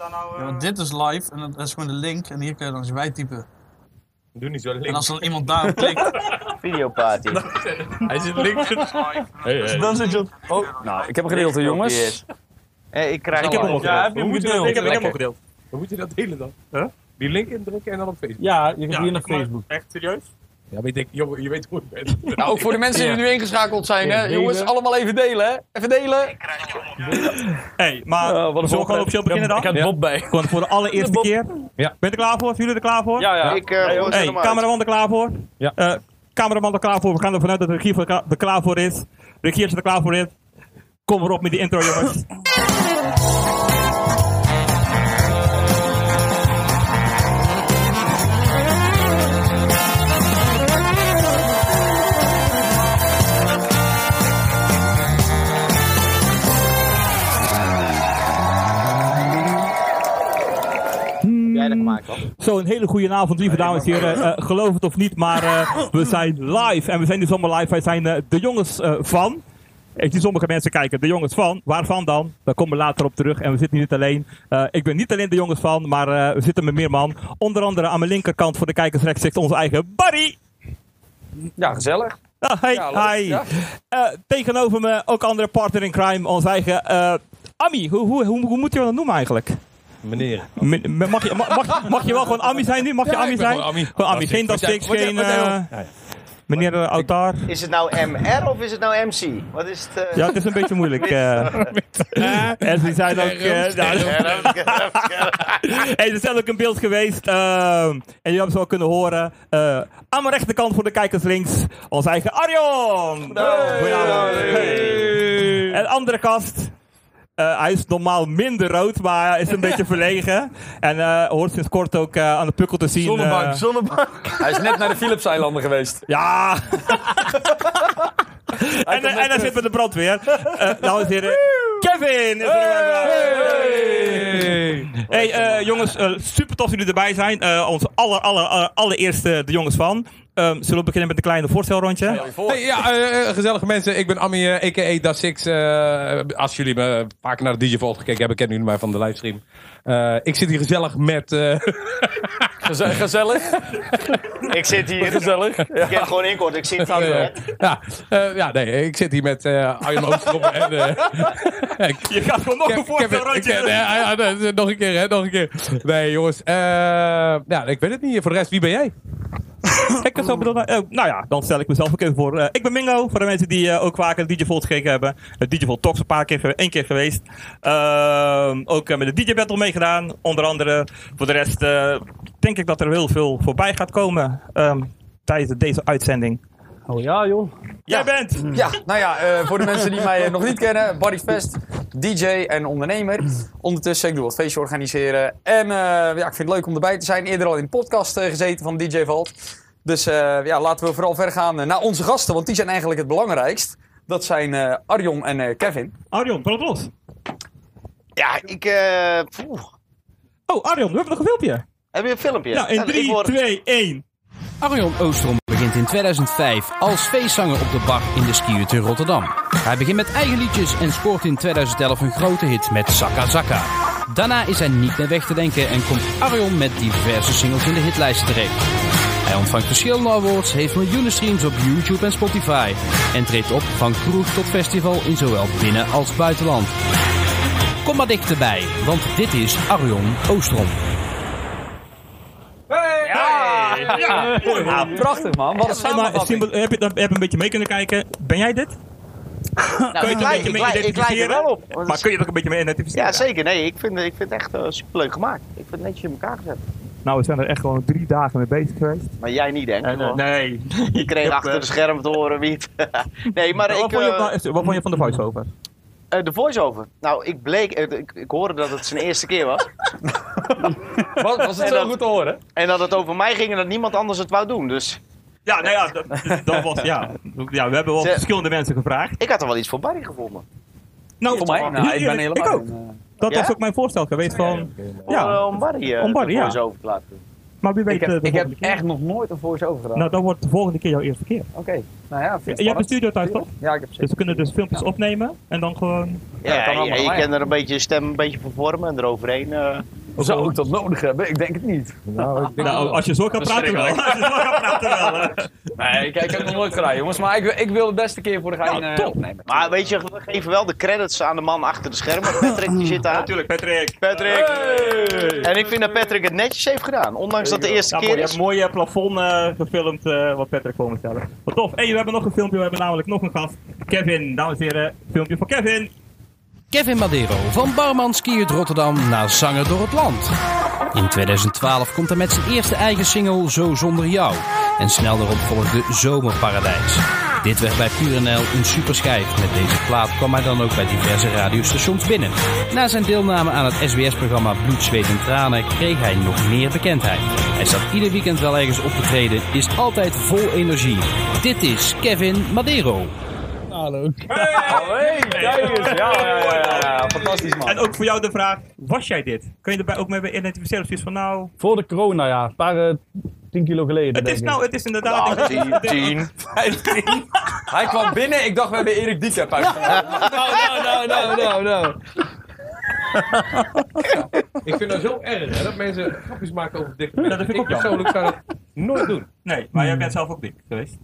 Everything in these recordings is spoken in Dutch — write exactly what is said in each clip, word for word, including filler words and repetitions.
nou... Uh... Ja, want dit is live en dat is gewoon de link en hier kun je dan eens bijtypen. Doe niet zo link. En als er iemand daarop klikt... Videoparty. Hij zit links. Hey, hey. Dan zit je op... Oh. Nou, ik heb een gedeelte, jongens. Hey, ik krijg ik heb hem ook Ja, heb gedeeld. je hem Hoe moet je gedeeld? dat- Ik heb hem ook gedeeld. Hoe moet je dat delen dan? Huh? Die link indrukken en dan op Facebook. Ja, je gaat Ja, hier naar maar- Facebook. Echt serieus? Ja, maar ik denk, jongen, je weet hoe ik ben. Nou, ook voor de mensen die nu ingeschakeld zijn, hè. Jongens, allemaal even delen, hè. Even delen. Hey, maar Uh, wat een zullen we gewoon officieel beginnen dan? Ik heb Bob bij. Gewoon voor de allereerste keer. Ja. Ben je er klaar voor? Zijn jullie er klaar voor? Ja, ja. Ik, uh, hey, Hey, cameraman er klaar voor? Ja. Uh, cameraman er klaar voor. We gaan ervan uit dat de regie er er klaar voor is. De regie is er klaar voor is. Kom erop met die intro, jongens. jij dat gemaakt, toch? Zo, een hele goede avond, lieve dames en heren. Uh, geloof het of niet, maar uh, we zijn live. En we zijn niet zomaar live, wij zijn uh, de jongens uh, van. Ik zie sommige mensen kijken, de jongens van. Waarvan dan? Daar komen we later op terug. En we zitten niet alleen. Uh, ik ben niet alleen de jongens van, maar uh, we zitten met meer man. Onder andere aan mijn linkerkant voor de kijkers rechts zit onze eigen Barry. Ja, gezellig. Ah, hey, Ja, leuk, hi. ja. Uh, tegenover me ook andere partner in crime, onze eigen uh, Ami. Hoe, hoe, hoe, hoe moet je dat noemen eigenlijk? Meneer. M- mag, je, mag, mag, mag je wel gewoon Ami zijn nu? Mag je Ja, Ami ik ben zijn? gewoon Ami. Gewoon Ami, geen Wat dat jij- six, wat jij- geen wat jij uh, wil. Ja, ja. meneer uh, Autar. Is het nou M R of is het nou M C? Wat is het? Uh... Ja, het is een beetje moeilijk. Uh, en ze zijn ook... Uh, nou, hey, er zijn ook in beeld geweest. Uh, en jullie hebben ze wel kunnen horen. Uh, aan mijn rechterkant voor de kijkers links. Onze eigen Arjon. Goedenavond. Hey. En andere gast. Uh, hij is normaal minder rood, maar hij is een beetje verlegen. En uh, hoort sinds kort ook uh, aan de pukkel te zien. Zonnebank, uh, zonnebank. Hij is net naar de Philipseilanden geweest. Ja! en, en hij zit met de brandweer. Uh, dames en heren, Kevin is er weer. Hey, hey uh, jongens, uh, super tof dat jullie erbij zijn. Uh, onze aller, aller, aller, allereerste de jongens van. Um, zullen we beginnen met een kleine voorstelrondje? Hey, ja, uh, gezellige mensen. Ik ben Ami, uh, a k a. Das Six. Uh, als jullie me vaker naar de D J Vault gekeken hebben, kennen jullie mij van de livestream. Uh, ik zit hier gezellig met... Uh... Geze- gezellig. Ik zit hier. Gezellig. Ik heb gewoon inkort. Ik zit hier. Uh, ja, uh, ja, nee, ik zit hier met uh, Arjen Oostrom en... Uh, Je gaat gewoon nog een voorstelrondje. uh, ja, ja, nog een keer, hè, nog een keer. Nee, jongens. Uh, ja, ik weet het niet. Voor de rest, wie ben jij? Ik kan zo bedoelen. Uh, nou ja, dan stel ik mezelf ook even voor. Uh, ik ben Mingo, voor de mensen die uh, ook vaker de D J Vault gekeken hebben. De D J Vault Talks een paar keer, één keer geweest. Uh, ook uh, met de D J Battle meegedaan, onder andere. Voor de rest uh, denk ik dat er heel veel voorbij gaat komen um, tijdens deze uitzending. Oh ja, joh. Jij bent! Ja, nou ja, uh, voor de mensen die mij uh, nog niet kennen. Barry Vest, D J en ondernemer. Ondertussen, ik doe wat feestje organiseren. En uh, ja, ik vind het leuk om erbij te zijn. Eerder al in de podcast uh, gezeten van D J Vault. Dus uh, ja, laten we vooral verder gaan uh, naar onze gasten. Want die zijn eigenlijk het belangrijkst. Dat zijn uh, Arjon en uh, Kevin. Arjon, brand los. Ja, ik. Uh, oh, Arjon, we hebben nog een filmpje. Heb je een filmpje? Nou, in drie, twee, één. Arjon Oostrom begint in tweeduizend vijf als feestzanger op de bar in de Ski Hut in Rotterdam. Hij begint met eigen liedjes en scoort in tweeduizend elf een grote hit met Zakka Zakka. Daarna is hij niet meer weg te denken en komt Arjon met diverse singles in de hitlijsten terecht. Hij ontvangt verschillende awards, heeft miljoenen streams op YouTube en Spotify en treedt op van kroeg tot festival in zowel binnen- als buitenland. Kom maar dichterbij, want dit is Arjon Oostrom. Ja, ja. ja prachtig man. Wat een samenvatting. Heb je, heb je een beetje mee kunnen kijken? Ben jij dit? Nou, kun je ik, er een lijk, beetje ik, mee lijk, ik lijk er wel op. Maar kun je er ook een beetje mee identificeren? Ja, zeker. Nee, ik vind, ik vind het echt uh, superleuk gemaakt. Ik vind het netjes in elkaar gezet. Nou, we zijn er echt gewoon drie dagen mee bezig geweest. Maar jij niet, denk ik. Uh, nee. Je kreeg heb, achter uh, de scherm te horen wie het... nee, maar wat, ik... vond je, uh, wat vond je van de voice-over? Uh, de voice-over. Nou, ik bleek... Uh, ik, ik hoorde dat het zijn eerste keer was. Wat, was het en zo dat, goed te horen? En dat het over mij ging en dat niemand anders het wou doen, dus... Ja, nou ja, dat, dat was... Ja. ja, we hebben wel Ze, verschillende mensen gevraagd. Ik had er wel iets voor Barry gevonden. Nou, voor mij? Nou, ik ben helemaal... Ik ook. In, uh... Dat ja? was ook mijn voorstel geweest van... Ja, ja. Om, uh, om Barry uh, om Barry, de ja. voice-over te laten doen. Maar wie weet Ik heb, uh, de ik heb volgende keer. echt nog nooit een voice-over gedaan. Nou, dan wordt de volgende keer jouw eerste keer. Oké, okay. nou ja, vind Je hebt een studio thuis, toch? Ja, ik heb Dus we kunnen dus filmpjes opnemen en dan gewoon... Ja, dat kan ja, allemaal je bij. kan er een beetje je stem een beetje vervormen en eroverheen. Uh... Zou ik dat nodig hebben? Ik denk het niet. Nou, ik denk Nou, als je zo kan praten wel. Als je zo kan praten wel. hè. Nee, kijk, ik heb het nog nooit gedaan, jongens. Maar ik, wil- ik wil de beste keer voor de gein Nou, uh, top. opnemen. Maar weet je, we geven wel de credits aan de man achter de schermen. Patrick die zit daar. Natuurlijk, Patrick. Patrick. Hey! En ik vind dat Patrick het netjes heeft gedaan. Ondanks dat de eerste Nou, mooi, keer je hebt is. een mooie plafond uh, gefilmd uh, wat Patrick voor me stellen. Wat tof. Hey, we hebben nog een filmpje. We hebben namelijk nog een gast. Kevin, dames en heren. Filmpje van Kevin. Kevin Madero, van barman Ski uit Rotterdam naar zanger door het land. In tweeduizend twaalf komt hij met zijn eerste eigen single Zo Zonder Jou. En snel daarop volgde Zomerparadijs. Dit werd bij Pure N L een superschijf. Met deze plaat kwam hij dan ook bij diverse radiostations binnen. Na zijn deelname aan het S B S-programma Bloed, Zweet en Tranen kreeg hij nog meer bekendheid. Hij staat ieder weekend wel ergens op te treden, is altijd vol energie. Dit is Kevin Madero. Hallo. Hey, kijk eens. Ja, ja, ja, ja, ja. Fantastisch, man. En ook voor jou de vraag, was jij dit? Kun je erbij ook mee identificeren? Of zoiets van nou... Voor de corona, ja. Een paar uh, tien kilo geleden. Het denk is ik. nou, het is inderdaad... Ah, tien, tien. vijftien. Hij kwam binnen, ik dacht we hebben Erik Diekep uitgenodigd. Nou, nou, nou, nou, nou. Ik vind dat zo erg, hè, dat mensen grapjes maken over dikke Ja, mensen. dat vind ik ook ik persoonlijk zou dat nooit doen. Nee, maar jij bent zelf ook dik geweest.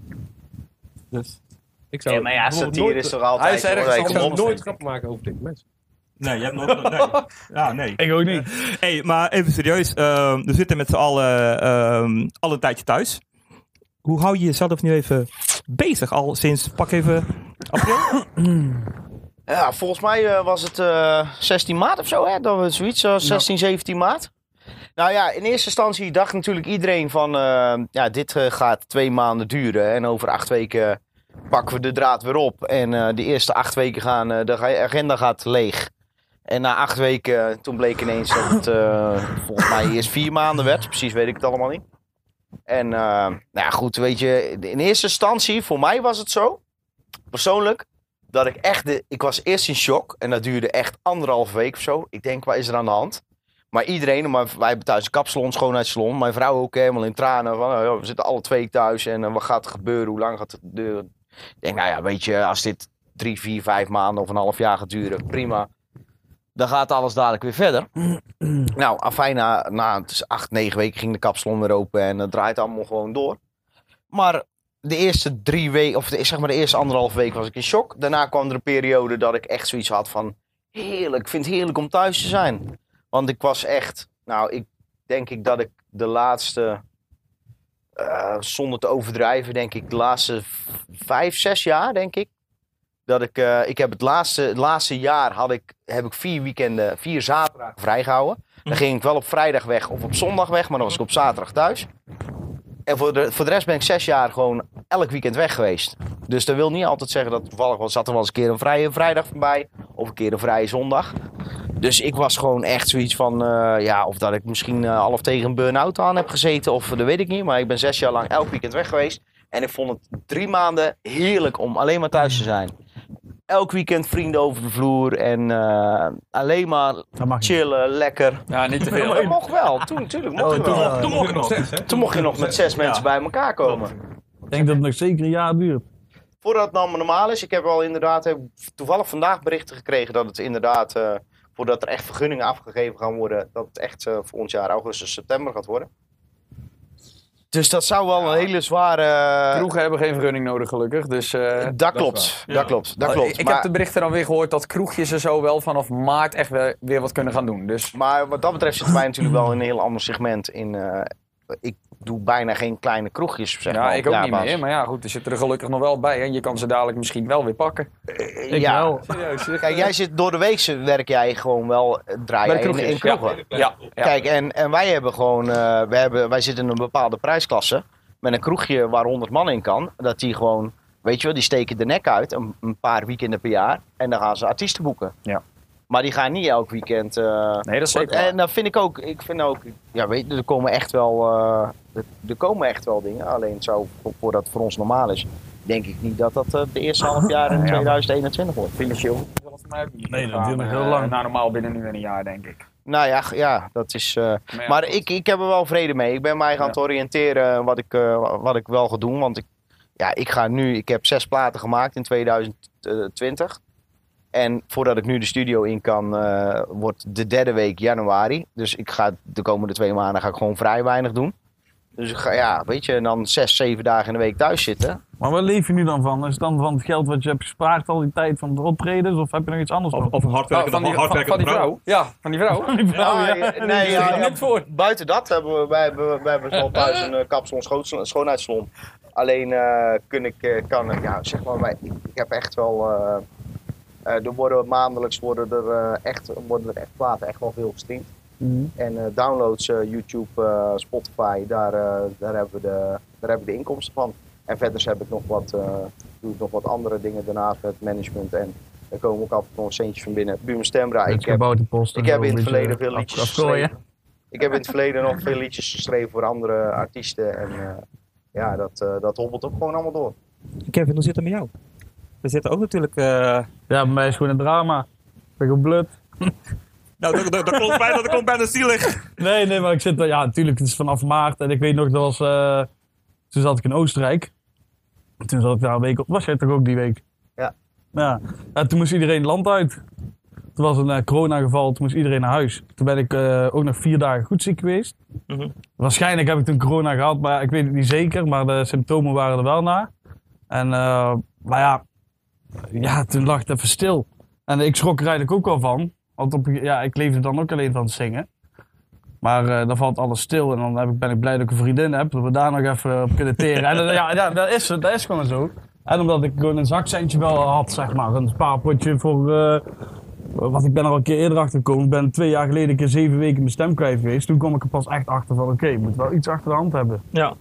Dus... Ik zou Ja, maar ja, bijvoorbeeld satire nooit- is toch altijd... Hij is ergens hoor, Ik ik zou kom op. nooit grappen maken over dikke mensen. Nee, je hebt nog... Nee. Ja, nee. Ik ook niet. Hey, maar even serieus. Uh, we zitten met z'n allen uh, al een tijdje thuis. Hoe hou je jezelf nu even bezig? Al sinds, pak even, april? Ja, volgens mij uh, was het uh, zestien maart of zo, hè? Dat we zoiets, uh, zestien, zeventien maart. Nou ja, in eerste instantie dacht natuurlijk iedereen van... Uh, ja, dit uh, gaat twee maanden duren en over acht weken pakken we de draad weer op. En uh, de eerste acht weken gaan, uh, de agenda gaat leeg. En na acht weken, uh, toen bleek ineens dat het uh, volgens mij eerst vier maanden werd. Precies weet ik het allemaal niet. En uh, nou ja, goed, weet je, in eerste instantie, voor mij was het zo, persoonlijk, dat ik echt, de, ik was eerst in shock en dat duurde echt anderhalve week of zo. Ik denk, wat is er aan de hand? Maar iedereen, maar wij hebben thuis een kapsalon, schoonheidssalon, mijn vrouw ook helemaal in tranen. Van, oh, we zitten alle twee thuis en uh, wat gaat er gebeuren, hoe lang gaat het duren? Ik denk, nou ja, weet je, als dit drie, vier, vijf maanden of een half jaar gaat duren, prima. Dan gaat alles dadelijk weer verder. Nou, afijn, na, na het is acht, negen weken ging de kapsalon weer open en het draait allemaal gewoon door. Maar de eerste drie weken, of de, zeg maar de eerste anderhalf week was ik in shock. Daarna kwam er een periode dat ik echt zoiets had van, heerlijk, ik vind het heerlijk om thuis te zijn. Want ik was echt, nou, ik denk ik dat ik de laatste, uh, zonder te overdrijven, denk ik de laatste vijf, zes jaar, denk ik. Dat ik, uh, ik heb het laatste, het laatste jaar had ik, heb ik vier weekenden, vier zaterdagen vrijgehouden. Dan ging ik wel op vrijdag weg of op zondag weg, maar dan was ik op zaterdag thuis. En voor de, voor de rest ben ik zes jaar gewoon elk weekend weg geweest. Dus dat wil niet altijd zeggen dat toevallig was, zat er wel eens een keer een vrije vrijdag voorbij. Of een keer een vrije zondag. Dus ik was gewoon echt zoiets van, uh, ja, of dat ik misschien uh, half tegen een burn-out aan heb gezeten. Of dat weet ik niet, maar ik ben zes jaar lang elk weekend weg geweest. En ik vond het drie maanden heerlijk om alleen maar thuis te zijn. Elk weekend vrienden over de vloer en uh, alleen maar chillen, lekker. Ja, niet te Ja, maar veel. dat mocht wel, toen natuurlijk mocht het wel. Toen mocht ik nog steeds, hè? Toen mocht je nog met zes mensen bij elkaar komen. Ik denk dat het nog zeker een jaar duurt. Voordat het nou normaal is, ik heb wel inderdaad, heb toevallig vandaag berichten gekregen dat het inderdaad, uh, voordat er echt vergunningen afgegeven gaan worden, dat het echt uh, voor ons jaar augustus, september gaat worden. Dus dat zou wel een hele zware... Kroegen hebben geen vergunning nodig, gelukkig. Dus, uh, Dat klopt, dat klopt, dat ik klopt. ik Maar, heb de berichten dan weer gehoord dat kroegjes er zo wel vanaf maart echt weer, weer wat kunnen gaan doen. Dus maar wat dat betreft zitten wij natuurlijk wel in een heel ander segment. In, uh, ik doe bijna geen kleine kroegjes, zeg ja, maar. ik ook op niet jaarbasis. meer. Maar ja, goed, er zitten er gelukkig nog wel bij. En je kan ze dadelijk misschien wel weer pakken. Uh, Ik ja. wel. Serieus. Kijk, jij zit door de week werk jij gewoon wel uh, draaien Bij de in, in kroegjes, kroegen. Ja, ja. Kijk, en, en wij hebben gewoon, uh, we hebben, wij zitten in een bepaalde prijsklasse. Met een kroegje waar honderd man in kan. Dat die gewoon, weet je wel, die steken de nek uit. Een, een paar weekenden per jaar. En dan gaan ze artiesten boeken. Ja. Maar die gaan niet elk weekend. Uh, Nee, dat is zeker waar. En dan vind ik ook, ik vind ook, ja weet je, er komen echt wel, uh, er, er komen echt wel dingen. Alleen zo, voordat het voor ons normaal is, denk ik niet dat dat uh, de eerste half jaar in Ja. tweeduizend eenentwintig wordt. Financieel. Nee, Nee, dat duurt nog heel lang. Nou, normaal binnen nu en een jaar, denk ik. Nou ja, g- ja dat is... Uh, ja, maar goed. ik, ik heb er wel vrede mee. Ik ben mij gaan Ja. te oriënteren wat ik, uh, wat ik wel ga doen. Want ik, ja, ik ga nu... Ik heb zes platen gemaakt in tweeduizend twintig. En voordat ik nu de studio in kan, uh, wordt de derde week januari. Dus ik ga de komende twee maanden ga ik gewoon vrij weinig doen. Dus ik ga, ja, weet je, en dan zes, zeven dagen in de week thuis zitten. Maar waar leef je nu dan van? Is het dan van het geld wat je hebt gespaard al die tijd van de optredens? Of heb je nog iets anders Of, van? of een Oh, hardwerkende, van, die, van, hardwerkende van die vrouw? Ja, van die vrouw. Ja, ja, nee, ja, ja, Net voor. buiten dat hebben we, wij hebben, wij hebben wel thuis een uh, kapsalon schoon- schoonheidssalon. Alleen uh, kun ik, uh, kan ik, ja, zeg maar, wij, ik heb echt wel, uh, uh, er worden maandelijks worden er, uh, echt, worden er echt platen echt wel veel gestreamd. Mhm. En uh, downloads, uh, YouTube, uh, Spotify, daar, uh, daar, hebben we de, daar hebben we de inkomsten van. En verder heb ik nog wat, uh, doe ik nog wat andere dingen daarnaast met management en daar komen ook af en toe nog centjes van binnen. Buurman Stembra, ik heb, ik heb in het verleden veel liedjes geschreven. Ik heb in het verleden nog veel liedjes geschreven voor andere artiesten en uh, ja, dat, uh, dat hobbelt ook gewoon allemaal door. Kevin, hoe zit het met jou? We zitten ook natuurlijk... Uh... Ja, bij mij is gewoon een drama. Ik ben gewoon blut. Nou, dat, dat, dat klopt bijna, dat klopt bijna zielig. Nee, nee, maar ik zit er, ja, natuurlijk, het is vanaf maart. En ik weet nog, dat was, uh, toen zat ik in Oostenrijk. Toen zat ik daar een week op. Was jij toch ook die week? Ja. Ja, ja toen moest iedereen het land uit. Toen was een uh, coronageval, toen moest iedereen naar huis. Toen ben ik uh, ook nog vier dagen goed ziek geweest. Mm-hmm. Waarschijnlijk heb ik toen corona gehad, maar ik weet het niet zeker. Maar de symptomen waren er wel na. En, uh, maar ja, ja, toen lag het even stil. En ik schrok er eigenlijk ook wel van. Want op, ja, ik leefde dan ook alleen van het zingen. Maar uh, dan valt alles stil en dan heb ik, ben ik blij dat ik een vriendin heb. Dat we daar nog even op kunnen teren. En uh, ja, ja dat, is, dat is gewoon zo. En omdat ik gewoon een zakcentje wel had, zeg maar. Een spaarpotje voor... Uh, wat ik ben er al een keer eerder achter gekomen. Ik ben twee jaar geleden een keer zeven weken mijn stem kwijt geweest. Toen kwam ik er pas echt achter van, oké, okay, ik moet wel iets achter de hand hebben. Ja.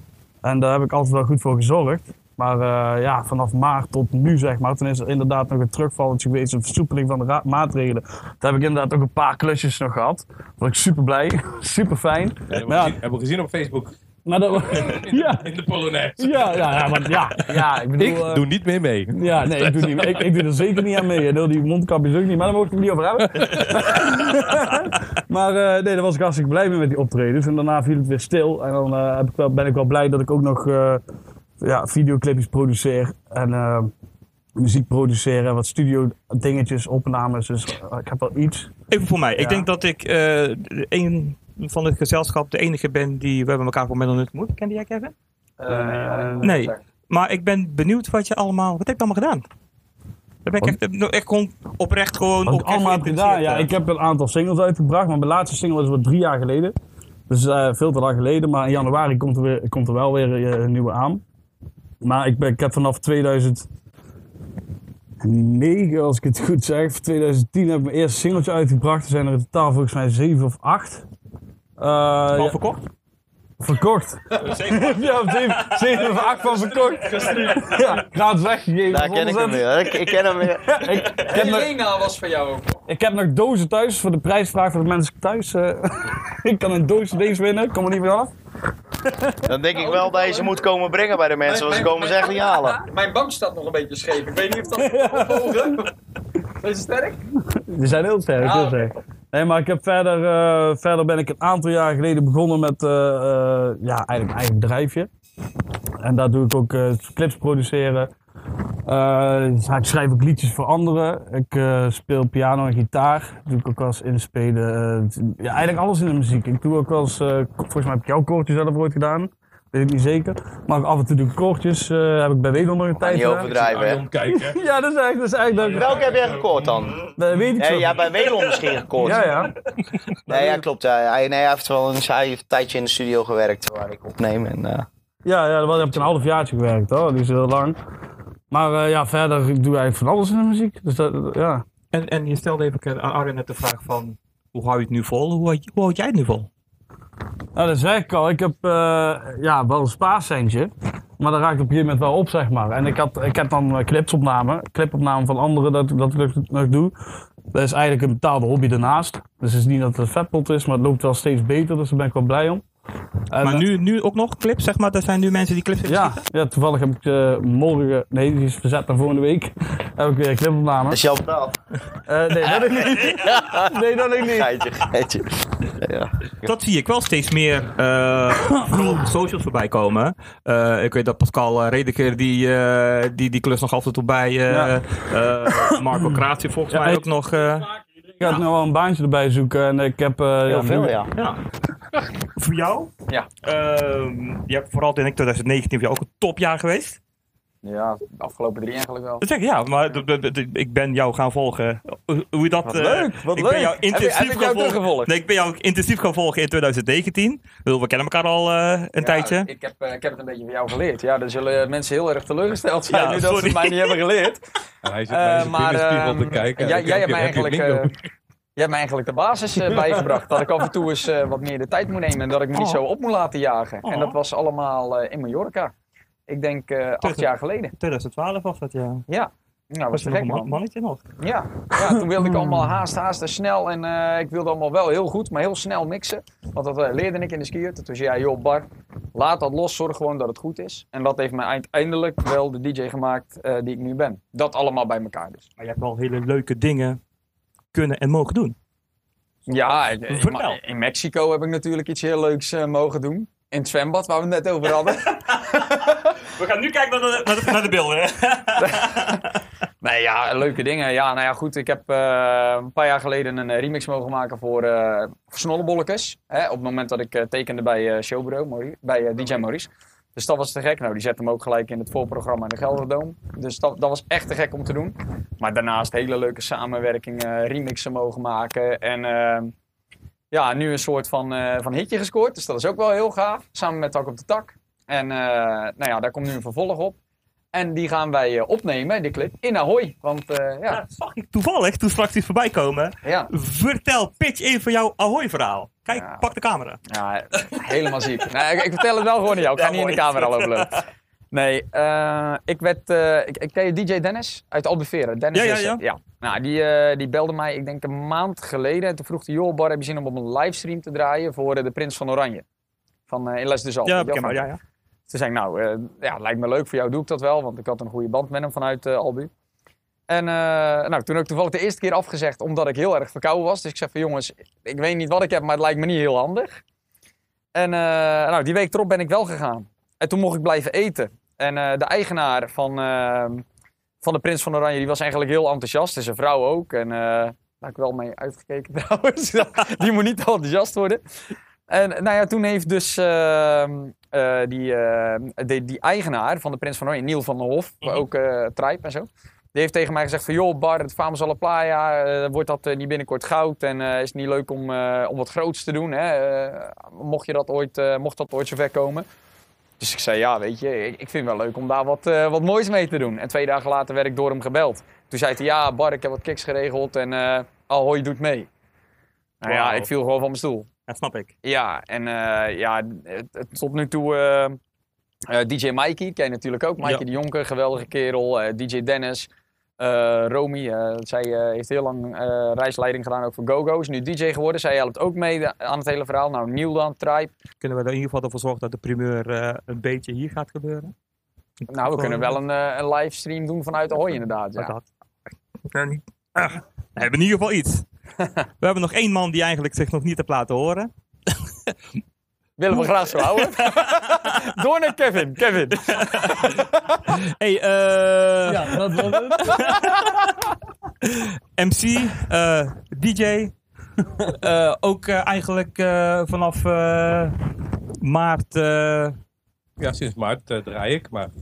En daar heb ik altijd wel goed voor gezorgd. Maar uh, ja, vanaf maart tot nu, zeg maar, toen is er inderdaad nog een terugvalletje geweest, een versoepeling van de ra- maatregelen. Toen heb ik inderdaad ook een paar klusjes nog gehad. Daar was ik super blij, super fijn. Ja, hebben, we Maar ja, gezien, hebben we gezien op Facebook. maar dat, ja, In de Polonaise. ja, ja, ja, maar ja, ja, ik bedoel... Ik uh, doe niet meer mee. Ja, nee, ik doe, niet, ik, ik doe er zeker niet aan mee. En die mondkapjes ook niet, maar daar mogen we het niet over hebben. Maar uh, nee, daar was ik hartstikke blij mee met die optredens. En daarna viel het weer stil. En dan uh, heb ik wel, ben ik wel blij dat ik ook nog uh, ja, videoclipjes produceer. En uh, muziek produceer en wat studio dingetjes, opnames. Dus uh, ik heb wel iets. Even voor mij. Ik Ja. denk dat ik uh, een van het gezelschap de enige ben die... We hebben elkaar voor mij nog niet ontmoet. Kende jij Kevin? Uh, Nee. Maar ik ben benieuwd wat je allemaal... Wat heb je allemaal gedaan? Daar ben ik echt, echt gewoon oprecht gewoon... Wat ik ook allemaal even heb gedaan, ja. geïnteresseerd, Ik heb een aantal singles uitgebracht, maar mijn laatste single is wat drie jaar geleden. Dus uh, veel te lang geleden, maar in januari komt er, weer, komt er wel weer uh, een nieuwe aan. Maar ik, ben, ik heb vanaf tweeduizend negen, als ik het goed zeg, tweeduizend tien heb ik mijn eerste singeltje uitgebracht. Er zijn er in totaal volgens mij zeven of acht. Uh, Al ja, verkocht? verkocht. Ja, zeven, zeven of acht van verkocht. Ja, gratis weggegeven. Daar ken ik hem weer. Ik, ik ken hem weer. Ik, ik, heb nog, Helena was van jou ook. ik heb nog dozen thuis voor de prijsvraag voor de mensen thuis. Uh, ik kan een doos deze winnen, ik kom er niet meer af. Dan denk ik wel dat je ze moet komen brengen bij de mensen, want ze komen ze echt niet halen. Mijn bank staat nog een beetje scheef. Ik weet niet of dat opvolgen. Is het sterk? Die zijn heel sterk, Ah, heel oké. sterk. Nee, maar ik heb verder, uh, verder ben ik een aantal jaar geleden begonnen met uh, uh, ja, eigenlijk mijn eigen bedrijfje. En daar doe ik ook uh, clips produceren. Uh, ik schrijf ook liedjes voor anderen. Ik uh, speel piano en gitaar. Dat doe ik ook wel eens inspelen. Uh, ja, eigenlijk alles in de muziek. Ik doe ook wel eens, uh, volgens mij heb ik jouw koortjes zelf ooit gedaan. Weet ik niet zeker. Maar af en toe doe ik koortjes. Uh, heb ik bij Wedon nog een tijd Niet gedaan. overdrijven, hè. Arjan kijken. Ja, dat is echt, dat is echt dat, Welke heb jij gekoord dan? dat weet ik Ja, zo. ja, bij Welon misschien gekoord. Ja, ja. Nee, ja, klopt. Ja. Hij, nee, hij heeft wel een, hij heeft een tijdje in de studio gewerkt waar ik opneem. En, uh, Ja, ja, daar heb ik een half jaartje gewerkt hoor. Die is heel lang. Maar uh, ja, verder ik doe eigenlijk van alles in de muziek. Dus dat, dat- ja. En, en je stelde even aan Arjen net de vraag van... Hoe hou je het nu vol? Hoe, houd- hoe houd jij het nu vol? Nou, dat zeg ik al. Ik heb uh, ja, wel een spaarcentje. Maar dat raakt op een gegeven moment wel op, zeg maar. En ik, had, ik heb dan uh, clipsopnamen. Clipopnamen van anderen dat, dat ik dat nog doe. Dat is eigenlijk een betaalde hobby daarnaast. Dus het is niet dat het een vetpot is, maar het loopt wel steeds beter. Dus daar ben ik wel blij om. En, Maar nu, nu ook nog clips, zeg maar. Er zijn nu mensen die clips hebben ja, geschieten. ja, toevallig heb ik uh, morgen, nee, die is verzet naar volgende week, heb ik weer een clipopname. Dat is jouw betaald. Uh, nee, dat ik niet. Nee, dat ik niet. Geitje, geitje. Ja. Dat zie ik wel steeds meer uh, vooral op de socials voorbij komen. Uh, ik weet dat Pascal uh, Redeker die, uh, die die klus nog altijd op bij. Uh, Ja. uh, Marco Kraatje volgens Ja, mij ik- ook nog. Uh, Ik ga nou wel een baantje erbij zoeken en ik heb... Uh, Heel ja, veel, nu- ja. ja. Voor jou? Ja. Uh, je hebt vooral denk ik twintig negentien voor jou ook een topjaar geweest. Ja, de afgelopen drie eigenlijk wel. Dat zeg ik, ja, maar d- d- d- ik ben jou gaan volgen. Hoe hoe je dat... Wat uh, leuk, wat ik leuk. Ben jou Heb je- intensief heb ik jou gaan volgen. teruggevolgd? Nee, ik ben jou intensief gaan volgen in twintig negentien. Ik bedoel, we kennen elkaar al uh, een Ja, tijdje. Ik heb, uh, ik heb het een beetje van jou geleerd. Ja, dan zullen mensen heel erg teleurgesteld zijn Ja, nu dat ze sorry. het mij niet hebben geleerd. En hij zit Uh, bij zijn maar binnenspiegel te uh, kijken. jij, En jij, dan hebt mij heb je het eigenlijk, bingo. uh, jij hebt mij eigenlijk de basis uh, bijgebracht. Dat ik af en toe eens uh, wat meer de tijd moet nemen en dat ik me niet Oh. zo op moet laten jagen. Oh. En dat was allemaal uh, in Mallorca. Ik denk uh, acht jaar geleden. twintig twaalf was dat, ja. Ja, nou was Was je te nog gek een man- man. mannetje nog? Ja. ja, toen wilde ik allemaal haast, haast en snel. En uh, ik wilde allemaal wel heel goed, maar heel snel mixen. Want dat uh, leerde ik in de skier. Toen zei ja, joh Bar, laat dat los, zorg gewoon dat het goed is. En dat heeft mij uiteindelijk wel de D J gemaakt uh, die ik nu ben. Dat allemaal bij elkaar dus. Maar je hebt wel hele leuke dingen kunnen en mogen doen. Ja, ik- in, Vertel. in Mexico heb ik natuurlijk iets heel leuks uh, mogen doen. In het zwembad, waar we het net over hadden. We gaan nu kijken naar de, naar de, naar de beelden. Nee, ja, leuke dingen. Ja, nou ja, goed. Ik heb uh, een paar jaar geleden een uh, remix mogen maken voor, uh, voor Snollebollekes. Hè, op het moment dat ik uh, tekende bij uh, Showbureau, Maurice, bij uh, D J Maurice. Dus dat was te gek. Nou, die zette hem ook gelijk in het voorprogramma in de Gelderdoom. Dus dat, dat was echt te gek om te doen. Maar daarnaast hele leuke samenwerkingen, remixen mogen maken. En uh, ja, nu een soort van, uh, van hitje gescoord. Dus dat is ook wel heel gaaf. Samen met Tak op de Tak. En uh, nou ja, daar komt nu een vervolg op. En die gaan wij uh, opnemen, die clip, in Ahoy. Want uh, ja, Ja, dat zag ik toevallig toen straks die voorbij komen. ja, Vertel, pitch even jouw Ahoy-verhaal. Kijk, Ja. pak de camera. ja, helemaal ziek. Nee, ik, ik vertel het wel gewoon aan jou. Ik ga Ja, niet in de mooi. camera lopen. Nee, uh, ik werd... Uh, ik, ik ken je D J Dennis uit Albufeira. Dennis Ja, ja, is het. ja. Nou, die, uh, die belde mij, ik denk een maand geleden. En toen vroeg hij, joh Bar, heb je zin om op een livestream te draaien voor uh, de Prins van Oranje? Van uh, in Les de Zal. Ja, Weet je wel, bekend, van- maar ja, ja. Toen zei ik, nou, uh, ja, lijkt me leuk, voor jou doe ik dat wel. Want ik had een goede band met hem vanuit uh, Albu. En uh, nou, toen heb ik toevallig de eerste keer afgezegd, omdat ik heel erg verkouden was. Dus ik zei van, jongens, ik weet niet wat ik heb, maar het lijkt me niet heel handig. En uh, nou, die week erop ben ik wel gegaan. En toen mocht ik blijven eten. En uh, de eigenaar van, uh, van de Prins van Oranje, die was eigenlijk heel enthousiast. En zijn vrouw ook. En uh, daar heb ik wel mee uitgekeken trouwens. Die moet niet te enthousiast worden. En nou ja, toen heeft dus uh, uh, die, uh, die, die eigenaar van de Prins van Oranje, Niel van der Hof, Mhm. ook uh, Trijp en zo. Die heeft tegen mij gezegd van, joh Bar, het Famous Alla Playa, uh, wordt dat uh, niet binnenkort goud en uh, is het niet leuk om, uh, om wat groots te doen, hè? Uh, mocht, je dat ooit, uh, mocht dat ooit zover komen. Dus ik zei, ja weet je, ik, ik vind het wel leuk om daar wat, uh, wat moois mee te doen. En twee dagen later werd ik door hem gebeld. Toen zei hij, ja Bar, ik heb wat kicks geregeld en uh, Ahoy doet mee. Nou ja, Wauw. ik viel gewoon van mijn stoel. Dat snap ik. Ja, en uh, ja, het, het, tot nu toe uh, uh, D J Mikey, ken je natuurlijk ook. Mikey Ja. de Jonker, geweldige kerel. Uh, D J Dennis, uh, Romy, uh, zij uh, heeft heel lang uh, reisleiding gedaan ook voor GoGo. Is nu D J geworden. Zij helpt ook mee de- aan het hele verhaal. Nou, Niel dan, Tribe. Kunnen we er in ieder geval ervoor zorgen dat de primeur uh, een beetje hier gaat gebeuren? Nou, we kunnen wel een, uh, een livestream doen vanuit Ahoy inderdaad. Ja. Ja. Dat. Nou, niet. Ah, we hebben in ieder geval iets. We hebben nog één man die eigenlijk zich nog niet heeft laten horen. Willen we graag zo houden. Door naar Kevin. Kevin. Hey, eh Ja, dat was het. M C, eh, D J. eh, ook eh, eigenlijk eh, vanaf eh, maart. eh, Ja, sinds maart uh, draai ik, maar...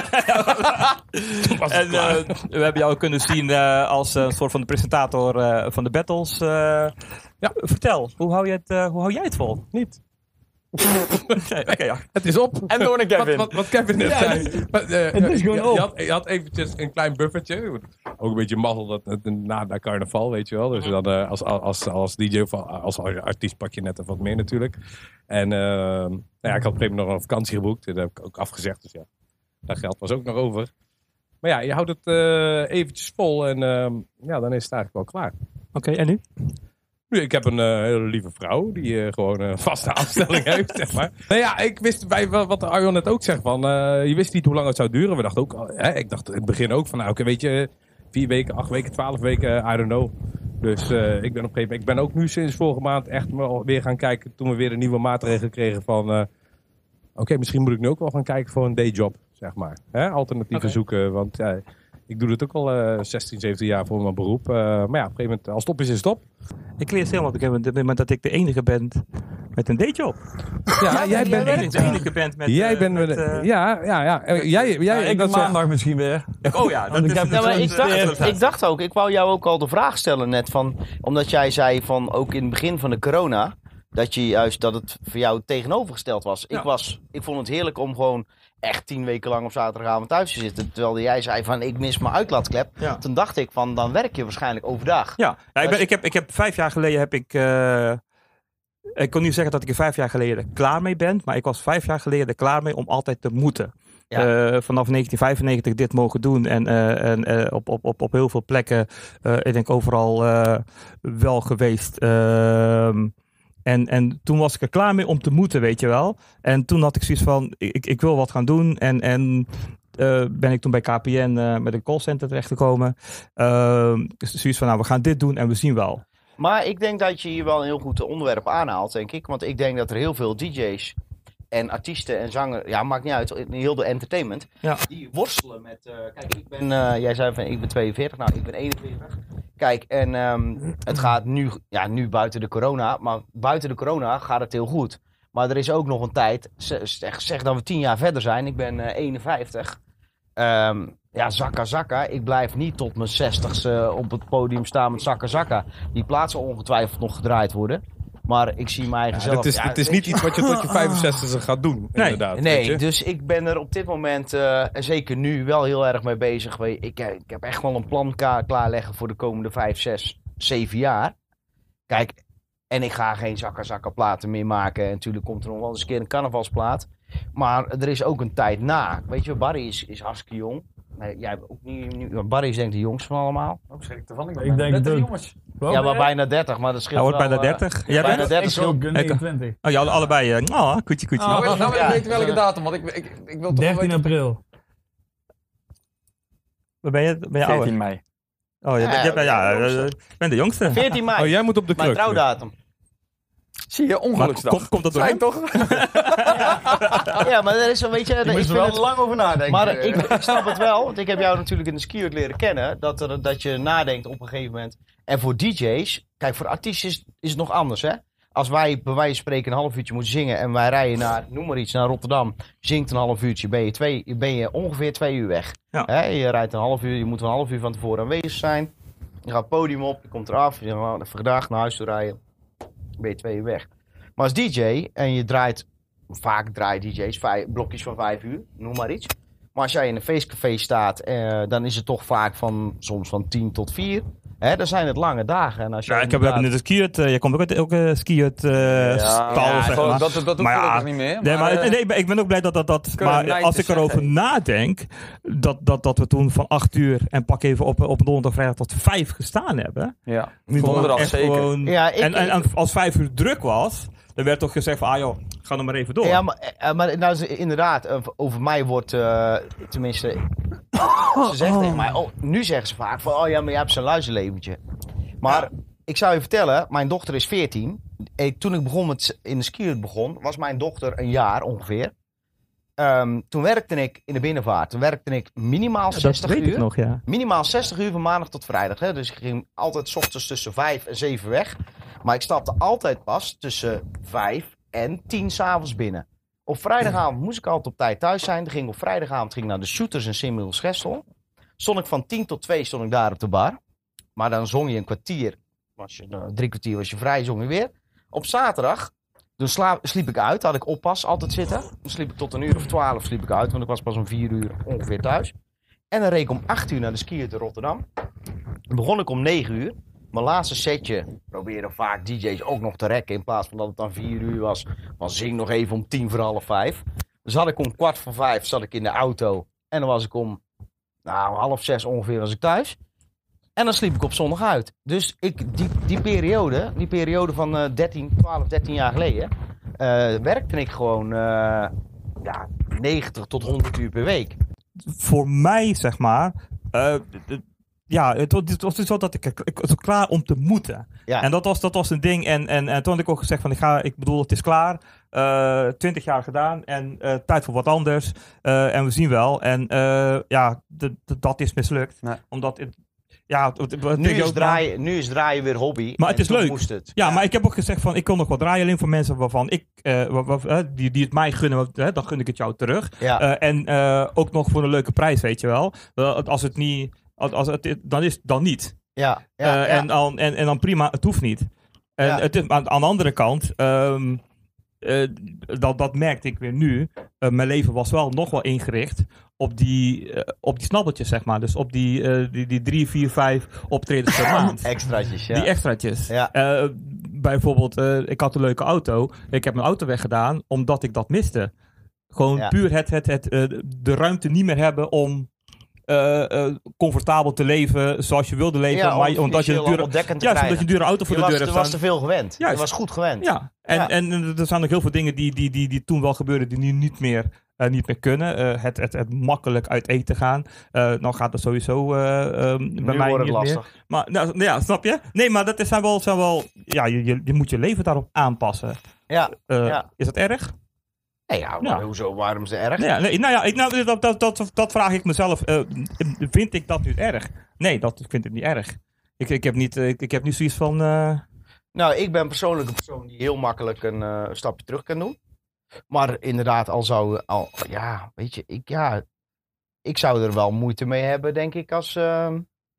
en eh, we hebben jou kunnen zien eh, als een soort van de presentator eh, van de battles. eh. Ja. Vertel, hoe hou, je het, eh, hoe hou jij het vol? Niet. Nee, Oké, ja. Het is op. En door naar Kevin. Wat, wat, wat Kevin net zei. Maar, uh, het is gewoon je, op. je, had, je had eventjes een klein buffertje. Ook een beetje mazzel dat het na, na carnaval, weet je wel. Dus dan, uh, als, als, als D J of als artiest pak je net even wat meer natuurlijk. En uh, nou ja, ik had op een gegeven moment nog een vakantie geboekt. Dat heb ik ook afgezegd. Dus ja, dat geld was ook nog over. Maar ja, je houdt het uh, eventjes vol en uh, ja, dan is het eigenlijk wel klaar. Oké, en nu? Nu, ik heb een uh, hele lieve vrouw die uh, gewoon een vaste aanstelling heeft, zeg maar. Nou ja, ik wist bij wat Arjan net ook zegt, van, uh, je wist niet hoe lang het zou duren. We dachten ook, hè, ik dacht in het begin ook van, nou, oké, weet je, vier weken, acht weken, twaalf weken, I don't know. Dus uh, ik ben op een gegeven moment, ik ben ook nu sinds vorige maand echt weer gaan kijken, toen we weer een nieuwe maatregel kregen van, uh, oké, okay, misschien moet ik nu ook wel gaan kijken voor een dayjob, zeg maar. Hè? Alternatieven okay. zoeken, want uh, ik doe het ook al uh, zestien, zeventien jaar voor mijn beroep. Uh, maar ja, op een gegeven moment, als stop is, is stop. Ik leer helemaal op een gegeven moment dat ik de enige ben met een dayjob. Ja, ja jij bent echt de enige bent met... Jij uh, bent met... Uh, ja, ja, ja. Uh, jij, jij, ja, ik dat maandag zo... misschien weer. Oh ja, dat ik, is, heb ja, maar ik, dacht, ik dacht ook, ik wou jou ook al de vraag stellen net van... Omdat jij zei van, ook in het begin van de corona... Dat je juist, dat het voor jou tegenovergesteld was. Ja. Ik was, ik vond het heerlijk om gewoon echt tien weken lang op zaterdagavond thuis te zitten. Terwijl jij zei van, ik mis mijn uitlaatklep. Ja. Toen dacht ik van, dan werk je waarschijnlijk overdag. Ja, ja ik, ben, ik, heb, ik heb vijf jaar geleden heb ik... Uh, ik kon niet zeggen dat ik er vijf jaar geleden klaar mee ben. Maar ik was vijf jaar geleden er klaar mee om altijd te moeten. Ja. Uh, vanaf negentien vijfennegentig dit mogen doen. En, uh, en uh, op, op, op, op heel veel plekken, uh, ik denk overal uh, wel geweest... Uh, En, en toen was ik er klaar mee om te moeten, weet je wel. En toen had ik zoiets van, ik, ik wil wat gaan doen. En, en uh, ben ik toen bij K P N uh, met een callcenter terechtgekomen. Uh, zoiets van, nou, we gaan dit doen en we zien wel. Maar ik denk dat je hier wel een heel goed onderwerp aanhaalt, denk ik. Want ik denk dat er heel veel D J's en artiesten en zangers, ja, maakt niet uit, in heel de entertainment, ja. die worstelen met, uh, kijk, ik ben, uh, jij zei van, ik ben tweeënveertig, nou, ik ben eenenveertig. Kijk, en um, het gaat nu, ja, nu buiten de corona, maar buiten de corona gaat het heel goed. Maar er is ook nog een tijd, zeg, zeg dat we tien jaar verder zijn, ik ben uh, eenenvijftig. Um, ja, zakka zakka, ik blijf niet tot mijn zestigste op het podium staan met zakka zakka. Die plaatsen ongetwijfeld nog gedraaid worden. Maar ik zie mij eigen ja, zelf... Het is, ja, het is niet iets wat je tot je vijfenzestigste gaat doen, nee, inderdaad. Nee, weet je? Dus ik ben er op dit moment, uh, en zeker nu, wel heel erg mee bezig. Ik, ik heb echt wel een plan klaarleggen voor de komende vijf, zes, zeven jaar. Kijk, en ik ga geen zakka zakka platen meer maken. En natuurlijk komt er nog wel eens een keer een carnavalsplaat. Maar er is ook een tijd na. Weet je, Barry is, is hartstikke jong. Nee, jij hebt ook niet, niet... Barry is denk ik de jongste van allemaal. Oh, schrik ik ervan. Ik, ik denk dertig jongens. Ja, maar bijna dertig, maar dat scheelt Hij wordt wel, bijna dertig. Uh, Jij bijna bent? dertig. Ik ook negenentwintig. Oh, ja, allebei. Uh, oh, koetje, koetje. Oh, nou, nou wil ik ja. weten welke datum, want ik, ik, ik wil toch dertien april. Waar ben je? Ben je veertien mei. Oh, je, ja, ja, ja, ja, ik ben de jongste. veertien mei. Oh, jij moet op de mijn kruk. Mijn trouwdatum. Zie je, ongeluksdag. Komt, komt dat doorheen? toch? ja. ja, maar er is een beetje... Je moest er wel het, lang over nadenken. Maar ik, ik snap het wel, want ik heb jou natuurlijk in de skiert leren kennen. Dat, er, dat je nadenkt op een gegeven moment. En voor D J's, kijk, voor artiesten is, is het nog anders, hè. Als wij bij wijze van spreken een half uurtje moeten zingen en wij rijden naar, noem maar iets, naar Rotterdam. Zingt een half uurtje, ben je, twee, ben je ongeveer twee uur weg. Ja. Hè? Je rijdt een half uur, je moet een half uur van tevoren aanwezig zijn. Je gaat het podium op, je komt eraf, je zegt, nou, even gedag, naar huis toe rijden. Ben je twee uur weg. Maar als D J, en je draait, vaak draaien D J's vijf, blokjes van vijf uur, noem maar iets. Maar als jij in een feestcafé staat, eh, dan is het toch vaak van, soms van tien tot vier. Hè, dan zijn het lange dagen. En als je ja, ik heb inderdaad... net een skiert. Uh, je komt ook uit elke skiert uh, ja, stal, ja, zeg maar. Dat, dat, dat maar ja, niet meer. Nee, maar, maar, uh, nee, ik ben ook blij dat dat... dat maar als ik erover nadenk, dat, dat, dat we toen van acht uur en pak even op, op donderdag, vrijdag tot vijf gestaan hebben. Ja, donderdag zeker. Gewoon, ja, ik, en, en, en als vijf uur druk was, dan werd toch gezegd van, ah joh, ga nog maar even door. Ja, maar, maar nou, inderdaad, over mij wordt, uh, tenminste, ze zeggen tegen mij, oh, nu zeggen ze vaak van, oh ja, maar je hebt zo'n luizenleventje. Maar ja. Ik zou je vertellen, mijn dochter is veertien. Toen ik begon met in de skiert begon, was mijn dochter een jaar ongeveer. Um, toen werkte ik in de binnenvaart. Toen werkte ik minimaal ja, zestig dat weet uur. Ik nog, ja. Minimaal zestig uur van maandag tot vrijdag. Hè? Dus ik ging altijd 's ochtends tussen vijf en zeven weg. Maar ik stapte altijd pas tussen vijf en tien 's avonds binnen. Op vrijdagavond moest ik altijd op tijd thuis zijn. Dan ging ik op vrijdagavond ging ik naar de Shooters in Sint-Michiels-Gestel. Stond ik van tien tot twee stond ik daar op de bar. Maar dan zong je een kwartier. Was je, uh, drie kwartier was je vrij, zong je weer. Op zaterdag, toen sla- sliep ik uit. Had ik oppas altijd zitten. Dan sliep ik tot een uur of twaalf sliep ik uit. Want ik was pas om vier uur ongeveer thuis. En dan reed ik om acht uur naar de skiën te Rotterdam. Dan begon ik om negen uur. Mijn laatste setje probeerden vaak D J's ook nog te rekken. In plaats van dat het dan vier uur was. Dan zing nog even om tien voor half vijf. Dus had ik om kwart voor vijf zat ik in de auto. En dan was ik om nou, half zes ongeveer was ik thuis. En dan sliep ik op zondag uit. Dus ik, die, die periode, die periode van uh, dertien, twaalf, dertien jaar geleden, uh, werkte ik gewoon uh, ja, negentig tot honderd uur per week. Voor mij, zeg maar, uh, ja, het was, het was dus zo dat ik, ik was klaar om te moeten. Ja. En dat was, dat was een ding. En, en, en toen had ik ook gezegd van, ik, ga, ik bedoel, het is klaar. Uh, twintig jaar gedaan en uh, tijd voor wat anders. Uh, en we zien wel. En uh, ja, d- d- dat is mislukt. Nee. Omdat... Het, ja, het, het, Nu is, draaien, nu is draaien weer hobby. Maar het is toen leuk. Moest het. Ja, maar ik heb ook gezegd van, ik kon nog wat draaien alleen voor mensen waarvan ik, uh, wa, wa, uh, die, die het mij gunnen, uh, dan gun ik het jou terug. Ja. Uh, en uh, ook nog voor een leuke prijs, weet je wel. Uh, als het niet, als, als het, dan is het dan niet. Ja, ja, Uh, ja. En, dan, en, en dan prima, het hoeft niet. En Ja. het is, aan, aan de andere kant, um, uh, dat, dat merkte ik weer nu. Uh, mijn leven was wel nog wel ingericht op die, uh, op die snabbeltjes, zeg maar. Dus op die, uh, die, die drie, vier, vijf optredens per maand. Extraatjes, ja. Die extraatjes. Ja. Uh, bijvoorbeeld, uh, ik had een leuke auto. Ik heb mijn auto weggedaan omdat ik dat miste. Gewoon Ja. puur het, het, het, uh, de ruimte niet meer hebben om uh, uh, comfortabel te leven zoals je wilde leven. Ja, maar, om omdat je een financieel dure, dekkend te ja, krijgen. omdat je een dure auto voor Je de was, deur je hebt was te staan. veel gewend. Juist. Je was goed gewend. Ja, en, Ja. en er zijn ook heel veel dingen die, die, die, die, die toen wel gebeurden die nu niet meer, uh, niet meer kunnen. Uh, het, het, het makkelijk uit eten gaan. Uh, nou gaat dat sowieso uh, um, bij Nu mij wordt niet het meer. lastig. Maar nou, ja, snap je? Nee, maar dat is zijn wel, zijn wel ja, je, je, je moet je leven daarop aanpassen. Ja. Uh, Ja. Is dat erg? Nee, ja, maar Ja. hoezo? Waarom is het erg? Nee, nee, nou ja, ik, nou, dat, dat, dat, dat vraag ik mezelf. Uh, vind ik dat nu erg? Nee, dat vind ik niet erg. Ik, ik, heb, niet, uh, ik, ik heb niet zoiets van... Uh... Nou, ik ben persoonlijk een persoon die heel makkelijk een uh, stapje terug kan doen. Maar inderdaad, al zou... Al, ja, weet je, ik, ja, ik zou er wel moeite mee hebben, denk ik, als, uh,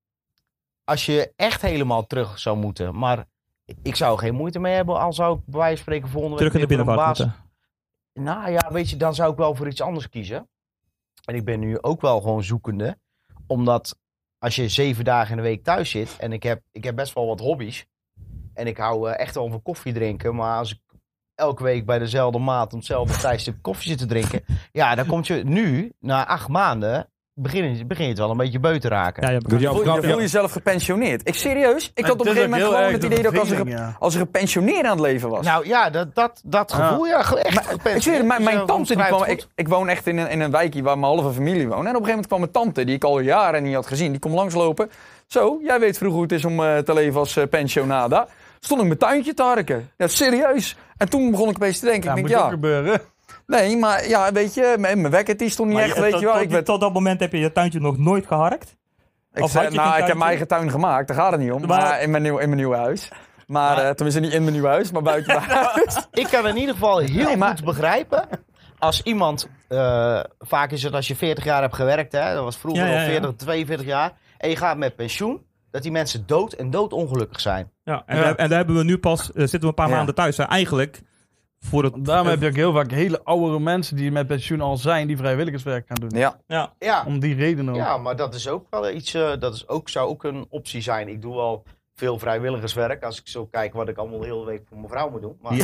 als je echt helemaal terug zou moeten. Maar ik zou er geen moeite mee hebben, al zou ik bij wijze van spreken volgende week Terug in de weer voor een binnenvaart baas- moeten. Nou ja, weet je, dan zou ik wel voor iets anders kiezen. En ik ben nu ook wel gewoon zoekende. Omdat als je zeven dagen in de week thuis zit. En ik heb, ik heb best wel wat hobby's. En ik hou uh, echt wel van koffie drinken. Maar als ik elke week bij dezelfde maat om hetzelfde tijdstip koffie zit te drinken. Ja, dan komt je nu, na acht maanden, begin je, begin je het wel een beetje beu te raken. Ja, je Doe jou Voel, je vrouw- voel jezelf gepensioneerd. Ik serieus? Ik had op een Het is gegeven ook moment heel gewoon erg het de idee dat ik als een, verveling, ge- ja. als een gepensioneerd aan het leven was. Nou ja, dat, dat, dat gevoel, ja, echt. Maar, ik zweer, mijn, mijn tante, die kwam, ik, ik woon echt in een, in een wijkje waar mijn halve familie woont. En op een gegeven moment kwam mijn tante, die ik al jaren niet had gezien, die komt langslopen. Zo, jij weet vroeg hoe het is om uh, te leven als uh, pensionada. Stond ik mijn tuintje te harken. Ja, serieus. En toen begon ik opeens te denken, Ja, ik moet denk, ook ja, gebeuren. nee, maar ja, weet je, mijn, mijn wekker die stond niet Maar echt, je- weet tot, je wel. tot, Ik, werd, tot dat moment heb je je tuintje nog nooit geharkt? ik, of zei, had je nou, geen ik heb tuintje? mijn eigen tuin gemaakt, daar gaat het niet om. Maar- Maar, in, mijn nieuw, in mijn nieuwe huis. Maar, Maar- uh, tenminste niet in mijn nieuwe huis, maar buiten mijn huis. Ik kan in ieder geval heel Nee, maar- goed begrijpen. Als iemand, uh, vaak is het als je veertig jaar hebt gewerkt, hè, dat was vroeger Ja, ja, al ja. veertig, tweeënveertig jaar. En je gaat met pensioen, dat die mensen dood en doodongelukkig zijn. Ja, en, Ja. Daar, en daar hebben we nu pas, uh, zitten we een paar Ja. maanden thuis. Hè. Eigenlijk, voor het... Daarom heb je ook heel vaak hele oudere mensen die met pensioen al zijn, die vrijwilligerswerk gaan doen. Ja. Ja. Ja, Om die reden ook. ja maar dat is ook wel iets, uh, dat is ook, zou ook een optie zijn. Ik doe wel veel vrijwilligerswerk, als ik zo kijk wat ik allemaal de hele week voor mijn vrouw moet doen. Maar,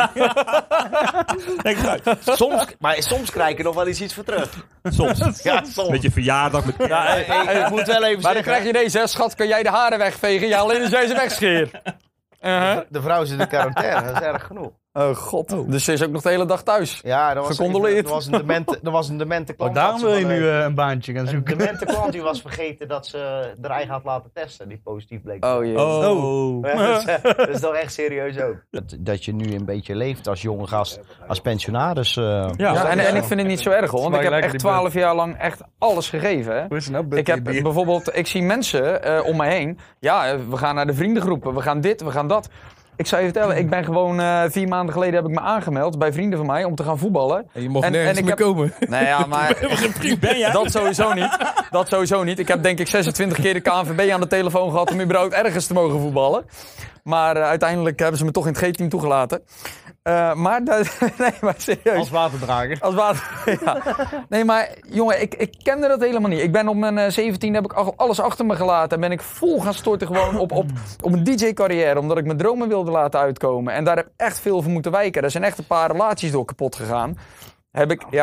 Kijk eens uit. soms, maar soms krijg je nog wel eens iets voor terug. Soms. Ja, soms. Met je verjaardag. Met... Ja, hey, hey, ik moet wel even Maar dan zeggen, krijg je deze, hè, schat, kan jij de haren wegvegen? Ja, alleen als jij ze wegscheert. Uh-huh. de vrouw zit in quarantaine, dat is erg genoeg. Oh god, dus ze is ook nog de hele dag thuis. Ja, dat was, Gecondoleerd. Er was een demente, er was een demente Maar klant. daarom had ze wil je van nu een- eh, een baantje gaan Een zoeken. demente klant die was vergeten dat ze haar eigen had laten testen, die positief bleek. Oh jee. Oh. Ja, dat, is, dat is toch echt serieus ook. Dat, dat je nu een beetje leeft als jonge gast, als pensionaris. uh, Ja. Ja, en, en ik vind het niet zo erg hoor, want ik heb lekker echt die twaalf jaar lang echt alles gegeven. Hè. Hoe is het nou? Ik heb Bier? bijvoorbeeld, ik zie mensen uh, om me heen. Ja, uh, we gaan naar de vriendengroepen, we gaan dit, we gaan dat. Ik zou je vertellen, ik ben gewoon uh, vier maanden geleden heb ik me aangemeld bij vrienden van mij om te gaan voetballen. En je mocht En- nergens en ik meer heb- komen. Nee, ja, maar Ben jij? dat sowieso niet. Dat sowieso niet. Ik heb denk ik zesentwintig keer de K N V B aan de telefoon gehad om überhaupt ergens te mogen voetballen. Maar uh, uiteindelijk hebben ze me toch in het G-team toegelaten. Uh, maar, dat, nee, maar serieus. Als waterdrager. Als water, ja. Nee, maar jongen, ik, ik kende dat helemaal niet. Ik ben op mijn uh, zeventien heb ik al- alles achter me gelaten. En ben ik vol gaan storten gewoon op, op, op een D J-carrière. Omdat ik mijn dromen wilde laten uitkomen. En daar heb ik echt veel voor moeten wijken. Er zijn echt een paar relaties door kapot gegaan. Heb ik, ja...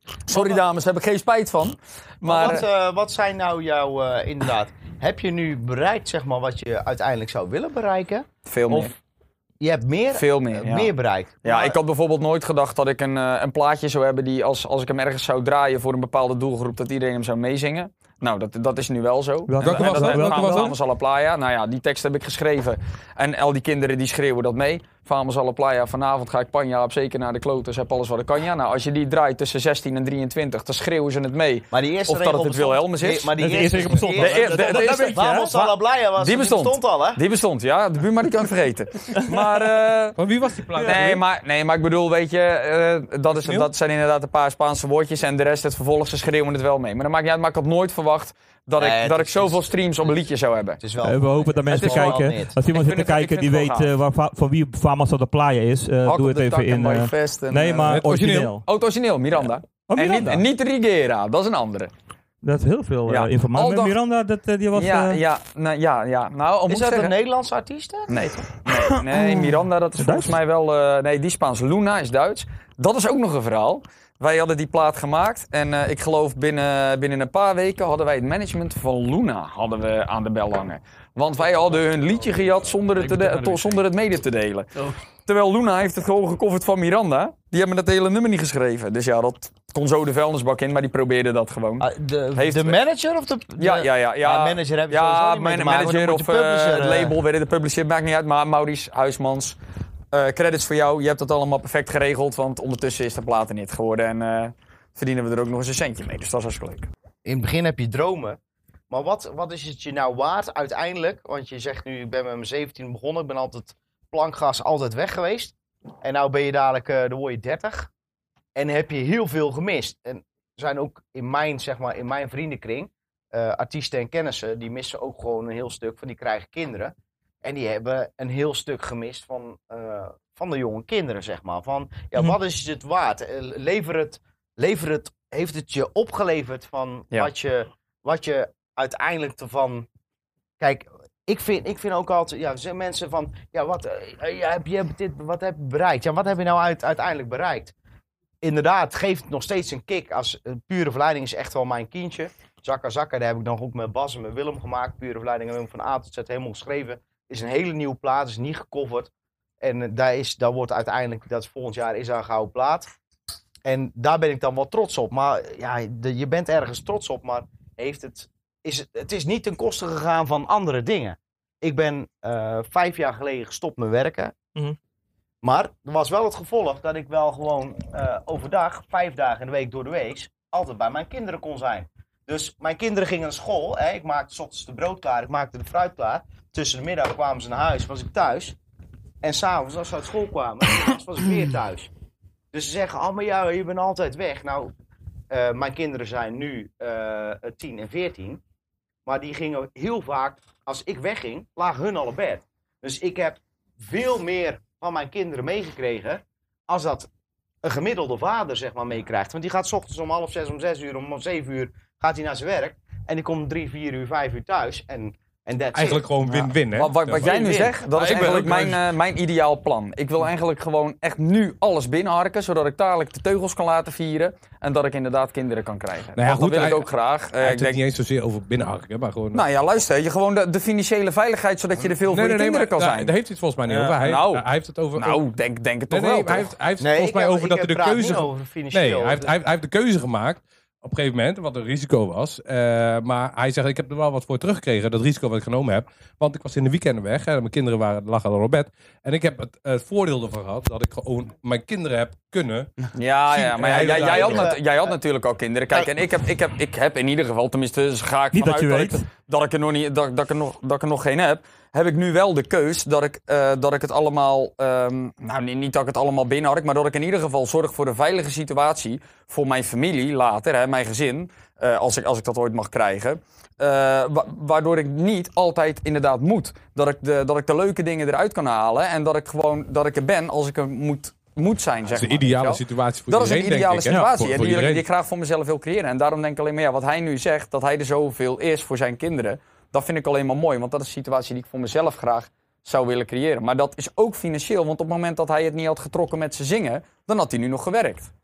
Sorry dames, daar heb ik geen spijt van. Maar Maar wat, uh, wat zijn nou jouw, uh, inderdaad, heb je nu bereikt zeg maar wat je uiteindelijk zou willen bereiken? veel meer. Of je hebt meer, Veel meer, ja. meer bereikt? Ja, Maar- ik had bijvoorbeeld nooit gedacht dat ik een, uh, een plaatje zou hebben die als, als ik hem ergens zou draaien voor een bepaalde doelgroep, dat iedereen hem zou meezingen. Nou, dat, dat is nu wel zo. Welke En- en was dat- dat? Welke was dat? Vamos a la Playa. Nou ja, die tekst heb ik geschreven. En al die kinderen die schreeuwen dat mee. Vamos a la Playa, vanavond ga ik Panja op zeker naar de kloten, heb alles wat ik kan. Ja, nou, als je die draait tussen zestien en drieëntwintig, dan schreeuwen ze het mee. Maar die eerste Of dat het regel het Wilhelmus is. bestond- Maar die Dat is de eerste eerste regel bestond. die De eer- de- de eerste- weet je, hè? Vamos a la Playa was, Die bestond. al, hè? Die bestond, ja. De buurman die kan het vergeten. Maar... eh, Van wie was die plaat? Nee maar, nee, maar ik bedoel, weet je, eh, dat, is, Sneeuw? dat zijn inderdaad een paar Spaanse woordjes en de rest, het vervolg, ze schreeuwen het wel mee. Maar dat maakt niet uit, maar ik had nooit verwacht dat ik, Nee, het dat ik is- zoveel streams op een liedje zou hebben. Het is wel... Eh, we hopen dat mensen is wel kijken. net. Als iemand Ik zit te vind het- kijken ik die vind het weet wel uh, waar, van wie Famos op de Playa is, uh, Hak doe op het de even tak en in. bij uh, Vest en, nee, eh, maar het origineel. origineel. Oh, het origineel, Miranda. Oh, En, Miranda. niet, en niet Rigera, dat is een andere. Dat is heel veel uh, Ja. informatie. Al dat- Miranda, dat, uh, die was... ja, uh, ja, nou, ja, ja. Nou, om Is moet dat zeggen... een Nederlandse artiest? Hè? Nee, nee, nee, Miranda, dat is volgens mij wel... Uh, nee, die Spaans. Luna is Duits. Dat is ook nog een verhaal. Wij hadden die plaat gemaakt en uh, ik geloof binnen, binnen een paar weken hadden wij het management van Luna hadden we aan de bel hangen. Want wij hadden hun liedje gejat zonder het, te de- to- zonder het mede te delen. Terwijl Luna heeft het gewoon gecoverd van Miranda. Die hebben het hele nummer niet geschreven. Dus ja, dat kon zo de vuilnisbak in, maar die probeerde dat gewoon. Ah, de, Heeft- de manager of de... de- Ja, ja, ja. ja. Ah, manager heb je sowieso ja, niet mee te mijn maken, manager dan of moet de publisher, uh, het eh, label, weet je, de publisher, maakt niet uit. Maar Maurice Huismans, uh, credits voor jou. Je hebt dat allemaal perfect geregeld, want ondertussen is de plaat er niet geworden. En uh, verdienen we er ook nog eens een centje mee. Dus dat is hartstikke leuk. In het begin heb je dromen. Maar wat, wat is het je nou waard uiteindelijk? Want je zegt nu, ik ben met mijn zeventien begonnen. Ik ben altijd plankgas, altijd weg geweest. En nou ben je dadelijk, uh, dan word je dertig. En heb je heel veel gemist. En er zijn ook in mijn, zeg maar, in mijn vriendenkring, uh, artiesten en kennissen, die missen ook gewoon een heel stuk van, die krijgen kinderen. En die hebben een heel stuk gemist van, uh, van de jonge kinderen, zeg maar. Van, ja, Mhm. wat is het waard? Uh, lever het, lever het, heeft het je opgeleverd van Ja. wat je, wat je uiteindelijk ervan... Kijk, ik vind, ik vind ook altijd, ja, zeggen mensen van, ja, wat, uh, ja, heb je hebt dit, wat heb je bereikt? Ja, wat heb je nou uit, uiteindelijk bereikt? Inderdaad, geeft het nog steeds een kick. Als uh, Pure Verleiding is echt wel mijn kindje. Zakka Zakka, daar heb ik dan ook met Bas en met Willem gemaakt. Pure Verleiding hebben we van A tot Z helemaal geschreven. Is een hele nieuwe plaat, is niet gecoverd. En uh, daar, is, daar wordt uiteindelijk, dat is volgend jaar, is daar een gouden plaat. En daar ben ik dan wel trots op. Maar ja, de, je bent ergens trots op, maar heeft het, is het, het is niet ten koste gegaan van andere dingen. Ik ben uh, vijf jaar geleden gestopt met werken. Mhm. Maar er was wel het gevolg dat ik wel gewoon uh, overdag, vijf dagen in de week door de week, altijd bij mijn kinderen kon zijn. Dus mijn kinderen gingen naar school. Hè? Ik maakte 's ochtends de brood klaar, ik maakte de fruit klaar. Tussen de middag kwamen ze naar huis, was ik thuis. En s'avonds, als ze uit school kwamen, was ik weer thuis. Dus ze zeggen, oh maar ja, je bent altijd weg. Nou, uh, mijn kinderen zijn nu uh, tien en veertien. Maar die gingen heel vaak, als ik wegging, lagen hun al op bed. Dus ik heb veel meer van mijn kinderen meegekregen als dat een gemiddelde vader, zeg maar, meekrijgt. Want die gaat 's ochtends om half zes, om zes uur, om zeven uur gaat hij naar zijn werk. En die komt om drie, vier uur, vijf uur thuis. En, en that's Eigenlijk it. gewoon win-win, hè? Wat, wat, wat jij nu Win-win. zegt, dat Maar is ik ben eigenlijk ook mijn, uh, mijn ideaal plan. Ik wil eigenlijk gewoon echt nu alles binnenharken, zodat ik dadelijk de teugels kan laten vieren. En dat ik inderdaad kinderen kan krijgen. Nou ja, Want goed, dat wil ik hij- ook graag. Uh, Hij ik heeft het denk, niet eens zozeer over binnenharken, maar gewoon... nou ja, luister, je gewoon de, de financiële veiligheid, zodat je er veel voor je kinderen maar kan daar- zijn. Daar heeft hij het volgens mij niet Ja. over. Hij, Nou. hij heeft het over... Nou, denk, denk het nee, toch nee, wel, maar hij toch? heeft, hij heeft het Nee, volgens ik mij heb- over dat ik hij de praat keuze... niet over financieel. Nee, hij heeft, hij, heeft, hij heeft de keuze gemaakt op een gegeven moment, wat een risico was. Uh, maar hij zegt, ik heb er wel wat voor teruggekregen, dat risico wat ik genomen heb. Want ik was in de weekenden weg en mijn kinderen waren, lagen al op bed. En ik heb het, uh, het voordeel ervan gehad dat ik gewoon mijn kinderen heb kunnen. Ja, ja, maar ja, Hij- jij, jij, had, hij- nat- jij had natuurlijk al kinderen. Kijk, en ik heb, ik heb, ik heb in ieder geval, tenminste, dus ga ik Niet dat vanuit je dat, ik, weet. dat ik er nog niet, dat, dat, ik er nog, dat ik er nog geen heb. Heb ik nu wel de keus dat ik, uh, dat ik het allemaal, um, nou niet, niet dat ik het allemaal binnenhark, maar dat ik in ieder geval zorg voor een veilige situatie voor mijn familie later, hè, mijn gezin, uh, als, ik, als ik dat ooit mag krijgen. Uh, wa- waardoor ik niet altijd inderdaad moet. Dat ik, de, dat ik de leuke dingen eruit kan halen en dat ik gewoon, dat ik er ben als ik er moet, moet zijn, Dat zeg is de maar. weet je ideale wel. situatie voor Dat is een iedereen, ideale denk ik, hè? situatie. Voor- en voor die, wil ik- iedereen. die ik graag voor mezelf wil creëren. En daarom denk ik alleen maar, ja, wat hij nu zegt, dat hij er zoveel is voor zijn kinderen. Dat vind ik alleen maar mooi. Want dat is een situatie die ik voor mezelf graag zou willen creëren. Maar dat is ook financieel. Want op het moment dat hij het niet had getrokken met zijn zingen, dan had hij nu nog gewerkt.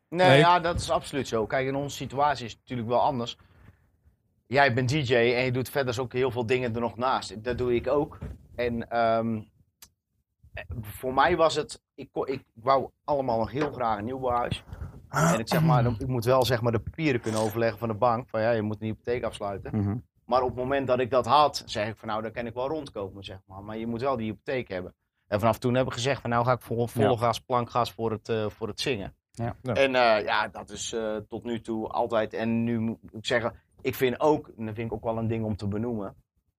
Nee, Nee. ja, dat is absoluut zo. Kijk, in onze situatie is het natuurlijk wel anders. Jij bent D J en je doet verder ook heel veel dingen er nog naast. Dat doe ik ook. En um, voor mij was het... Ik, ik wou allemaal nog heel graag een nieuwbouwhuis. En ik zeg maar, ik moet wel zeg maar de papieren kunnen overleggen van de bank. Van ja, je moet een hypotheek afsluiten. Mm-hmm. Maar op het moment dat ik dat had, zeg ik van nou, dan kan ik wel rondkomen, zeg maar. Maar je moet wel die hypotheek hebben. En vanaf toen heb ik gezegd van nou ga ik vol, volle Ja. gas, plankgas voor het, uh, voor het zingen. Ja. Ja. En uh, ja, dat is uh, tot nu toe altijd. En nu moet ik zeggen, ik vind ook, en dat vind ik ook wel een ding om te benoemen.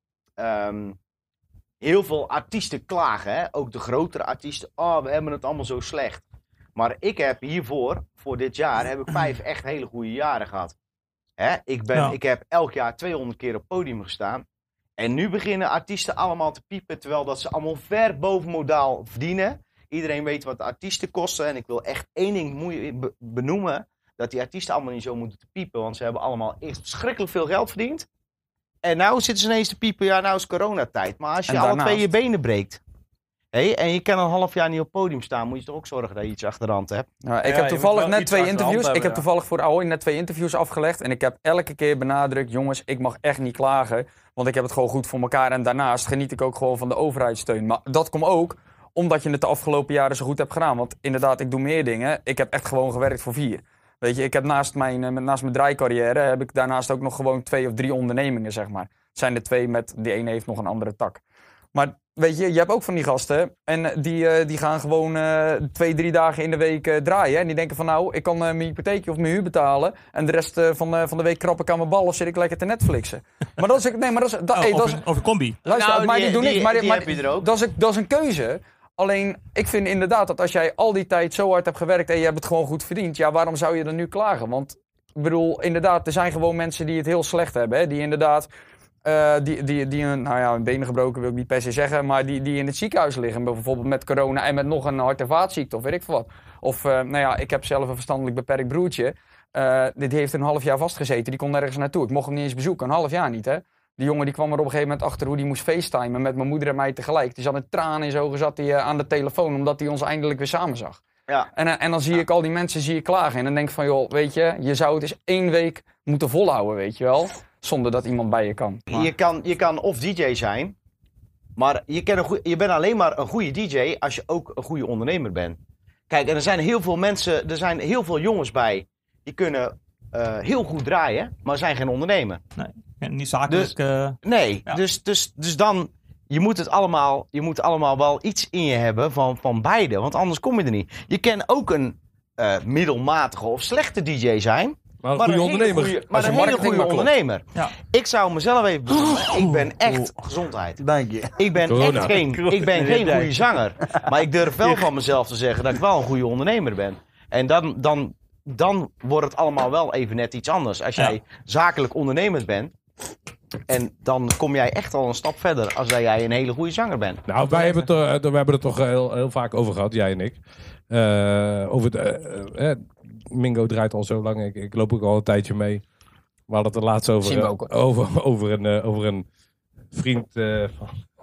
Um, heel veel artiesten klagen, hè? Ook de grotere artiesten. Oh, we hebben het allemaal zo slecht. Maar ik heb hiervoor, voor dit jaar, heb ik vijf echt hele goede jaren gehad. Hè? Ik, ben, Ja. ik heb elk jaar tweehonderd keer op het podium gestaan. En nu beginnen artiesten allemaal te piepen, terwijl dat ze allemaal ver boven modaal verdienen. Iedereen weet wat de artiesten kosten. En ik wil echt één ding moe- be- benoemen. Dat die artiesten allemaal niet zo moeten te piepen. Want ze hebben allemaal eerst verschrikkelijk veel geld verdiend. En nou zitten ze ineens te piepen. Ja, nou is coronatijd. Maar als je En alle daarnaast- twee je benen breekt. Hé, en je kan een half jaar niet op het podium staan. Moet je toch ook zorgen dat je iets achter de hand hebt. Ja, ik Ja, heb je toevallig moet wel net iets twee achter de hand interviews. Ik hebben, heb ja. toevallig voor Ahoy net twee interviews afgelegd. En ik heb elke keer benadrukt, jongens, ik mag echt niet klagen. Want ik heb het gewoon goed voor elkaar. En daarnaast geniet ik ook gewoon van de overheidssteun. Maar dat komt ook omdat je het de afgelopen jaren zo goed hebt gedaan. Want inderdaad, ik doe meer dingen. Ik heb echt gewoon gewerkt voor vier. Weet je, ik heb naast mijn, eh, naast mijn draaicarrière heb ik daarnaast ook nog gewoon twee of drie ondernemingen, zeg maar. Het zijn er twee met, die ene heeft nog een andere tak. Maar weet je, je hebt ook van die gasten en die, uh, die gaan gewoon uh, twee, drie dagen in de week uh, draaien. En die denken van nou, ik kan uh, mijn hypotheekje of mijn huur betalen. En de rest uh, van, uh, van de week krap ik aan mijn bal of zit ik lekker te Netflixen. Maar dat is, nee, maar dat is, dat, Oh, hey, dat of, is, een, of een combi. luister, Nou, maar die- die, doen die- niks. Maar, die maar, heb je er ook. Dat is, een, dat is een keuze. Alleen, ik vind inderdaad dat als jij al die tijd zo hard hebt gewerkt en je hebt het gewoon goed verdiend. Ja, waarom zou je dan nu klagen? Want, ik bedoel, inderdaad, er zijn gewoon mensen die het heel slecht hebben. Hè? Die inderdaad... Uh, die, die, die een, nou ja, een benen gebroken wil ik niet per se zeggen, maar die, die in het ziekenhuis liggen, bijvoorbeeld met corona en met nog een hart- en vaatziekte of weet ik veel wat. Of, uh, nou ja, ik heb zelf een verstandelijk beperkt broertje, uh, die heeft een half jaar vastgezeten, die kon nergens naartoe. Ik mocht hem niet eens bezoeken, een half jaar niet, hè. Die jongen die kwam er op een gegeven moment achter hoe die moest facetimen met mijn moeder en mij tegelijk. Die zat met tranen in zijn ogen, zat hij uh, aan de telefoon, omdat hij ons eindelijk weer samen zag. Ja. En, uh, en dan zie ik al die mensen zie ik klagen en dan denk ik van, joh, weet je, je zou het eens één week moeten volhouden, weet je wel. Zonder dat iemand bij je kan. Maar... Je kan, je kan of D J zijn, maar je, kan een goeie, je bent alleen maar een goede D J als je ook een goede ondernemer bent. Kijk, en er zijn heel veel mensen, er zijn heel veel jongens bij, die kunnen uh, heel goed draaien, maar zijn geen ondernemer. Nee, en niet zakelijk. Dus- eh, Nee, Ja. dus, dus, dus dan, je moet het allemaal, je moet allemaal wel iets in je hebben van, van beide, want anders kom je er niet. Je kan ook een uh, middelmatige of slechte D J zijn, Maar een maar goede een hele ondernemer. goeie- Als maar je een hele marketing goede maar klopt. ondernemer. Ja. Ik zou mezelf even benoemen. Ik ben echt gezondheid. Dank je. Ik ben Corona. echt geen, ik ben geen goede zanger. Maar ik durf wel van mezelf te zeggen dat ik wel een goede ondernemer ben. En dan, dan, dan wordt het allemaal wel even net iets anders. Als jij Ja. zakelijk ondernemer bent. En dan kom jij echt al een stap verder als dat jij een hele goede zanger bent. Nou, wij hebben het, er, we hebben het toch heel, heel vaak over gehad, jij en ik. Uh, over het, uh, uh, Mingo draait al zo lang, ik, ik loop ook al een tijdje mee. We hadden het er laatst over, Zien we uh, ook, hoor. over, over, een, uh, over een vriend uh, van,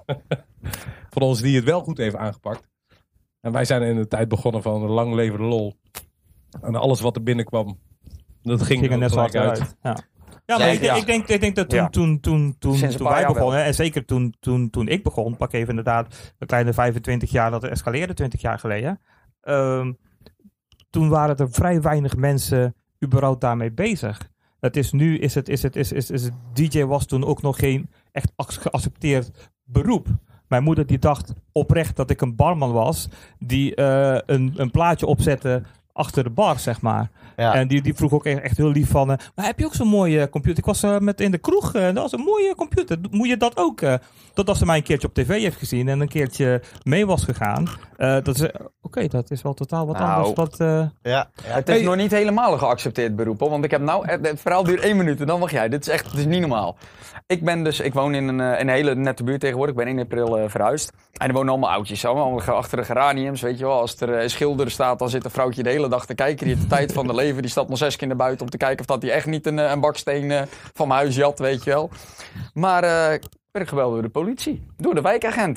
van ons die het wel goed heeft aangepakt. En wij zijn in de tijd begonnen van een lang leven de lol. En alles wat er binnenkwam, dat ging, ging er net zo hard gelijk uit. Ja. Ja, maar Ja, ik, ja. ik, denk, ik denk dat toen, Ja. toen, toen, toen, Sinds een toen paar wij jaar begonnen, en zeker toen, toen, toen ik begon, pak even inderdaad een kleine vijfentwintig jaar, dat escaleerde twintig jaar geleden. Um, toen waren er vrij weinig mensen überhaupt daarmee bezig. Het is nu, is het, is het, is, is, is het, D J was toen ook nog geen echt geaccepteerd beroep. Mijn moeder die dacht oprecht dat ik een barman was, die uh, een, een plaatje opzette achter de bar, zeg maar. Ja. En die, die vroeg ook echt, echt heel lief van, uh, maar heb je ook zo'n mooie computer? Ik was uh, met in de kroeg, uh, dat was een mooie computer. Moet je dat ook? Uh, totdat ze mij een keertje op tv heeft gezien en een keertje mee was gegaan. Uh, dat is, uh, Oké, okay, dat is wel totaal wat Nou, anders. Wat, uh, Ja, ja. Het is Hey. nog niet helemaal een geaccepteerd beroep, hoor. Want ik heb nou, het, het verhaal duurt één minuut en dan mag jij. Dit is echt, dit is niet normaal. Ik ben dus, ik woon in een, uh, een hele nette buurt tegenwoordig. Ik ben één april uh, verhuisd. En er wonen allemaal oudjes, allemaal achter de geraniums, weet je wel. Als er uh, een schilder staat, dan zit een vrouwtje de hele dag te kijken. Die heeft de tijd van de leven. Die staat nog zes keer naar buiten om te kijken of dat hij echt niet een, uh, een baksteen uh, van mijn huis jat, weet je wel. Maar uh, ik werd gebeld door de politie, door de wijkagent.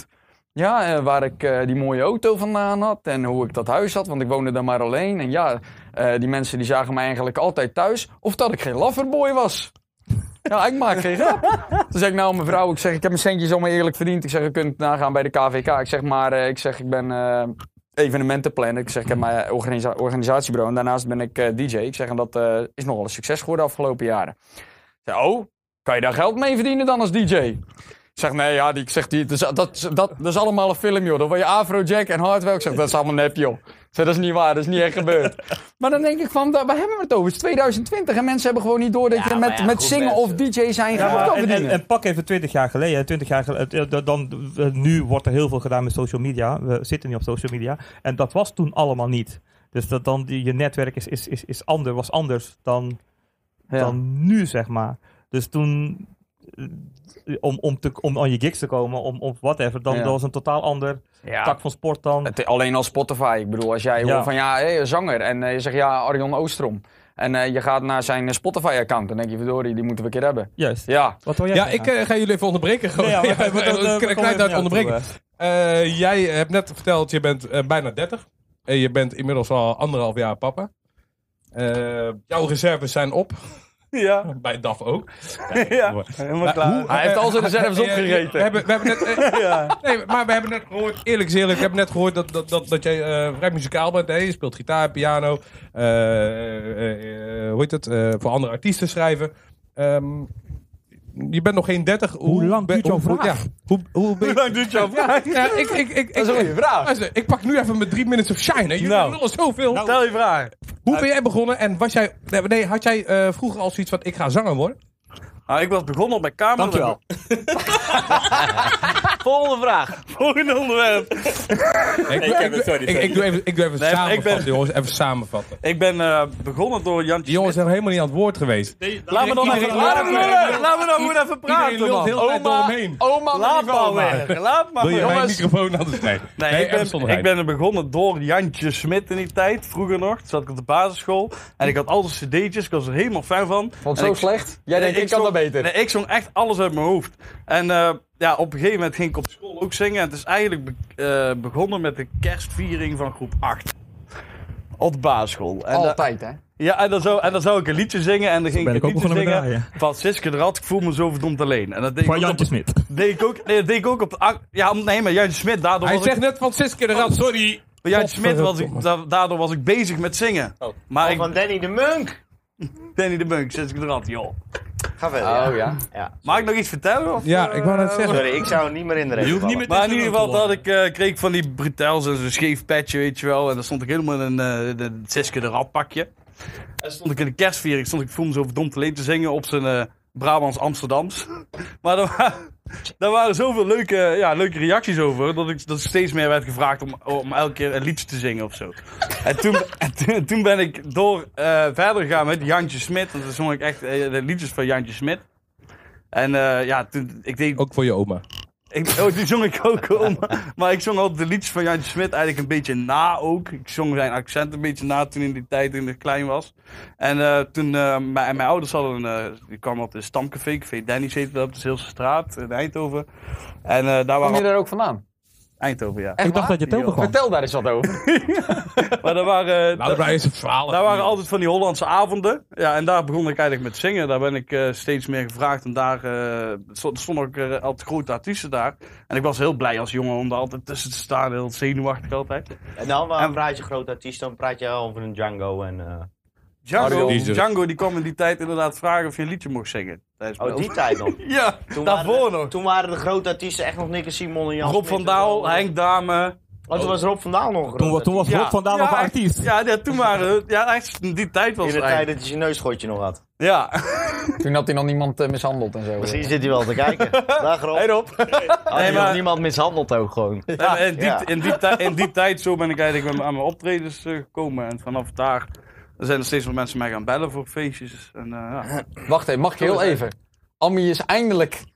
Ja, uh, waar ik uh, die mooie auto vandaan had en hoe ik dat huis had, want ik woonde daar maar alleen. En ja, uh, die mensen die zagen mij eigenlijk altijd thuis. Of dat ik geen loverboy was. Ja, ik maak geen grap. Toen zeg ik nou mevrouw, ik zeg ik heb mijn centjes allemaal eerlijk verdiend. Ik zeg, je kunt nagaan bij de K V K. Ik zeg maar, uh, ik zeg ik ben uh, evenementenplanner. Ik zeg ik heb mijn organisa- organisatiebureau en daarnaast ben ik uh, D J. Ik zeg en dat uh, is nogal een succes geworden de afgelopen jaren. Ik zeg, oh, kan je daar geld mee verdienen dan als D J? Ik zeg, nee, ja, die, ik zeg, die, dat, dat, dat, dat is allemaal een film, joh. Dan word je Afrojack en Hardwell. Ik zeg, dat is allemaal nep, joh. Ik zeg, dat is niet waar, dat is niet echt gebeurd. Maar dan denk ik van, waar hebben we het over? Het is tweeduizend twintig en mensen hebben gewoon niet door dat Ja, je met, ja, met goed, zingen mensen. of D J zijn Ja, geld kan en, en, verdienen. en pak even twintig jaar geleden. twintig jaar geleden dan, nu wordt er heel veel gedaan met social media. We zitten nu op social media. En dat was toen allemaal niet. Dus dat dan, die, je netwerk is, is, is, is ander, was anders dan, Ja. dan nu, zeg maar. Dus toen, om, om, te, om aan je gigs te komen, om, of whatever, dan Ja. dat was een totaal ander Ja. tak van sport dan. Het, alleen al Spotify. Ik bedoel, als jij Ja. hoort van ja, hey, zanger. En uh, je zegt ja, Arjon Oostrom. En uh, je gaat naar zijn Spotify-account. Dan denk je, verdorie, die moeten we een keer hebben. Juist. Ja. Wat wil jij Ja, zeggen? ik uh, ga jullie even onderbreken. Gewoon. Nee, ja, Ja, maar- maar- een maar- klein kom even uit naar onderbreken. toe, Uh, jij hebt net verteld, je bent uh, bijna dertig. En je bent inmiddels al anderhalf jaar papa. Uh, jouw reserves zijn op. Ja, Bij D A F ook. ja, Maar helemaal klaar. hoe- Hij heeft al zijn reserves Eh, eh, opgegeten. We hebben, we hebben net, eh, Ja. nee, maar we hebben net gehoord, eerlijk is eerlijk, ik heb net gehoord dat, dat, dat, dat jij uh, vrij muzikaal bent. Hè? Je speelt gitaar, piano, uh, uh, uh, hoe heet het, uh, voor andere artiesten schrijven. Um, je bent nog geen dertig. Hoe lang ben- duurt jouw hoe- vraag? Ja, hoe, hoe, ben- Hoe lang duurt jouw vraag? Ja, ik, ik, ik, Dat is een ik, goede vraag. luister, ik pak nu even mijn drie minutes of shine. Hè. Jullie Nou. willen zoveel. Stel je vraag. Hoe ben jij begonnen en was jij, nee, nee, had jij uh, vroeger al zoiets van ik ga zanger worden? Nou, ik was begonnen op mijn kamer. Dankjewel. Volgende vraag. Volgende onderwerp. Ik, ik, heb het, sorry, ik, sorry. ik doe even, ik doe even Nee, maar ik samenvatten, ben- jongens. Even samenvatten. Ik ben uh, begonnen door Jantje Die jongens Smit. zijn helemaal niet aan het woord geweest. Laat me dan Iedereen- even praten. iedereen- Laat me- Laat me dan gewoon even Iedereen praten, lult man. heel de tijd door hem heen. Oma, Laat niveau, maar man. weer. Laat maar Wil je weer. mijn Jongens. microfoon anders? Nee, Nee, nee ik, even zonder ben, ik gein. ben er begonnen door Jantje Smit in die tijd. Vroeger nog. Toen zat ik op de basisschool. En ik had altijd cd'tjes. Ik was er helemaal fan van. Vond En het zo ik- slecht? Jij denkt, Nee, ik kan zong- dat beter. Nee, ik zong echt alles uit mijn hoofd. En uh, ja, op een gegeven moment ging ik op school ook zingen. En het is eigenlijk be- uh, begonnen met de kerstviering van groep acht. Op de basisschool. En, uh, Altijd, hè? ja, en dan, zou, en dan zou ik een liedje zingen. En dan ging ben ik ik een ook liedje begonnen met zingen draaien. van Siske de Rad. Ik voel me zo verdomd alleen. En dat deed ik Van ook Jantje op, Smit. deed ik ook, nee, dat deed ik ook op de... ach- Ja, nee, maar Jantje Smit, daardoor Hij was zegt ik... net van zes keer de rat, sorry. Bij Jantje Smit was ik, da- daardoor was ik bezig met zingen. Maar Oh, ik van Danny de Munk. Danny de Munk, Siske de Rad, joh. Ga verder. Oh ja. ja. Mag ik nog iets vertellen? Of, Ja, ik wou net eh, zeggen. Sorry, ik zou het niet meer in de reden Je hoeft niet vallen. met Maar in ieder geval dat ik, uh, kreeg ik van die bretels en zo'n scheef petje, weet je wel. En dan stond ik helemaal in uh, de Siske de Rad pakje. En dan stond ik in de kerstviering, stond ik voel me zo verdomd alleen te zingen op zijn uh, Brabants Amsterdams. Maar er waren, er waren zoveel leuke, ja, leuke reacties over, dat ik, dat ik steeds meer werd gevraagd om, om elke keer een liedje te zingen of zo. En toen, en toen, toen ben ik door uh, verder gegaan met Jantje Smit, want toen zong ik echt uh, de liedjes van Jantje Smit. En uh, ja, toen, ik deed... Ook voor je oma. Ik, oh, die zong ik ook om. Maar ik zong altijd de liedjes van Jantje Smit eigenlijk een beetje na ook. Ik zong zijn accent een beetje na toen in die tijd toen ik klein was. En uh, toen, uh, mijn, mijn ouders hadden een, uh, die kwam op een stamcafé, Café Danny's heette dat op de Zeelse straat in Eindhoven. En uh, daar Kom je waren... daar ook vandaan? Eindhoven, ja. Echt Ik dacht waar? dat je het over kwam. Vertel daar eens wat over. Maar daar waren... Nou, daar is het verhaal. Daar waren altijd van die Hollandse avonden. Ja, en daar begon ik eigenlijk met zingen. Daar ben ik uh, steeds meer gevraagd. En daar uh, stond- stonden ook uh, altijd grote artiesten daar. En ik was heel blij als jongen om daar altijd tussen te staan. Heel zenuwachtig altijd. En dan waar En- praat je groot artiest, dan praat je over een Django en... uh, Django, Die is er. Django die kwam in die tijd inderdaad vragen of je een liedje mocht zingen. tijdens Oh, mijn- die tijd nog. Ja, Toen daarvoor waren de, nog. Toen waren de grote artiesten echt nog Nikke Simon en Jan Rob Smit van Daal, en zo. Henk Dame. Oh, toen was Rob van Daal nog een Toen, grote toen was Ja, Rob van Daan nog een ja, artiest. Ja, ja, toen waren ja, echt in die tijd was in de het tijd eigenlijk. dat hij zijn neusschotje nog had. Ja. Toen had hij nog niemand uh, mishandeld en zo. Misschien zit hij wel te kijken. Dag Rob. Hey Rob. Had hij Nee, nog maar- niemand mishandeld ook gewoon. Ja, in, die, Ja. in, die tij- in die tijd zo ben ik eigenlijk aan mijn optredens uh, gekomen. En vanaf daar zijn er steeds meer mensen mij gaan bellen voor feestjes. En, uh, ja. Wacht even, mag ik heel even? Ammi is eindelijk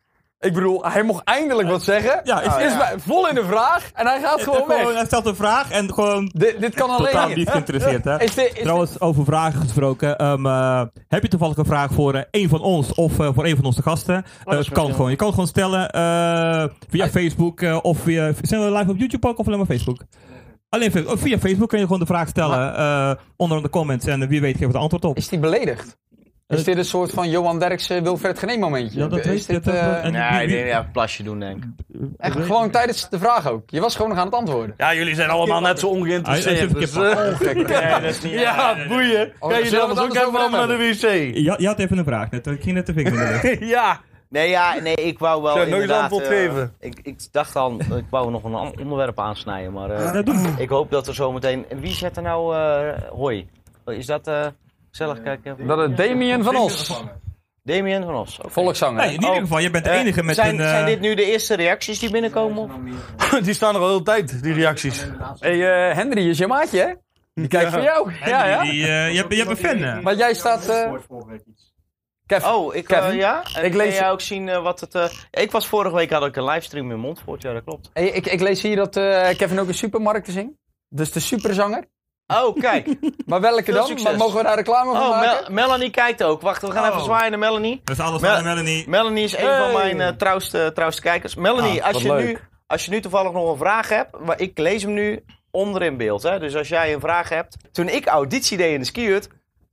Ik bedoel, hij mocht eindelijk wat zeggen. Ja, is, Is bij- vol in de vraag en hij gaat gewoon weg. Gewoon, hij stelt een vraag en gewoon Dit, dit kan alleen. totaal niet geïnteresseerd. Hè? Is dit, is Trouwens, over vragen gesproken. Um, uh, heb je toevallig een vraag voor uh, een van ons of uh, voor een van onze gasten? Uh, kan gewoon. Je kan het gewoon stellen uh, via Facebook uh, of via... Zijn we live op YouTube ook of alleen maar Facebook? Alleen via, via Facebook kun je gewoon de vraag stellen uh, onder de comments en uh, wie weet geeft het antwoord op. Is die beledigd? Is dit een soort van Johan Derksen Wilfred Genee momentje? Ja, dat is weet dit, je. uh, Nee, ik denk ja, een plasje doen, denk ik. echt gewoon tijdens de vraag ook. Je was gewoon nog aan het antwoorden. Ja, jullie zijn allemaal net zo ongeïnteresseerd. Hij- Dus, hij eh, heeft een Nee, dat is niet... ja, boeien. Oh, Kan zullen je we dan het ook anders even over naar de wc? Ja, je had even een vraag net. Ik ging net de vinger in de lucht. Ja. Nee, ja, nee, ik wou wel Zou je nog eens inderdaad... antwoord eh, geven? ik, ik dacht al, ik wou nog een an- onderwerp aansnijden, maar eh, Ja, doe. ik hoop dat er zometeen... En wie zet er nou eh hoi? Is dat eh gezellig kijken? Dat is Damien van Os. Damien van Os. oké. Volkszanger. Nee, in ieder Oh, geval, je bent de Eh, enige met zijn, een... uh, zijn dit nu de eerste reacties die binnenkomen? Of? Die staan er al de hele tijd, die reacties. Hey, uh, Henry is je maatje, hè? Die kijkt voor jou. Ja, ja. Die, uh, je, hebt, je hebt een fan. uh. Maar jij staat... Uh... Kev, Oh, ik, eh, Kevin? ja? En Ik ik lees- lees jij ook zien eh, wat het... eh, ik was vorige week, had ik een livestream in Montfort, ja dat klopt. Hey, ik, ik lees hier dat uh, Kevin ook in supermarkten zingt. Dus de superzanger. Oh, kijk. Maar welke Veel dan? succes. Maar mogen we daar reclame van Oh, maken? Mel- Melanie kijkt ook. Wacht, we gaan Oh. even zwaaien naar Melanie. Dat is alles Mel- van Melanie. Melanie is een Hey. van mijn uh, trouwste, trouwste kijkers. Melanie, Ah, als, wat je leuk. nu, als je nu toevallig nog een vraag hebt, maar ik lees hem nu onder in beeld. Hè? Dus als jij een vraag hebt. Toen ik auditie deed in de skihut,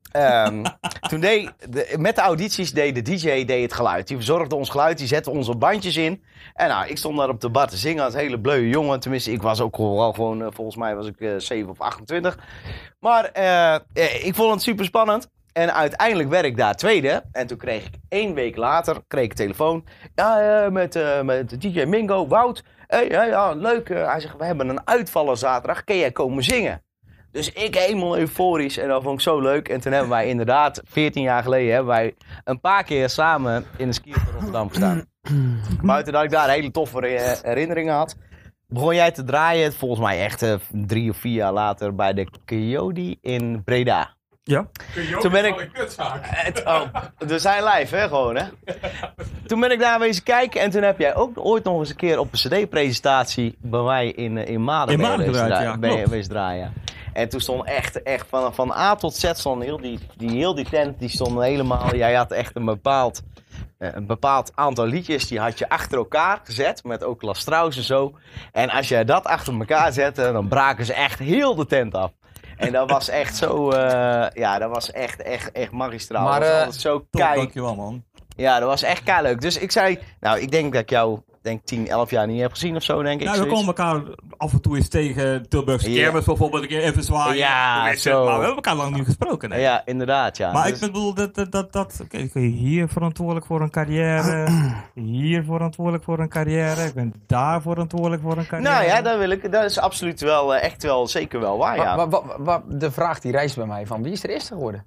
um, toen deed de, met de audities deed de D J deed het geluid. Die verzorgde ons geluid, die zette onze bandjes in. En nou, ik stond daar op de bar te zingen als hele bleuwe jongen. Tenminste, ik was ook wel gewoon, uh, volgens mij was ik uh, zeven of achtentwintig. Maar uh, eh, ik vond het super spannend. En uiteindelijk werd ik daar tweede. En toen kreeg ik één week later kreeg ik een telefoon. Ja, uh, met, uh, met D J Mingo, Wout. Hey, ja, ja, leuk. Uh, hij zegt, we hebben een uitvaller zaterdag. Kun jij komen zingen? Dus ik helemaal euforisch. En dat vond ik zo leuk. En toen hebben wij inderdaad, veertien jaar geleden, hebben wij een paar keer samen in de ski van Rotterdam gestaan. Buiten dat ik daar hele toffe uh, herinneringen had. Begon jij te draaien, volgens mij echt uh, drie of vier jaar later, bij de Coyote in Breda. Ja. Toen ben ik... Het, oh, we zijn live, hè, gewoon, hè. Toen ben ik daar wezen kijken en toen heb jij ook ooit nog eens een keer op een cd-presentatie bij mij in, uh, in Maden In ben je Maden wezen gedraaid, dra- ja, ben je klopt. wezen draaien. En toen stond echt, echt van, van A tot Z stond heel die, die, heel die tent, die stond helemaal... Jij had echt een bepaald, uh, een bepaald aantal liedjes, die had je achter elkaar gezet, met ook La Strauss en zo. En als jij dat achter elkaar zette, dan braken ze echt heel de tent af. En dat was echt zo, uh, ja, dat was echt, echt, echt magistraal. Maar, dat was uh, altijd zo Top, kei. dankjewel man. Ja, dat was echt kei leuk. Dus ik zei, nou, ik denk dat ik jou, denk tien, elf jaar niet heb gezien of zo, denk ik. Ja, we zoiets. komen elkaar af en toe eens tegen. Tilburgse Ja. kermis bijvoorbeeld, een keer even zwaaien. Ja, Weet je, zo. Maar we hebben elkaar lang niet gesproken. Nee. Ja, inderdaad, ja. Maar Dus- ik bedoel, dat, dat, dat, dat oké, ik ben hier verantwoordelijk voor een carrière, hier verantwoordelijk voor een carrière, ik ben daar verantwoordelijk voor een carrière. nou ja, dat wil ik, dat is absoluut wel, uh, echt wel, zeker wel waar, ja. Wa- wa- wa- wa- de vraag die reist bij mij van wie is er eerste geworden?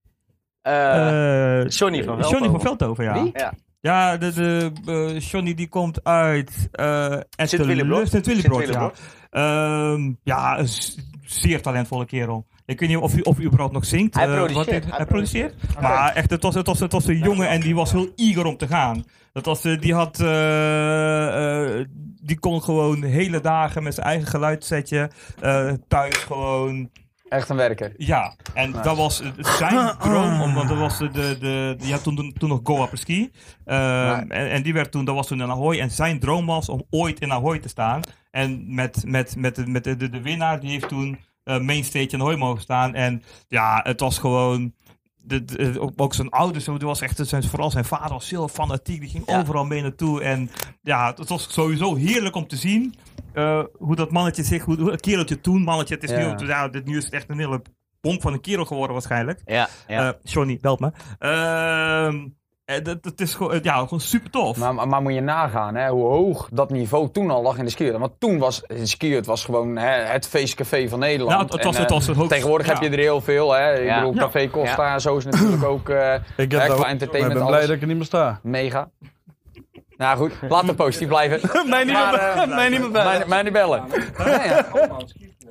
Uh, Eh, Johnny van Johnny van Veldhoven. Veldhoven, ja. Wie? Ja. Ja, de, de, eh, Johnny die komt uit uh, Sint-Willebroek. Sint-Willebroek, ja. Sint-Willebroek. Ehm, ja, een s- zeer talentvolle kerel. Ik weet niet of hij of hij überhaupt nog zingt. Hij eh, produceert, wat hij hij produceert. Maar echt, het was, het, was, het was een jongen en die was heel eager om te gaan. Dat was, eh, die had, eh, eh, die kon gewoon hele dagen met zijn eigen geluidssetje uh, thuis gewoon. Echt een werker. Ja, en dat was zijn droom, omdat dat was de, de, de die had toen, toen nog Go Upper Ski. Uh, en, en die werd toen, dat was toen in Ahoy. En zijn droom was om ooit in Ahoy te staan. En met, met, met, de, met de, de, de winnaar, die heeft toen uh, mainstage in Ahoy mogen staan. En ja, het was gewoon... De, de, ook, ook zijn ouders, die was echt, zijn, vooral zijn vader was heel fanatiek. Die ging Ja. overal overal mee naartoe. En ja, het was sowieso heerlijk om te zien. Uh, hoe dat mannetje zich, hoe, hoe een kereltje toen, mannetje, het is Ja. nu, ja, dit, nu is het echt een hele bonk van een kerel geworden waarschijnlijk. Ja, ja. Uh, Johnny, belt me. Uh, dat, dat is gewoon, ja, gewoon super tof. Maar, maar, maar moet je nagaan hè, hoe hoog dat niveau toen al lag in de skihut. Want toen was de skihut was gewoon hè, het feestcafé van Nederland. Nou, het, het was, En, het was het hoogst- tegenwoordig ja. heb je er heel veel. Hè. Ik Ja. bedoel, Ja. Café Costa en zo is natuurlijk ook uh, Ik heb hè, daar qua ook- entertainment ik ben alles. blij dat ik er niet meer sta. Mega. Nou goed, laten we positief blijven. mij niet Maar, meer, eh, mij niet meer bellen. Mij, mij niet bellen. Ja, ja. Ja,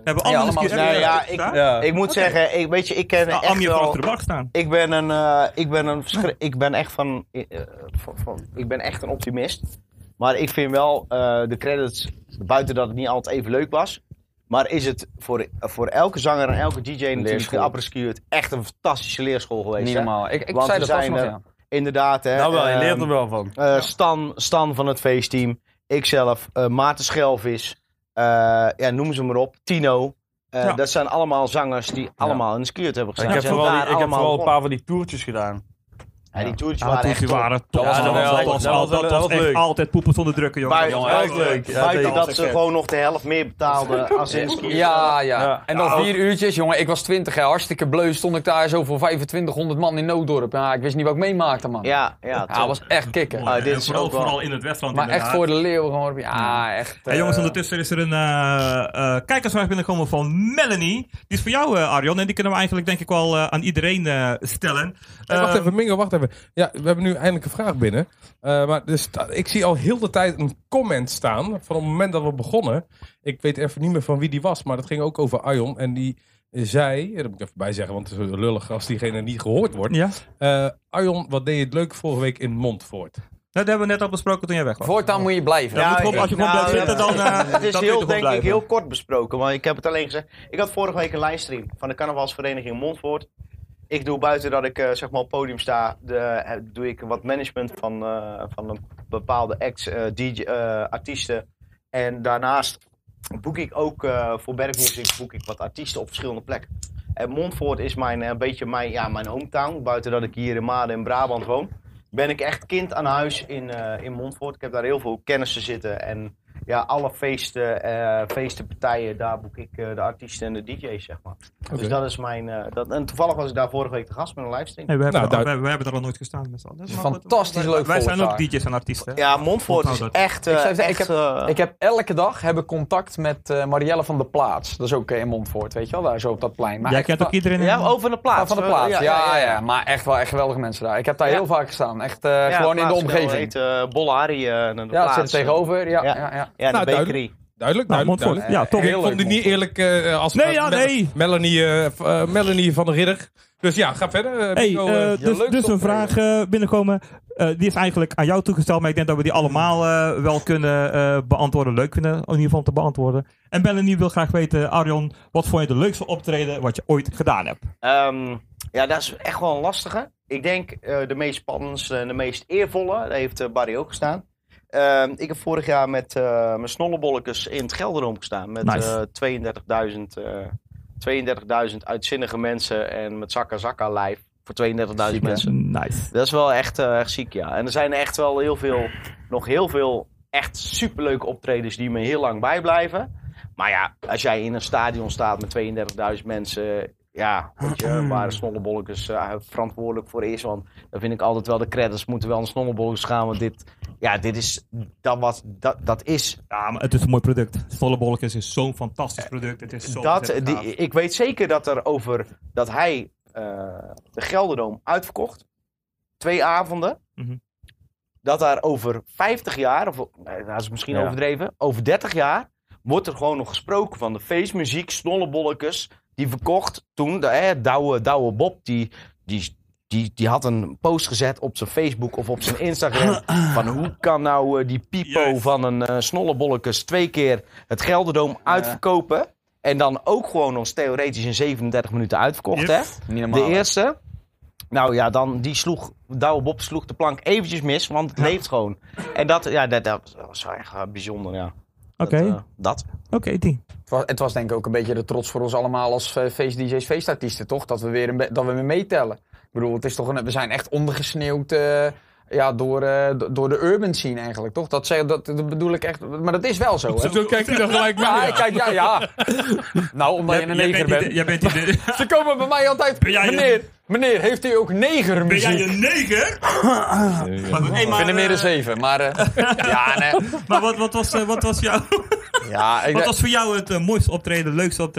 Hebben Ja, allemaal allemaal- een Nee, ja, ik, Ja. ik moet zeggen, ik, weet je, ik ken Nou, echt Amir van wel... achter de bak staan. Ik ben een, uh, ik ben een, verschri- ik ben echt van, uh, van, van, ik ben echt een optimist. Maar ik vind wel uh, de credits, buiten dat het niet altijd even leuk was. Maar is het voor, voor elke zanger en elke D J natuurlijk Leerschool. de Apres-Ski echt een fantastische leerschool geweest. Niet hè? normaal. Ik, ik Want zei er dat vast zijn, nog, uh, ja. Inderdaad, hè. Nou wel, je ehm, leert er wel van. Uh, Stan, Stan van het feestteam, ikzelf, uh, Maarten Schelvis, uh, ja, noem ze maar op, Tino. Uh, Ja. Dat zijn allemaal zangers die allemaal in de skiert hebben Ik gestaan. heb En vooral, daar die, ik heb allemaal vooral een begonnen. paar van die toertjes gedaan. Ja, die toertjes Ja, waren toen echt die top. waren top. Ja, Dat dat was- wel. dat was Dat was- dat dat was was echt leuk. altijd poepen zonder drukken, jongen. Buiten, Jongen, buiten, echt leuk. Ja, buiten zeker. dat ze gewoon nog de helft meer betaalden als in de skier. Ja, ja, Ja. En dan Ja, vier uurtjes, jongen. Ik was twintig jaar, hartstikke bleu. Stond ik daar zo voor vijfentwintighonderd man in Nooddorp. Ja, ik wist niet wat ik meemaakte, man. Ja, Ja, ja, dat top. was echt kicken. Ah, dit En is vooral, ook wel- vooral in het Westland Maar echt inderdaad. voor de leeuwen gewoon. Ja, echt. Hey, jongens, eh, ondertussen is er een uh, uh, kijkersvraag binnengekomen van Melanie. Die is voor jou, uh, Arjon. En die kunnen we eigenlijk denk ik wel uh, aan iedereen uh, stellen. Hey, wacht Uh, even, Mingo, wacht even. Ja, we hebben nu eindelijk een vraag binnen. Uh, maar dus, ik zie al heel de tijd een comment staan van het moment dat we begonnen. Ik weet even niet meer van wie die was, maar dat ging ook over Arjon. En die zei, dat moet ik even bij zeggen, want het is lullig als diegene niet gehoord wordt. ja, Uh, Arjon, wat deed je het leuk vorige week in Montfort? dat hebben we net al besproken toen jij weg was. Voortaan moet je blijven. Ja, moet gewoon- als je gewoon blijft zitten, dan, uh, Het is dan kun je heel, er gewoon denk ik, blijven. heel kort besproken, maar ik heb het alleen gezegd. Ik had vorige week een livestream van de carnavalsvereniging Montfort. Ik doe buiten dat ik uh, zeg maar op het podium sta, de, uh, doe ik wat management van, uh, van een bepaalde ex-artiesten. Uh, en daarnaast boek ik ook uh, voor Bergmuziek boek ik wat artiesten op verschillende plekken. En Montfort is mijn, een beetje mijn, ja, mijn hometown, buiten dat ik hier in Maden in Brabant woon. Ben ik echt kind aan huis in, uh, in Montfort. Ik heb daar heel veel kennissen zitten en ja, alle feesten, uh, feestenpartijen, daar boek ik uh, de artiesten en de D J's, zeg maar. Okay. Dus dat is mijn... Uh, dat, en toevallig was ik daar vorige week te gast met een livestream. Nee, we, hebben Nou, er, daar- we, we hebben er al nooit gestaan met z'n allen. Dat is wel- Fantastisch wij- leuk Wij zijn ook volk D J's en artiesten. hè? Ja, Montfort is Onthoud dat. echt... uh, Ik zou zeggen, echt, ik heb- uh, Ik heb elke dag heb ik contact met uh, Marielle van der Plaats. Dat is ook uh, in Montfort, weet je wel, daar zo op dat plein. Maar Jij echt kent fa- ook iedereen in- ja, over de plaats. van de plaats. Uh, Ja, ja, maar echt wel echt geweldige mensen daar. Ik heb daar Ja. heel vaak gestaan. Echt uh, Ja, gewoon in de plaats, omgeving. heet uh, Bollari. Uh, en de Ja, het plaats, zit er tegenover. Ja, Ja. ja. Ja, ja. Ja, de Nou, bakery. Duidelijk, Nou, duidelijk, Montfort. duidelijk. Ja, top. Ik Heel vond leuk, het niet eerlijk uh, als Nee, ja, Mel- nee. Melanie, uh, uh, Melanie van der Ridder. Dus ja, ga verder. Uh, Hey, Mingo, uh, uh, je dus, leuk dus een optreden. vraag uh, binnenkomen. Uh, die is eigenlijk aan jou toegesteld, maar ik denk dat we die allemaal uh, wel kunnen uh, beantwoorden. Leuk vinden, in ieder geval te beantwoorden. En Melanie wil graag weten, Arjon, wat vond je de leukste optreden wat je ooit gedaan hebt? Um, ja, dat is echt wel een lastige. Ik denk uh, de meest spannendste en de meest eervolle. Daar heeft uh, Barry ook gestaan. Um, ik heb vorig jaar met uh, mijn snollebolletjes in het Gelderdoom gestaan. Met Nice. uh, tweeëndertigduizend, uh, tweeëndertigduizend uitzinnige mensen. En met Zakka Zakka live voor tweeëndertigduizend mensen. Nice. Dat is wel echt, uh, echt ziek, ja. En er zijn echt wel heel veel, nog heel veel echt superleuke optredens die me heel lang bijblijven. Maar ja, als jij in een stadion staat met tweeëndertigduizend mensen... Ja, weet je, waar snollebolletjes uh, verantwoordelijk voor is. Want dan vind ik altijd wel de credits moeten wel aan de snollebolletjes gaan. Want dit, ja, dit is, dat, wat, dat, dat is... Ja, maar het is een mooi product. Snollebolletjes is zo'n fantastisch product. Het is zo Dat, ontzettend gaaf. die, ik weet zeker dat er over, dat hij uh, de Gelderdoom uitverkocht. Twee avonden. Mhm. Dat daar over vijftig jaar, of nee, dat is misschien Ja. overdreven. Over dertig jaar wordt er gewoon nog gesproken van de feestmuziek, snollebolletjes. Die verkocht toen, de, hè, Douwe, Douwe Bob, die, die, die, die had een post gezet op zijn Facebook of op zijn Instagram. Van hoe kan nou uh, die pipo Juist. van een uh, snollebolletjes twee keer het Gelderdoom uitverkopen. En dan ook gewoon ons theoretisch in zevenendertig minuten uitverkocht, Yep. hè? Niet normaal. De eerste. Nou ja, dan die sloeg, Douwe Bob sloeg de plank eventjes mis, want het leeft gewoon. En dat, ja, dat, dat was wel echt uh, bijzonder, ja. Oké, Dat, uh, dat. oké, die. Het was, het was denk ik ook een beetje de trots voor ons allemaal als uh, feest-D J's, feestartiesten, toch? Dat we weer, een be- dat we weer meetellen. Ik bedoel, het is toch een, we zijn echt ondergesneeuwd uh, ja, door, uh, d- door de urban scene eigenlijk, toch? Dat, zeg, dat, dat bedoel ik echt, maar dat is wel zo, hè? Zo kijkt hij dan gelijk mee. Ja, kijk, ja, ja. Nou, omdat je een Jij neger bent. bent. die- Jij bent die. Ze komen bij mij altijd, Ben jij een- meneer, meneer, heeft u ook negermuziek? Ben jij een neger? Maar, hey, Ik maar, vind er meer eh, een zeven, maar uh, ja, nee. maar wat, wat, was, uh, wat, was jou, Ja, ik, wat was voor jou het uh, mooiste optreden, leukste optreden?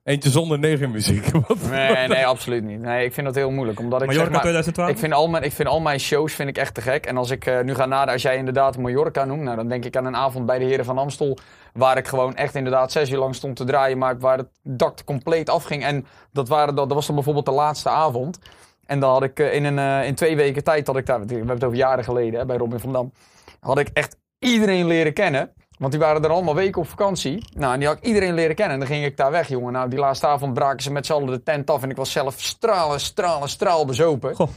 Eentje zonder negermuziek. Nee, nee, absoluut niet. Nee, ik vind dat heel moeilijk. Omdat ik, Mallorca zeg maar, twintig twaalf? ik, vind al mijn, ik vind al mijn shows vind ik echt te gek. En als ik uh, nu ga nadenken, als jij inderdaad Mallorca noemt, nou, dan denk ik aan een avond bij de Heren van Amstel, waar ik gewoon echt inderdaad zes uur lang stond te draaien, maar waar het dak compleet afging. En dat, waren, dat, dat was dan bijvoorbeeld de laatste avond. En dan had ik uh, in, een, uh, in twee weken tijd, had ik daar, we hebben het over jaren geleden, hè, bij Robin van Dam, had ik echt iedereen leren kennen. Want die waren er allemaal weken op vakantie. Nou, en die had ik iedereen leren kennen. En dan ging ik daar weg, jongen. Nou, die laatste avond braken ze met z'n allen de tent af. En ik was zelf stralen, stralen, straal bezopen. Goh.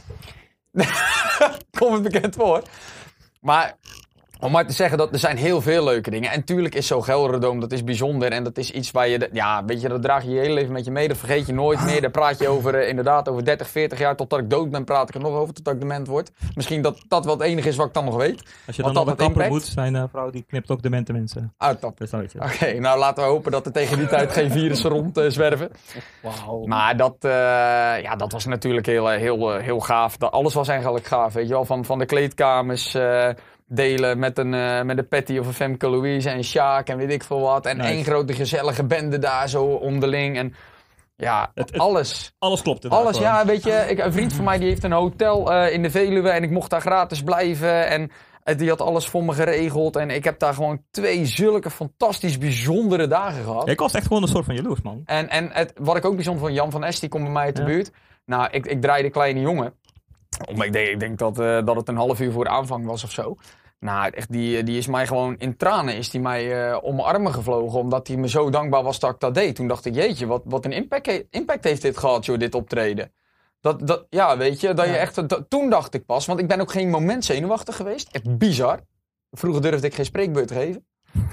Kom het bekend voor. Maar om maar te zeggen, dat er zijn heel veel leuke dingen. En tuurlijk is zo'n Gelderdoom, dat is bijzonder. En dat is iets waar je, de, ja, weet je, dat draag je je hele leven met je mee. Dat vergeet je nooit meer. Daar praat je over, uh, inderdaad, over dertig, veertig jaar. Totdat ik dood ben, praat ik er nog over. Totdat ik dement word. Misschien dat dat wel het enige is wat ik dan nog weet. Als je dan dat nog een het kapper impact- moet, zijn uh, vrouw die knipt ook demente mensen. Uittap. Dat is nooit. Oké, okay, nou laten we hopen dat er tegen die tijd geen virussen rond uh, zwerven. Wauw. Maar dat, uh, ja, dat was natuurlijk heel, heel, heel gaaf. Dat, alles was eigenlijk gaaf, weet je wel. Van, van de kleedkamers uh, delen met een, uh, met een Patty of een Femke Louise en Sjaak en weet ik veel wat. En Nice. één grote gezellige bende daar zo onderling. En ja, Het- het- alles. Alles klopte. Alles, ja, weet je. Ik, een vriend van mij die heeft een hotel uh, in de Veluwe en ik mocht daar gratis blijven. En uh, die had alles voor me geregeld. En ik heb daar gewoon twee zulke fantastisch bijzondere dagen gehad. Ik was echt gewoon een soort van jaloers, man. En, en het, wat ik ook bijzonder vond, Jan van Es, die komt bij mij uit de Ja. buurt. Nou, ik, ik draaide Kleine Jongen. Maar ik denk, ik denk dat, uh, dat het een half uur voor de aanvang was of zo. Nou, echt, die, die is mij gewoon in tranen is die mij uh, om mijn armen gevlogen. Omdat hij me zo dankbaar was dat ik dat deed. Toen dacht ik, jeetje, wat, wat een impact, he- impact heeft dit gehad, joh, dit optreden. Dat, dat, ja, weet je, dat je echt, dat, toen dacht ik pas, want ik ben ook geen moment zenuwachtig geweest. Echt bizar. Vroeger durfde ik geen spreekbeurt te geven.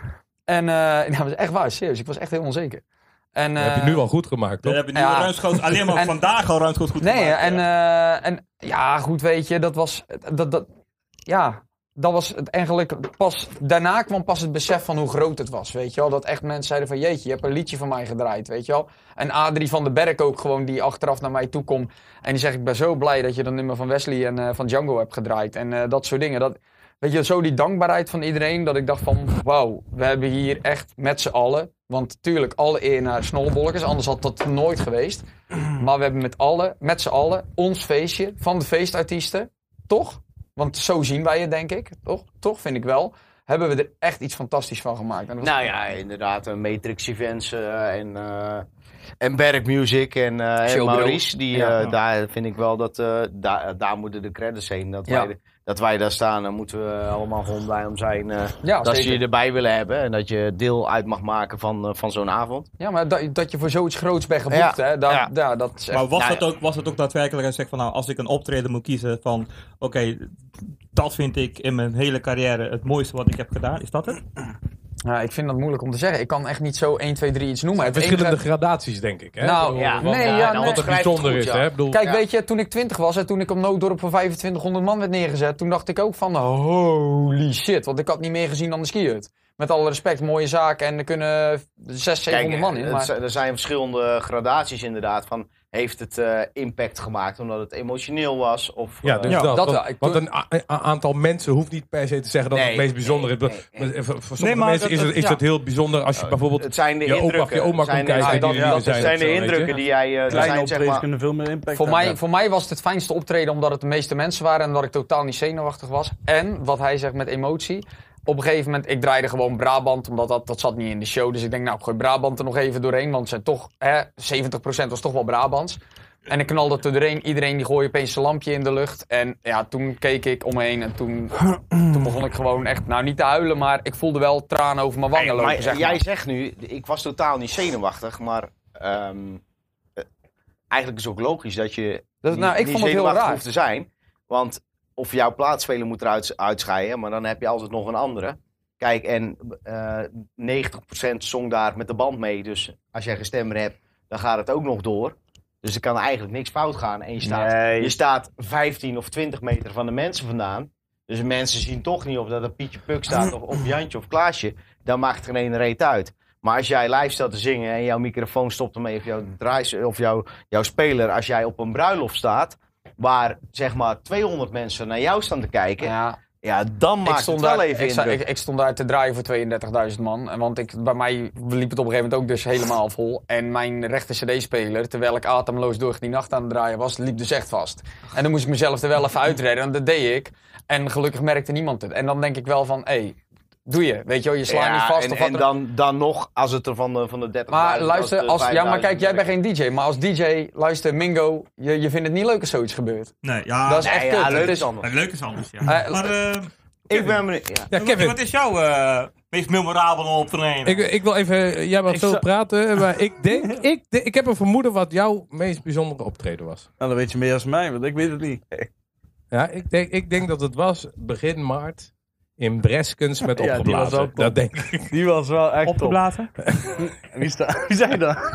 En, uh, nou, dat is echt waar, serieus. Ik was echt heel onzeker. En, Dat heb je uh, nu al goed gemaakt, Dan toch? heb je nu Ja. ruimschoots, alleen maar En- vandaag al ruimschoots goed Nee, gemaakt. en, ja. uh, en ja, goed, weet je, dat was, dat, dat, ja, dat was het eigenlijk pas, daarna kwam pas het besef van hoe groot het was, weet je wel. Dat echt mensen zeiden van, jeetje, je hebt een liedje van mij gedraaid, weet je wel. En Adrie van den Berg ook gewoon, die achteraf naar mij toe komt. En die zegt, ik ben zo blij dat je dat nummer van Wesley en uh, van Django hebt gedraaid. En uh, dat soort dingen, dat, weet je, zo die dankbaarheid van iedereen, dat ik dacht van, wauw, we hebben hier echt met z'n allen, want tuurlijk alle eer naar Snollebolletjes, anders had dat nooit geweest. Maar we hebben met allen, met z'n allen, ons feestje van de feestartiesten, toch? Want zo zien wij het, denk ik, toch? Toch, vind ik wel. Hebben we er echt iets fantastisch van gemaakt. En dat was- Nou ja, inderdaad, uh, Matrix Events uh, en, uh, en Berg Music en, uh, en Showbill. Maurice. Die, uh, Ja, ja. Daar vind ik wel dat, uh, daar, daar moeten de credits heen. Dat, Ja. wij, dat wij daar staan, daar moeten we allemaal gewoon blij om zijn. Uh, Ja, dat zeker. ze je erbij willen hebben en dat je deel uit mag maken van, uh, van zo'n avond. Ja, maar dat, dat je voor zoiets groots bent geboekt, Ja. hè? Dat, Ja. ja, dat is echt... Maar was, Nou, dat ook, was het ook daadwerkelijk en zeg van nou, als ik een optreden moet kiezen van oké, dat vind ik in mijn hele carrière het mooiste wat ik heb gedaan, is dat het? Ja, ik vind dat moeilijk om te zeggen. Ik kan echt niet zo één, twee, drie iets noemen. Het Verschillende enige- gradaties, denk ik. Hè? Nou, Zo, ja, wat- nee, ja, wat nee. het Schrijf het bijzonder goed, is, ja. hè? Ik bedoel, Kijk, Ja. weet je, toen ik twintig was en toen ik op Nooddorp voor vijfentwintighonderd man werd neergezet, toen dacht ik ook van holy shit, want ik had niet meer gezien dan de skihut. Met alle respect, mooie zaak en er kunnen zes, zevenhonderd man in. het Maar... zi- er zijn verschillende gradaties inderdaad van heeft het uh, impact gemaakt omdat het emotioneel was of ja, uh, dus Ja, dat. dat want wel. Ik- want een a- a- aantal mensen hoeft niet per se te zeggen dat Nee, het meest bijzonder nee, is. nee, nee. Maar voor, voor sommige Nee, maar mensen dat- is, het, dat- is ja. dat heel bijzonder als je bijvoorbeeld het zijn de je oma, indrukken. je oma Het kon zijn de- kijken. ja, die dat- er ja, dat zijn Het zijn of de zo, weet indrukken je. die jij uh, er Kleine zijn, zeg optredens maar, kunnen veel meer impact Voor mij, hebben. voor mij was het het fijnste optreden omdat het de meeste mensen waren en dat ik totaal niet zenuwachtig was. En wat hij zegt met emotie. Op een gegeven moment, ik draaide gewoon Brabant, omdat dat, dat zat niet in de show. Dus ik denk, nou, ik gooi Brabant er nog even doorheen, want het zijn toch, hè, zeventig procent was toch wel Brabants. En ik knalde er doorheen, iedereen die gooide opeens zijn lampje in de lucht. En ja, toen keek ik om me heen en toen, toen begon ik gewoon echt, nou niet te huilen, maar ik voelde wel tranen over mijn wangen Hey, lopen, maar zeg jij maar. zegt nu, ik was totaal niet zenuwachtig, maar ehm, eh, eigenlijk is het ook logisch dat je Dat, niet, nou, ik niet vond het heel zenuwachtig raar. hoeft te zijn. Want of jouw plaatspeler moet eruit uitscheiden, maar dan heb je altijd nog een andere. Kijk, en eh negentig procent zong daar met de band mee, dus als jij geen stemmer hebt, dan gaat het ook nog door. Dus er kan eigenlijk niks fout gaan. En je staat, Nee. je staat vijftien of twintig meter van de mensen vandaan. Dus de mensen zien toch niet of dat een Pietje Puk staat of, of Jantje of Klaasje. Dan maakt het geen ene reet uit. Maar als jij live staat te zingen en jouw microfoon stopt ermee of jouw, draai, of jouw, jouw speler, als jij op een bruiloft staat, waar zeg maar tweehonderd mensen naar jou staan te kijken. Ja, Ja, dan Ik maakt stond, het wel daar, even ik, sta- indruk. ik, ik stond daar te draaien voor tweeëndertigduizend man. En Want ik, bij mij liep het op een gegeven moment ook dus helemaal vol. En mijn rechter cd-speler, terwijl ik ademloos door die nacht aan het draaien was, liep dus echt vast. En dan moest ik mezelf er wel even uitredden. En dat deed ik. En gelukkig merkte niemand het. En dan denk ik wel van, hé, hey, doe je. Weet je wel, je slaat Ja, niet vast. en, of wat en er- dan, dan nog, als het er van de, van de dertig Maar luister, als, ja, maar kijk, jij bent geen D J. Maar als D J, luister, Mingo, je, je vindt het niet leuk als zoiets gebeurt. Nee, ja. Dat is Nee, echt ja, kut. leuk Het is is, anders. Het leuke is anders, ja. Eh, maar eh, Ik ben benieuwd. Ja. Ja, wat, Kevin. wat is jouw eh, meest memorabele optreden? Ik, ik wil even, jij mag Ik veel zou- praten, maar ik denk, ik, de- ik heb een vermoeden wat jouw meest bijzondere optreden was. Nou, dan weet je meer als mij, want ik weet het niet. Ja, ik denk, ik denk dat het was begin maart in Breskens met Ja, die was opgeblazen. ook top. Dat denk ik. Die was wel echt top. Opgeblazen? Wie, sta, wie zei dat?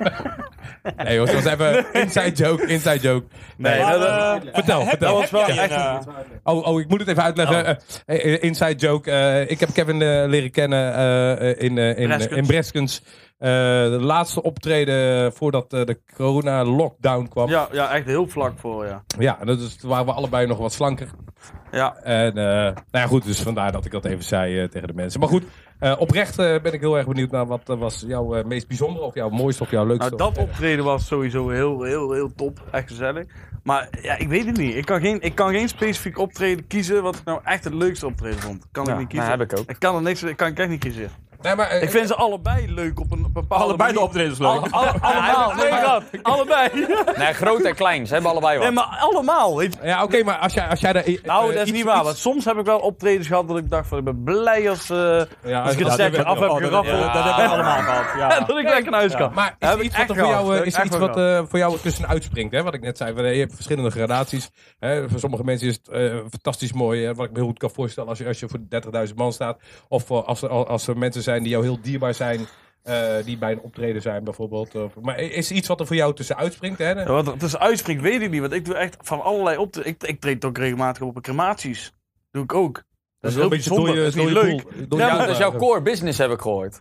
Nee, jongens, het was even inside joke, inside joke. Nee, Nee, Maar, dat- eh, vertel, heb- vertel. heb jij echt een, eh, Oh, oh, ik moet het even uitleggen. Eh, eh, inside joke. Eh, ik heb Kevin eh, leren kennen eh, eh, in, eh, in, Breskens. in Breskens. Eh, de laatste optreden voordat eh, de corona-lockdown kwam. Ja, Ja, ja, echt heel vlak voor, ja. ja dat is, toen waren we allebei nog wat slanker. Ja, En eh, nou ja, goed, dus vandaar dat ik dat even zei eh, tegen de mensen. Maar goed, eh, oprecht eh, ben ik heel erg benieuwd naar wat eh, was jouw eh, meest bijzondere of jouw mooiste of jouw leukste. nou dat optreden was sowieso heel, heel, heel top. Echt gezellig. Maar ja, ik weet het niet. Ik kan geen, ik kan geen specifiek optreden kiezen wat ik nou echt het leukste optreden vond. Kan Ja, ik niet kiezen. nou, heb ik ook. Ik kan er niks, ik kan ik echt niet kiezen. Nee, maar, eh, Ik vind ze allebei leuk op een bepaalde Allebei de manier. optredens leuk. Alle- alle- allemaal, nee, gehad. Allebei. Nee, groot en klein. Ze hebben allebei wat. Nee, maar allemaal. weet je. ja, oké, maar als jij, als jij daar... eh, Nou, eh, dat is iets- niet waar. iets- Want soms heb ik wel optredens gehad dat ik dacht van ik ben blij als, eh Ja, als ik het dat- setje af heb Oh, dat, geraffeld. ja, dat hebben we allemaal gehad. Ja. Dat ik lekker naar huis kan. Maar is Heb er ik iets wat echt er voor gehad. jou, eh, Heb is ik er echt iets wel wat gehad. eh, voor jou tussen uitspringt? Hè? Wat ik net zei, je hebt verschillende gradaties. Hè? Voor sommige mensen is het eh, fantastisch mooi. Hè? Wat ik me heel goed kan voorstellen als je, als je voor dertigduizend man staat. Of eh, als, er, als er mensen zijn die jou heel dierbaar zijn. eh, die bij een optreden zijn bijvoorbeeld. Of, maar is er iets wat er voor jou tussen uitspringt? Hè? Ja, wat er tussen uitspringt weet ik niet. Want ik doe echt van allerlei op. Ik, ik treed ook regelmatig op crematies. Doe ik ook. Dat is heel bijzonder. Dat is niet leuk. Door Ja, jou, Dat is jouw eh, core business, heb ik gehoord.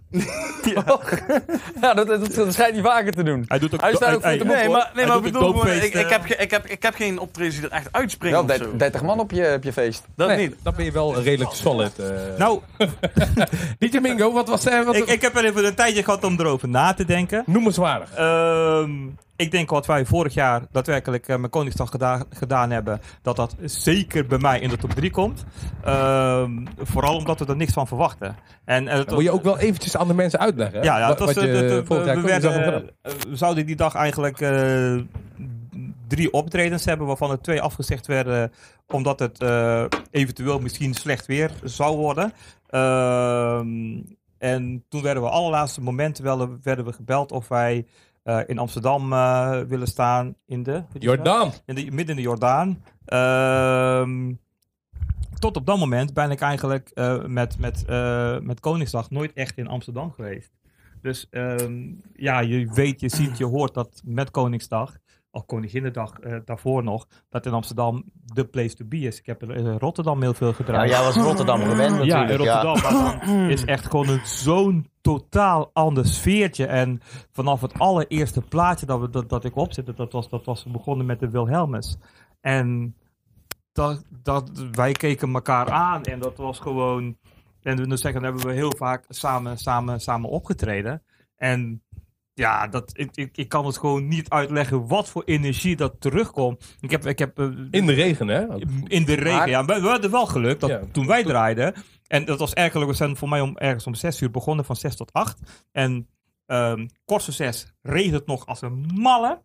Ja, dat, dat, dat schijnt niet vaker te doen. Hij doet ook... Hij staat ook hij- voor de Nee, hoor. maar, nee, Hij maar doet ik ook bedoel, gewoon, ik, doopfeesten. ik, heb, ge- ik, heb, ik heb geen optredens die er echt uitspringen Wel of zo. dertig man op je, op je feest. Dat nee, niet. dan ben je wel redelijk solid. eh. Nou, Niet Mingo, wat was er? Wat, ik, ik heb er even een tijdje gehad om erover na te denken. noemenswaardig. Ehm, ik denk wat wij vorig jaar daadwerkelijk uh, met Koningsdag geda- gedaan hebben, dat dat zeker bij mij in de top drie komt. Ehm, vooral omdat we er niks van verwachten. En, uh, het Moet je ook wel eventjes aan de mensen uitleggen. hè? Ja, ja, Wat- het was, wat je eh, de- de- vorig jaar we, Koningsdag hebt werden, gedaan. eh, we zouden die dag eigenlijk eh, drie optredens hebben, waarvan er twee afgezegd werden, omdat het eh, eventueel misschien slecht weer zou worden. Ehm, en toen werden we allerlaatste moment wel, werden we gebeld of wij uh, in Amsterdam uh, willen staan in de... Jordaan. In de, midden in de Jordaan. Ehm, tot op dat moment ben ik eigenlijk uh, met, met, uh, met Koningsdag nooit echt in Amsterdam geweest. Dus um, ja, je weet, je ziet, je hoort dat met Koningsdag, of Koninginnedag uh, daarvoor nog, dat in Amsterdam de place to be is. Ik heb in Rotterdam heel veel Ja, gedraaid. jij was Rotterdam gewend Ja, natuurlijk. in Ja, Rotterdam. Maar dan is echt gewoon een, zo'n totaal ander sfeertje. En vanaf het allereerste plaatje dat, we, dat, dat ik opzette, dat was, dat was begonnen met de Wilhelmus. En dat, dat, wij keken elkaar aan en dat was gewoon... En dan zeggen, dan hebben we heel vaak samen, samen, samen opgetreden. En ja, dat, ik, ik, ik kan het gewoon niet uitleggen wat voor energie dat terugkomt. Ik heb, ik heb, uh, In de regen, hè? in de regen, Maar- ja. We, we hadden wel geluk dat Ja. toen wij draaiden. En dat was eigenlijk, we zijn voor mij om, ergens om zes uur begonnen, van zes tot acht. En um, kort voor zes regent het nog als een malle.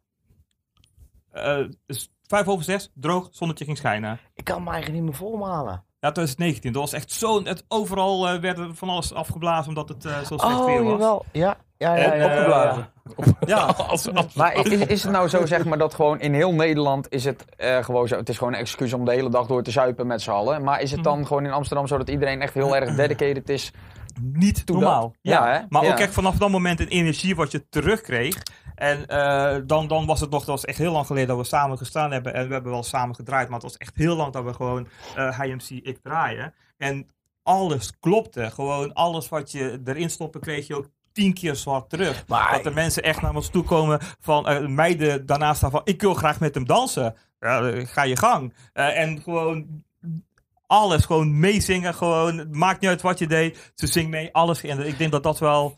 Uh, dus vijf over zes, droog, zonnetje ging schijnen. ik kan me eigenlijk niet meer volmalen. Ja, twintig negentien. Dat was echt zo. Het, overal uh, werd er van alles afgeblazen omdat het uh, zo slecht Oh, weer was. jawel. Ja, ja, ja. En, ja, ja, opgeblazen. Ja. Als, als, Maar is, is het nou zo, zeg maar, dat gewoon in heel Nederland is het uh, gewoon zo... Het is gewoon een excuus om de hele dag door te zuipen met z'n allen. Maar is het dan gewoon in Amsterdam zo dat iedereen echt heel erg dedicated is? Niet Doe normaal. dat. Ja, Ja, hè? maar Ja. ook echt vanaf dat moment een energie wat je terugkreeg. En uh, dan, dan was het nog, dat was echt heel lang geleden dat we samen gestaan hebben. En we hebben wel samen gedraaid, maar het was echt heel lang dat we gewoon uh, H M C ik draaien. En alles klopte. Gewoon alles wat je erin stopte kreeg je ook tien keer zwart terug. Maar- dat de mensen echt naar ons toe komen van uh, meiden daarnaast staan van ik wil graag met hem dansen. Ja, uh, ga je gang. Uh, en gewoon alles. Gewoon meezingen, gewoon. Het maakt niet uit wat je deed. Ze zingt mee, alles. En ik denk dat dat wel...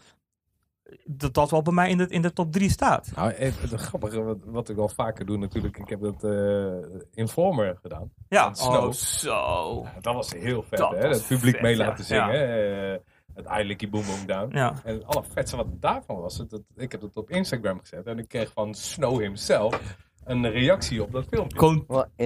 dat dat wel bij mij in de, in de top drie staat. Nou, het, het grappige, wat, wat ik wel vaker doe natuurlijk, ik heb dat uh, Informer gedaan. Ja, Snow. oh, zo. Ja, dat was heel vet, Dat hè? was Het publiek vet, mee ja. laten zingen. Ja. Uh, het I Licky Boom Boom Down. Ja. En het allervetste wat daarvan was, het, het, ik heb het op Instagram gezet en ik kreeg van Snow himself een reactie op dat filmpje. Gewoon,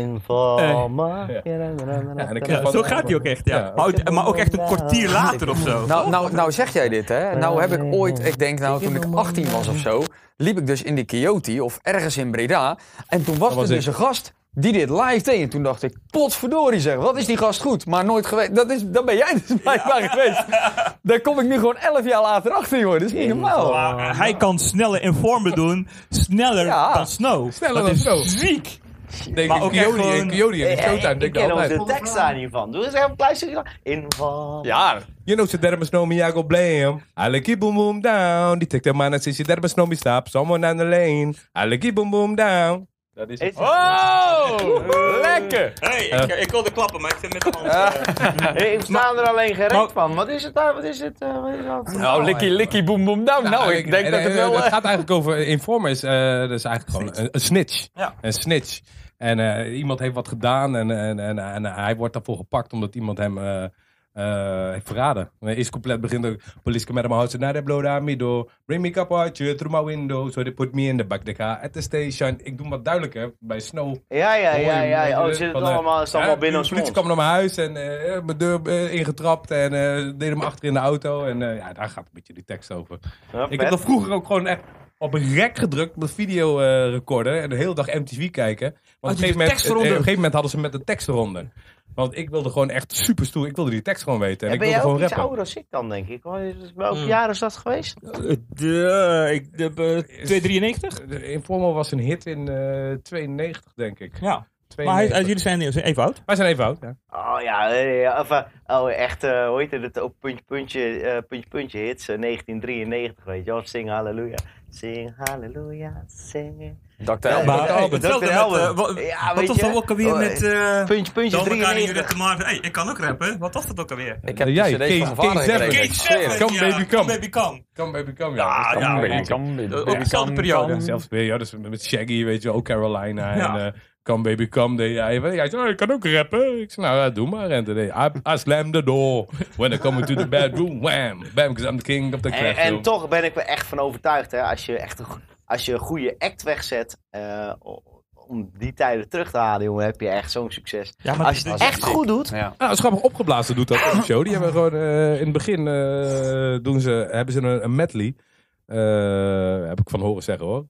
Informer. Ja. Ja, en ik ja, kreeg van, zo gaat hij ook echt, ja. Ja. Maar, ook, maar ook echt een kwartier later of zo. Nou, nou, nou zeg jij dit, hè? Nou heb ik ooit, ik denk nou toen ik achttien was of zo, liep ik dus in de Chioti of ergens in Breda. En toen was Dat er was dus ik. een gast die dit live deed. En toen dacht ik, potverdorie zeg, wat is die gast goed? Maar nooit geweest. Dat, is, dat ben jij dus blijkbaar geweest. Daar kom ik nu gewoon elf jaar later achter, joh. Dat is niet normaal. Maar hij kan sneller Informer doen, sneller Ja. dan Snow. Sneller dat dan is Snow. ziek. denk Maar ik, ook echt Coyote gewoon- en Coyote en de Showtime. Ik Denk ik ken ook altijd. de tekst daar niet van. Doe eens even een klein stukje. Inval. Ja, You know, she there must know me, I go blame. I like it boom boom down. Die tikt de man en zegt, she there must know me, stop. Someone on the lane. I like it boom boom down. Dat is het. oh, lekker. Hey, ik, ik wilde klappen, maar ik zit met de hand. Ik sta er alleen gerecht maar- van. Wat is het daar? Wat is het? eh, wat is dat? Nou, likkie likkie boem boem down. Nou, ik denk dat het wel... Het eh, gaat eigenlijk over informers. eh dat is eigenlijk gewoon een, een snitch. Ja. Een snitch. En eh, iemand heeft wat gedaan en, en, en, en hij wordt daarvoor gepakt omdat iemand hem eh, eh, heeft verraden. Eerst compleet begint de politie met hem houden. Now they blow down me door. Bring me up out through my window. So they put me in the back. They ga at the station. Ik doe wat duidelijker bij Snow. Ja, ja, ja, Mooi, ja. mooi, Oh, zit het van, eh, allemaal, is het allemaal ja, binnen de ons politie mond? kwam naar mijn huis en eh, mijn deur eh, ingetrapt en eh deed hem achter in de auto. En eh, ja, daar gaat een beetje die tekst over. Ja, Ik vet. heb dat vroeger ook gewoon echt op een rek gedrukt met video eh recorder en de hele dag M T V kijken. Want op, een je gegeven de moment, tekst eh, op eronder? een gegeven moment hadden ze met de tekst eronder. Want ik wilde gewoon echt super stoer. Ik wilde die tekst gewoon weten. En Ja, ik ben wilde jij ook gewoon iets rappen. ouder dan ik dan, denk ik. hoor. Welk jaar is dat geweest? De, ik, de, uh, twee drieënnegentig? De Informal was een hit in eh tweeënnegentig, denk ik. Ja. Maar hij, tweeënnegentig. jullie zijn zijn even oud. Wij zijn even oud. Ja. Oh ja, eh, ja, of, eh, oh echt, eh, hoe heet het, ook puntje, puntje, eh, puntje, puntje hits, eh, negentien drieënnegentig, weet je wel, Sing Halleluja, Sing Halleluja, sing. dokter Ja, Elba. maar- hey, Albert, hetzelfde dokter met, eh, Albert. wat, Ja, wat weet was je? dat ook alweer Oh, met... eh Puntje, puntje, door elkaar in drieënnegentig. de Marvin. Hey, ik kan ook rappen. Wat was dat ook alweer? Ik heb Jij, de cd's van K- mijn vader K zeven. gekregen. K Ik zweer het. Come, baby, come. Baby, come. Come baby, come. Ja, Ja, ja, ja, ja. Come, baby, Ook baby, dezelfde come, periode. come. Zelfs weer, ja, dus met Shaggy, weet je wel, ook Carolina. Ja. En uh, Come Baby Come. deed hij. Hij zei, oh, ik kan ook rappen. Ik zei, nou ja, doe maar. En toen deed hij, I, I slam the door. When I come into the bedroom, wham. Bam, because I'm the king of the En, classroom. en toch ben ik er echt van overtuigd, hè, als je echt een, go- als je een goede act wegzet, eh, o- om die tijden terug te halen, jongen, heb je echt zo'n succes. Ja, maar Als je dit- het echt goed doet, Ja. Nou, Schappig Opgeblazen doet dat op de show. Die hebben gewoon uh, in het begin uh, doen ze, hebben ze een, een medley. Uh, heb ik van horen zeggen hoor.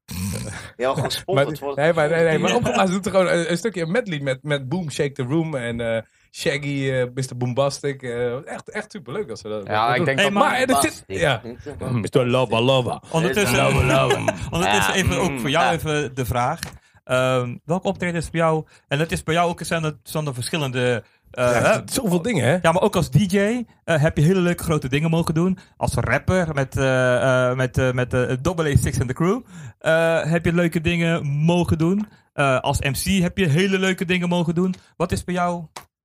ja, gewoon Maar, gesponsord wordt. nee, maar, nee, nee, maar Opgeblazen doet er gewoon een, een stukje een medley met, met Boom, Shake the Room en uh, Shaggy, uh, mister Boombastic. Uh, echt, echt superleuk als ze dat Ja, dat ik doen. denk Hey, dat... maar- Maar er zit... Ja. mister Lava Lava. Ondertussen, ondertussen Ja, even ook mm, voor jou ja. even de vraag. Ehm welke optreden is bij jou... En dat is bij jou ook zijn er, zijn er verschillende... eh, Ja, hè? zoveel dingen hè. Ja, maar ook als D J eh, heb je hele leuke grote dingen mogen doen. Als rapper met, eh eh met, eh met de Double A Six en de crew eh, heb je leuke dingen mogen doen. Eh, als M C heb je hele leuke dingen mogen doen. Wat is bij jou?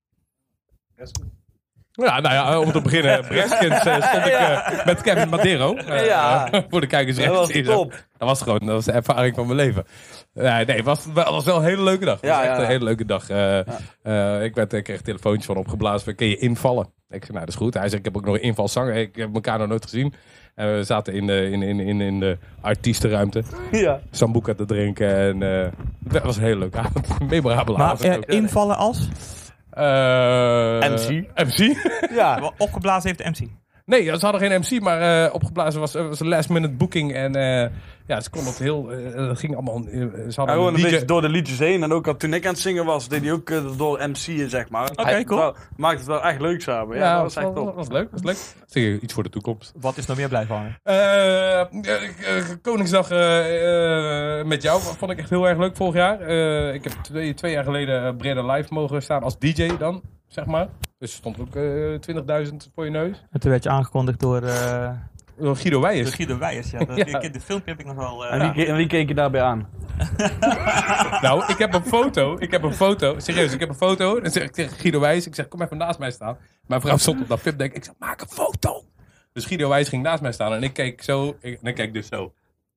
Ja, nou ja, om te beginnen. Breskins uh, stond ik uh, met Kevin Madero. Uh, Ja. uh, voor de kijkers Dat was rechts. top. Dat was gewoon, dat was de ervaring van mijn leven. Uh, nee, het was, het was wel een hele leuke dag. Het Ja, was echt ja, ja. een hele leuke dag. Uh, uh, ik, werd, ik kreeg een telefoontje van opgeblazen. Van, kun je invallen? Ik zei, nou dat is goed. Hij zei, ik heb ook nog een invalzanger. Ik heb elkaar nog nooit gezien. En we zaten in de, in, in, in, in de artiestenruimte. Ja. Sambuca te drinken. En uh, het was een hele leuke avond. Een memorabele Maar avond. eh, ook. invallen als? Uh, M C. M C? Ja. Opgeblazen heeft de M C. Nee, ze hadden geen M C, maar uh, opgeblazen was, was een last minute booking. En uh, ja, ze konden het heel... Uh, dat ging allemaal... Uh, ze Ja, hadden gewoon een een D J... beetje door de liedjes heen. En ook al toen ik aan het zingen was, deed hij ook eh, door M C'en, zeg maar. Oké, Hij- cool. wel- Maakt het wel echt leuk samen. Ja, Ja, dat was, was echt was, top. was leuk. Was leuk. Zeg je, iets voor de toekomst. Wat is nog meer blijven hangen? Uh, uh, Koningsdag uh, uh, met jou vond ik echt heel erg leuk vorig jaar. Uh, ik heb twee, twee jaar geleden uh, Breda Live mogen staan als D J dan, zeg maar. Dus er stond ook uh, twintigduizend voor je neus. En toen werd je aangekondigd door... eh, door Guido Weijers. Guido Weijers, ja. De, Ja. de, de filmpje heb ik nog wel... Uh, En wie, en wie keek je daarbij aan? Nou, ik heb een foto. Ik heb een foto. Serieus, ik heb een foto. Dan zeg ik tegen Guido Wijs. Ik zeg, kom even naast mij staan. Mijn vrouw stond op dat filmdek. Ik zeg, maak een foto. Dus Guido Wijs ging naast mij staan. En ik keek zo. Ik, en ik keek dus zo.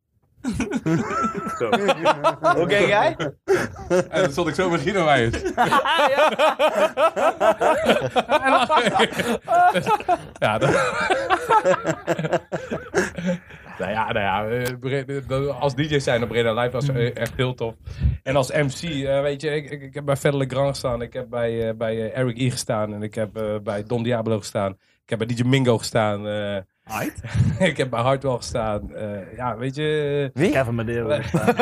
zo. Hoe keek jij? En dan stond ik zo met Guido Wijs. ja, dat... Nou ja, nou ja, eh, als D J zijn op Breda Live was eh, echt heel tof. En als M C, uh, weet je, ik, ik, ik heb bij Fedde Le Grand gestaan. Ik heb bij, uh, bij uh, Eric E gestaan. En ik heb uh, bij Don Diablo gestaan. Ik heb bij D J Mingo gestaan. Uh, ik heb bij Hardwell gestaan. Uh, ja, weet je... Wie? Kevin Madeira gestaan.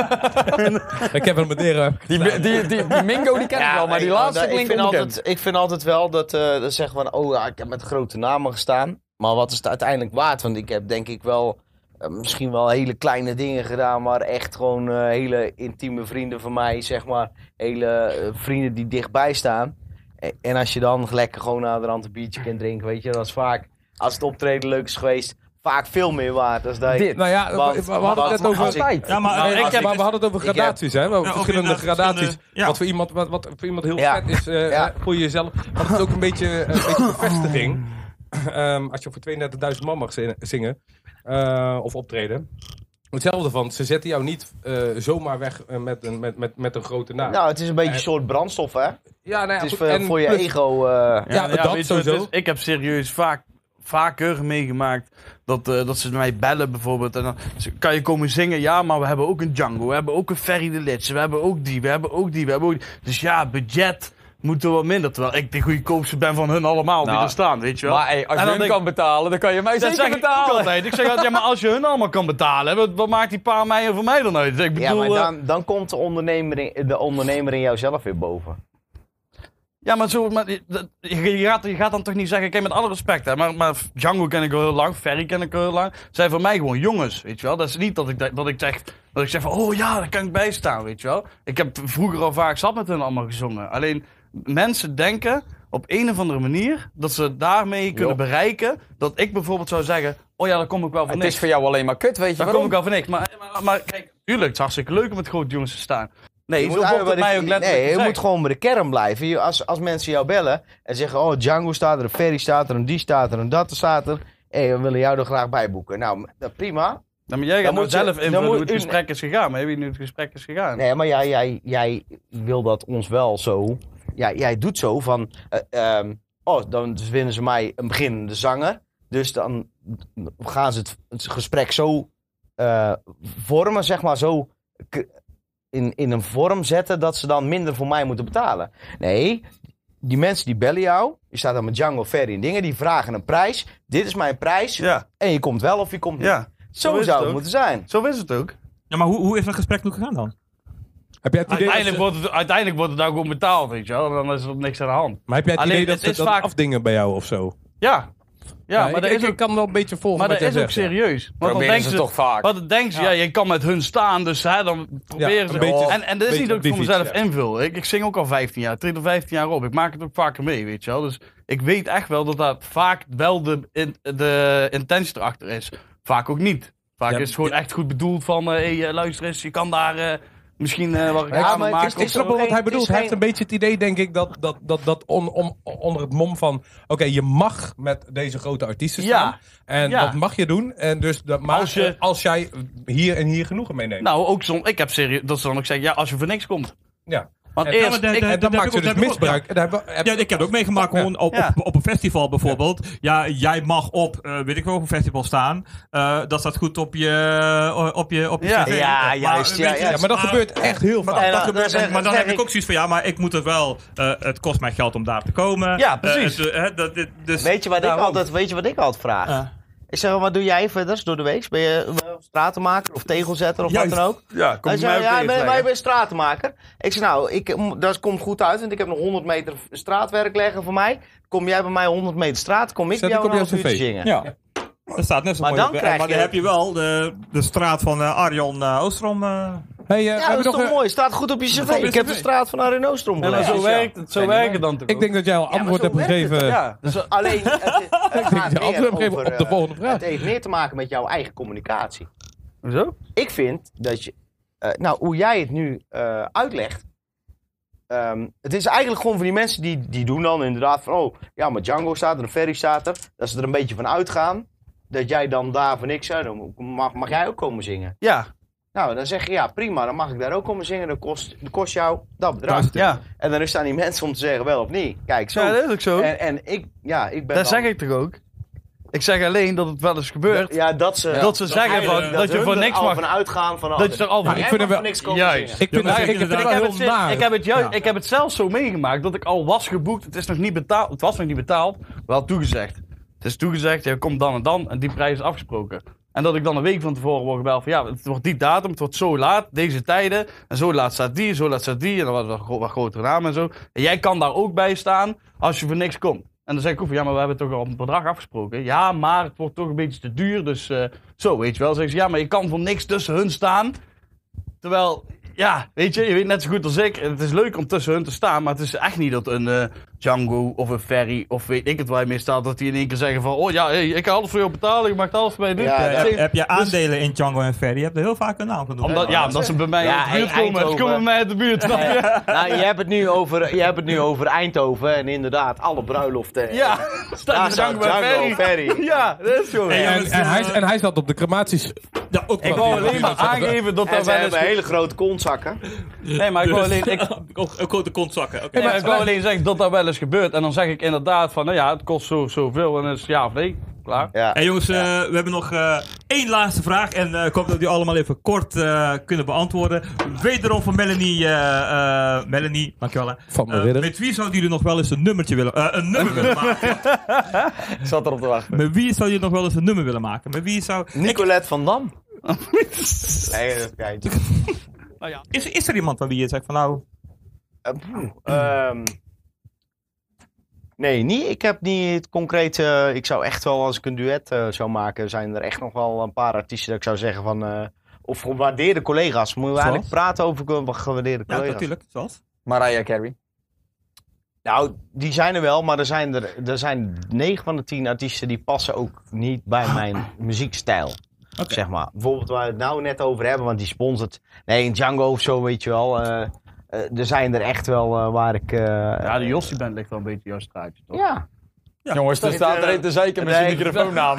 Kevin Madeira. Die, die, die, die, die Mingo die ken ik wel, maar die nee, laatste nou, ik klinkt vind, onbekend. altijd, ik vind altijd wel dat, uh, dat zeggen van, oh ja, ik heb met grote namen gestaan. Maar wat is het uiteindelijk waard? Want ik heb denk ik wel, uh, misschien wel hele kleine dingen gedaan, maar echt gewoon uh, hele intieme vrienden van mij, zeg maar. Hele uh, vrienden die dichtbij staan. En, en als je dan lekker gewoon naar de rand een biertje kunt drinken, weet je, dat is vaak, als het optreden leuk is geweest, vaak veel meer waard. Dan dat Dit. Nou ja, Want- we, we hadden het net over... als ik- Ja, maar, Nou, uh, ik als- heb... maar we hadden het over ik gradaties, hè? We hebben Ja, over verschillende inderdaad gradaties. verschillende- ja. Wat, voor iemand, wat, wat voor iemand heel Ja. vet is uh, Ja. voor jezelf. Maar het is ook een beetje, een beetje bevestiging. Um, als je voor tweeëndertigduizend man mag zin- zingen uh, of optreden. Hetzelfde van, ze zetten jou niet uh, zomaar weg uh, met, een, met, met, met een grote naam. Nou, het is een beetje En- een soort brandstof, hè? ja, nou ja, Het is goed, voor, en voor je plus- ego. uh, Ja, Ja, dat weet je wat het sowieso. is? Ik heb serieus vaak, vaker meegemaakt dat, uh, dat ze mij bellen bijvoorbeeld. En dan ze- kan je komen zingen. Ja, maar we hebben ook een Django. We hebben ook een Ferry de Litse. We hebben ook die. We hebben ook die. We hebben ook die. Dus ja, budget moet er wat minder. Terwijl ik de goedkoopste ben van hun allemaal die Nou, er staan, weet je wel. Maar hey, als En je dan hem denk- kan betalen, dan kan je mij Dat zeker zeg ik ook betalen. altijd. Ik zeg altijd, ja, maar als je hun allemaal kan betalen, wat, wat maakt die paar meijer voor mij dan uit? Ik bedoel, ja, maar eh, dan, dan komt de ondernemer, in, de ondernemer in jou zelf weer boven. Ja, maar, zo, maar je, je, gaat, je gaat dan toch niet zeggen, kijk, met alle respect, hè, maar, maar Django ken ik al heel lang, Ferry ken ik al heel lang. Zijn voor mij gewoon jongens, weet je wel. Dat is niet dat ik, dat ik, zeg, dat ik zeg van, oh ja, daar kan ik bij staan, weet je wel. Ik heb vroeger al vaak zat met hun allemaal gezongen. Alleen, mensen denken op een of andere manier dat ze daarmee kunnen Jo. bereiken dat ik bijvoorbeeld zou zeggen, oh ja, daar kom ik wel voor Het niks. is voor jou alleen maar kut, weet je Daar waarom? kom ik wel voor niks. Maar, maar, maar kijk, tuurlijk, het is hartstikke leuk om met grote jongens te staan. Nee, Je zo moet wordt het eigenlijk mij bij ook de- letterlijk Nee, je gezegd. moet gewoon bij de kern blijven. Je- Als, als mensen jou bellen en zeggen, oh, Django staat er, een Ferry staat er, een die staat er, een dat staat er. Hé, we willen jou er graag bij boeken. Nou, dat prima. Ja, maar jij Dan gaat nou moet je- zelf dan invullen moet hoe het u- gesprek is gegaan. Maar heb je nu het gesprek is gegaan? Nee, maar jij, jij, jij wil dat ons wel zo. Ja, jij doet zo van, eh, ehm, oh, dan vinden ze mij een beginnende zanger. Dus dan gaan ze het, het gesprek zo eh, vormen, zeg maar, zo k- in, in een vorm zetten dat ze dan minder voor mij moeten betalen. Nee, die mensen die bellen jou, je staat dan met Django, Ferry en dingen, die vragen een prijs. Dit is mijn prijs Ja, en je komt wel of je komt niet. ja. Zo, zo is zou het het ook. moeten zijn. Zo is het ook. Ja, maar hoe, hoe is dat gesprek nu gegaan dan? Heb jij het idee dat Uiteindelijk ze- wordt, het, uiteindelijk wordt het ook gewoon betaald, weet je wel. Dan is er niks aan de hand. Maar heb jij het Alleen, idee dat het ze is dat vaak- afdingen bij jou of zo? Ja. Ja, maar ik, dat ik, is ook, ik kan wel een beetje volgen maar wat dat jij is ook zegt. ja. serieus. Want dan Proberen denken ze ze toch vaak. Want dan denken ze, ja. je kan met hun staan, dus hè, dan proberen Ja, ze... een beetje- en, en dat is beetje niet dat ik op voor die mezelf fiets, ja. invul. Ik, ik zing ook al vijftien jaar, treed er vijftien jaar op. Ik maak het ook vaker mee, weet je wel. Dus ik weet echt wel dat dat vaak wel de, in, de intentie erachter is. Vaak ook niet. Vaak Ja, is het gewoon ja. echt goed bedoeld van, hé, hey, uh, luister eens, je kan daar uh, misschien uh, wat Ja, reclame maar het maken. is- of Ik zo. snap wel wat geen- hij het is bedoelt. Hij heeft geen- een beetje het idee, denk ik, dat, dat, dat, dat on, om, onder het mom van... Oké, je mag met deze grote artiesten staan. Ja. En Ja. dat mag je doen. En dus dat, maar Als als, je- als jij hier en hier genoegen meeneemt. Nou, ook soms, ik heb serieus, dat ze dan ook zeggen, ja, als je voor niks komt. ja. Want En- eerst, Ja, maar de- ik, de- En dan dat heb maakt ik ze ook- dus dat heb ik ook- misbruik. En daar hebben we- heb- Ja, ik heb het ook meegemaakt gewoon op, Ja. op, op een festival bijvoorbeeld. Ja, jij mag op, eh, weet ik wel, op een festival staan. Eh, dat staat goed op je, op je, op je Ja. cv. Ja, Maar, juist, weet ja, je, ja. Ja, maar dat maar- gebeurt echt heel Maar vaak. dat, En, dat uh, gebeurt, dan zeg- maar dan dan heb zeg ik ook zoiets van, ja, maar ik moet het wel, eh, het kost mij geld om daar te komen. Ja, precies. Eh, het, eh, hè, dat, dit- dus, Weet je wat ik daarom. altijd, weet je wat ik altijd vraag? Ja. Ik zeg, wat doe jij verder door de week? Ben je uh, stratenmaker of tegelzetter of Juist. wat dan ook? ja, kom Hij je zei, mij ook ja, ik tegen ben, te maar je leggen. bent stratenmaker. Ik zeg, nou, ik, m- dat komt goed uit, want ik heb nog honderd meter straatwerk leggen voor mij. Kom jij bij mij honderd meter straat, kom ik Zet bij jou ik op een jouw half uurtje cv. zingen. Ja. Dat staat net zo Maar mooi dan op. krijg Maar je- dan heb je wel de, de straat van eh, Arjan uh, Oostrom. eh, Hey, uh, Ja, hebben dat we is nog, toch uh, mooi. Staat goed op je cv. Ik heb de straat van Arjen Oostrom En maar gelezen. zo werkt het, zo werkt het dan toch ik denk dat jij al Ja, maar antwoord zo hebt werkt het, gegeven. Ja, dus, Alleen, het, het gaat je antwoord meer geven over, op de eh, volgende vraag. Het heeft meer te maken met jouw eigen communicatie. zo? Ik vind dat je, uh, nou, hoe jij het nu uh, uitlegt. Um, het is eigenlijk gewoon van die mensen die, die doen dan inderdaad van, oh, ja, maar Django staat er, een Ferry staat er. Dat ze er een beetje van uitgaan. Dat jij dan daar voor niks uit, dan mag, mag jij ook komen zingen. Ja, Nou, dan zeg je, ja, prima, dan mag ik daar ook komen zingen. Dan kost, dat kost jou dat bedrag. ja. En dan is daar die mensen om te zeggen wel of niet. Kijk, zo. Ja, dat is ook zo. En, en ik, ja, ik ben Dat dan- zeg ik toch ook? Ik zeg alleen dat het wel eens gebeurt. Ja, dat ze, Dat ze zeggen eigenlijk van- dat je hun voor er niks al mag- van uitgaan van, dat je er al van, van- ik ik vind vind het wel- voor niks komen Juist. zingen. Ik vind Ja, het, ik, ik, ik vind ik, het wel heb heel het, naar. ik, heb het juist, Ja. ik heb het zelfs zo meegemaakt dat ik al was geboekt. Het is nog niet betaald. Het was nog niet betaald. Wel toegezegd. Het is toegezegd. Je komt dan en dan. En die prijs is afgesproken. En dat ik dan een week van tevoren word gebeld van ja, het wordt die datum, het wordt zo laat, deze tijden. En zo laat staat die, zo laat staat die. En dan was het wat, wat grotere namen en zo. En jij kan daar ook bij staan als je voor niks komt. En dan zeg ik ook van ja, maar we hebben toch al een bedrag afgesproken. Ja, maar het wordt toch een beetje te duur. Dus uh, zo, weet je wel. Dan zeggen ze ja, maar je kan voor niks tussen hun staan. Terwijl, ja, weet je, je weet net zo goed als ik. Het is leuk om tussen hun te staan, maar het is echt niet dat een uh, Django of een Ferry of weet ik het waar je mee staat, dat die in één keer zeggen van, oh ja, hey, ik ga alles voor jou betalen, je mag alles voor mij doen. Ja, Ja, dat- Heb, heb je aandelen in Django en Ferry? Je hebt er heel vaak een naam genoemd. omdat, ja, omdat ze bij mij Ja, uit de buurt komen. Ze Eindhoven. komen bij mij uit de buurt, snap je? Nou, je hebt, het nu over, je hebt het nu over Eindhoven en inderdaad, alle bruiloften. Ja, Daar staat de staat Django bij Django, Ferry. Ferry. Ja, dat is zo. Hey, En, jongens, en, hij, eh, en hij zat op de crematies. Ja, ook Ik wou alleen maar aangeven dat En daar ze wel hebben eens... hele grote kontzakken. Nee, maar ik wou alleen... Ik, ook, ook grote kontzakken. Oké. nee, maar ik wou alleen zeggen dat dat wel eens gebeurt. En dan zeg ik inderdaad van, nou ja, het kost zo, zoveel. En dan is het ja of nee, klaar. Ja. Hey jongens, uh, we hebben nog uh, één laatste vraag. En uh, ik hoop dat jullie allemaal even kort uh, kunnen beantwoorden. Wederom van Melanie. Uh, uh, Melanie, dankjewel. Hè. Van de Uh, Ridder. met wie zouden jullie nog wel eens een nummertje willen, uh, een nummer willen maken? Ik zat erop te wachten. Met wie zou je nog wel eens een nummer willen maken? Met wie zou... Nicolette van Dam. Nee, dat is geintje. Is, is er iemand van wie je zegt van nou... Uh, poeh, ehm, nee, niet, ik heb niet het concrete. Ik zou echt wel, als ik een duet uh, zou maken, zijn er echt nog wel een paar artiesten dat ik zou zeggen van. Uh, of gewaardeerde collega's. Moeten we Zoals? eigenlijk praten over ge- gewaardeerde Ja, collega's? natuurlijk. Zoals? Mariah Carey. Nou, die zijn er wel, maar er zijn er, er zijn negen van de tien artiesten die passen ook niet bij mijn muziekstijl. Oké. Zeg maar. Bijvoorbeeld waar we het nou net over hebben, want die sponsort. Nee, een Django of zo, weet je wel. Uh, uh, er zijn er echt wel uh, waar ik. Uh, Ja, de Jossie Band ligt wel een beetje jouw straatje, toch? ja. Ja, Jongens, er dat- staat er eh, een te zeiken met zijn nee, microfoonnaam.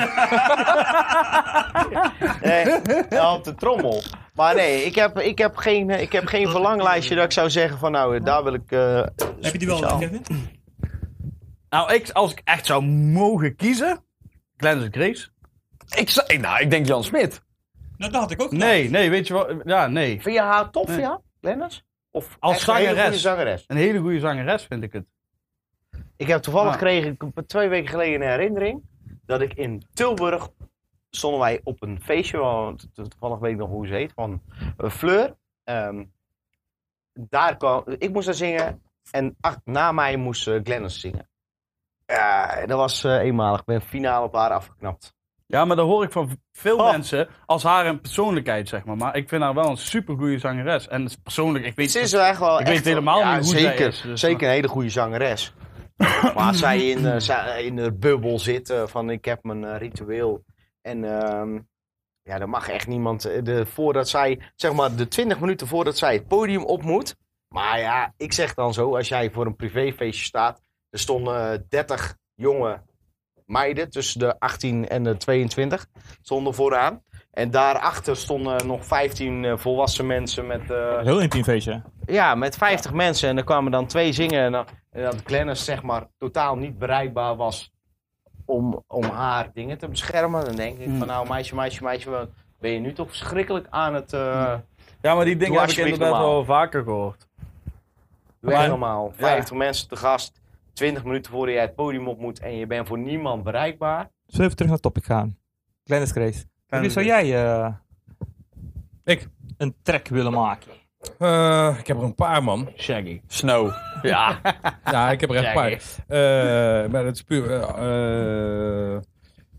Nee, ja, op de trommel. Maar nee, ik heb, ik heb, geen, ik heb geen verlanglijstje dat ik zou zeggen van nou, daar wil ik... Uh, Heb je die wel, speciaal. Kevin? Nou, ik, als ik echt zou mogen kiezen, Glennis Grace. Ik, zei, nou, ik denk Jan Smit. Nou, dat had ik ook. Nee, nee, weet je wat? Ja, nee. Vind je haar tof, Nee. ja, Lennis? Of Als echt een hele zangeres. goede zangeres? Een hele goede zangeres vind ik het. Ik heb toevallig Ah. gekregen, ik heb twee weken geleden een herinnering, dat ik in Tilburg, stonden wij op een feestje, want toevallig weet ik nog hoe ze heet, van uh, Fleur. Um, daar kwam, ik moest daar zingen en ach, na mij moest uh, Glennis zingen. Ja, dat was uh, eenmalig. Ik ben finaal op haar afgeknapt. Ja, maar dat hoor ik van veel Oh. mensen als haar een persoonlijkheid, zeg maar. Maar ik vind haar wel een supergoeie zangeres. En het is persoonlijk, ik weet, Ze is echt wel ik echt weet helemaal wel- ja, niet hoe zeker, zij is. Dus, zeker een hele goede zangeres. maar als zij in, uh, zij in de bubbel zit uh, van ik heb mijn uh, ritueel. En uh, ja, dan mag echt niemand, uh, de, voordat zij, zeg maar de twintig minuten voordat zij het podium op moet. Maar ja, ik zeg dan zo, als jij voor een privéfeestje staat. Er stonden dertig jonge meiden tussen de achttien en de tweeëntwintig stonden vooraan. En daarachter stonden nog vijftien uh, volwassen mensen met... Uh, Heel intiem feestje. ja, met vijftig mensen. En er kwamen dan twee zingen. En, dan, en dat Glennis zeg maar totaal niet bereikbaar was om, om haar dingen te beschermen. Dan denk ik van nou meisje, meisje, meisje. Wat ben je nu toch verschrikkelijk aan het... Uh, ja, maar die dingen Doe heb ik alsjeblieft inderdaad normaal. wel vaker gehoord. Doe Maar- echt normaal. vijftig mensen te gast. twintig minuten voordat jij het podium op moet. En je bent voor niemand bereikbaar. Zullen we even terug naar het topic gaan? Glennis Grace. Wie zou jij uh, Ik. een track willen maken? Uh, ik heb er een paar, man. Shaggy. Snow. Ja, ja ik heb er echt een paar. Uh, maar dat is puur... Uh, uh,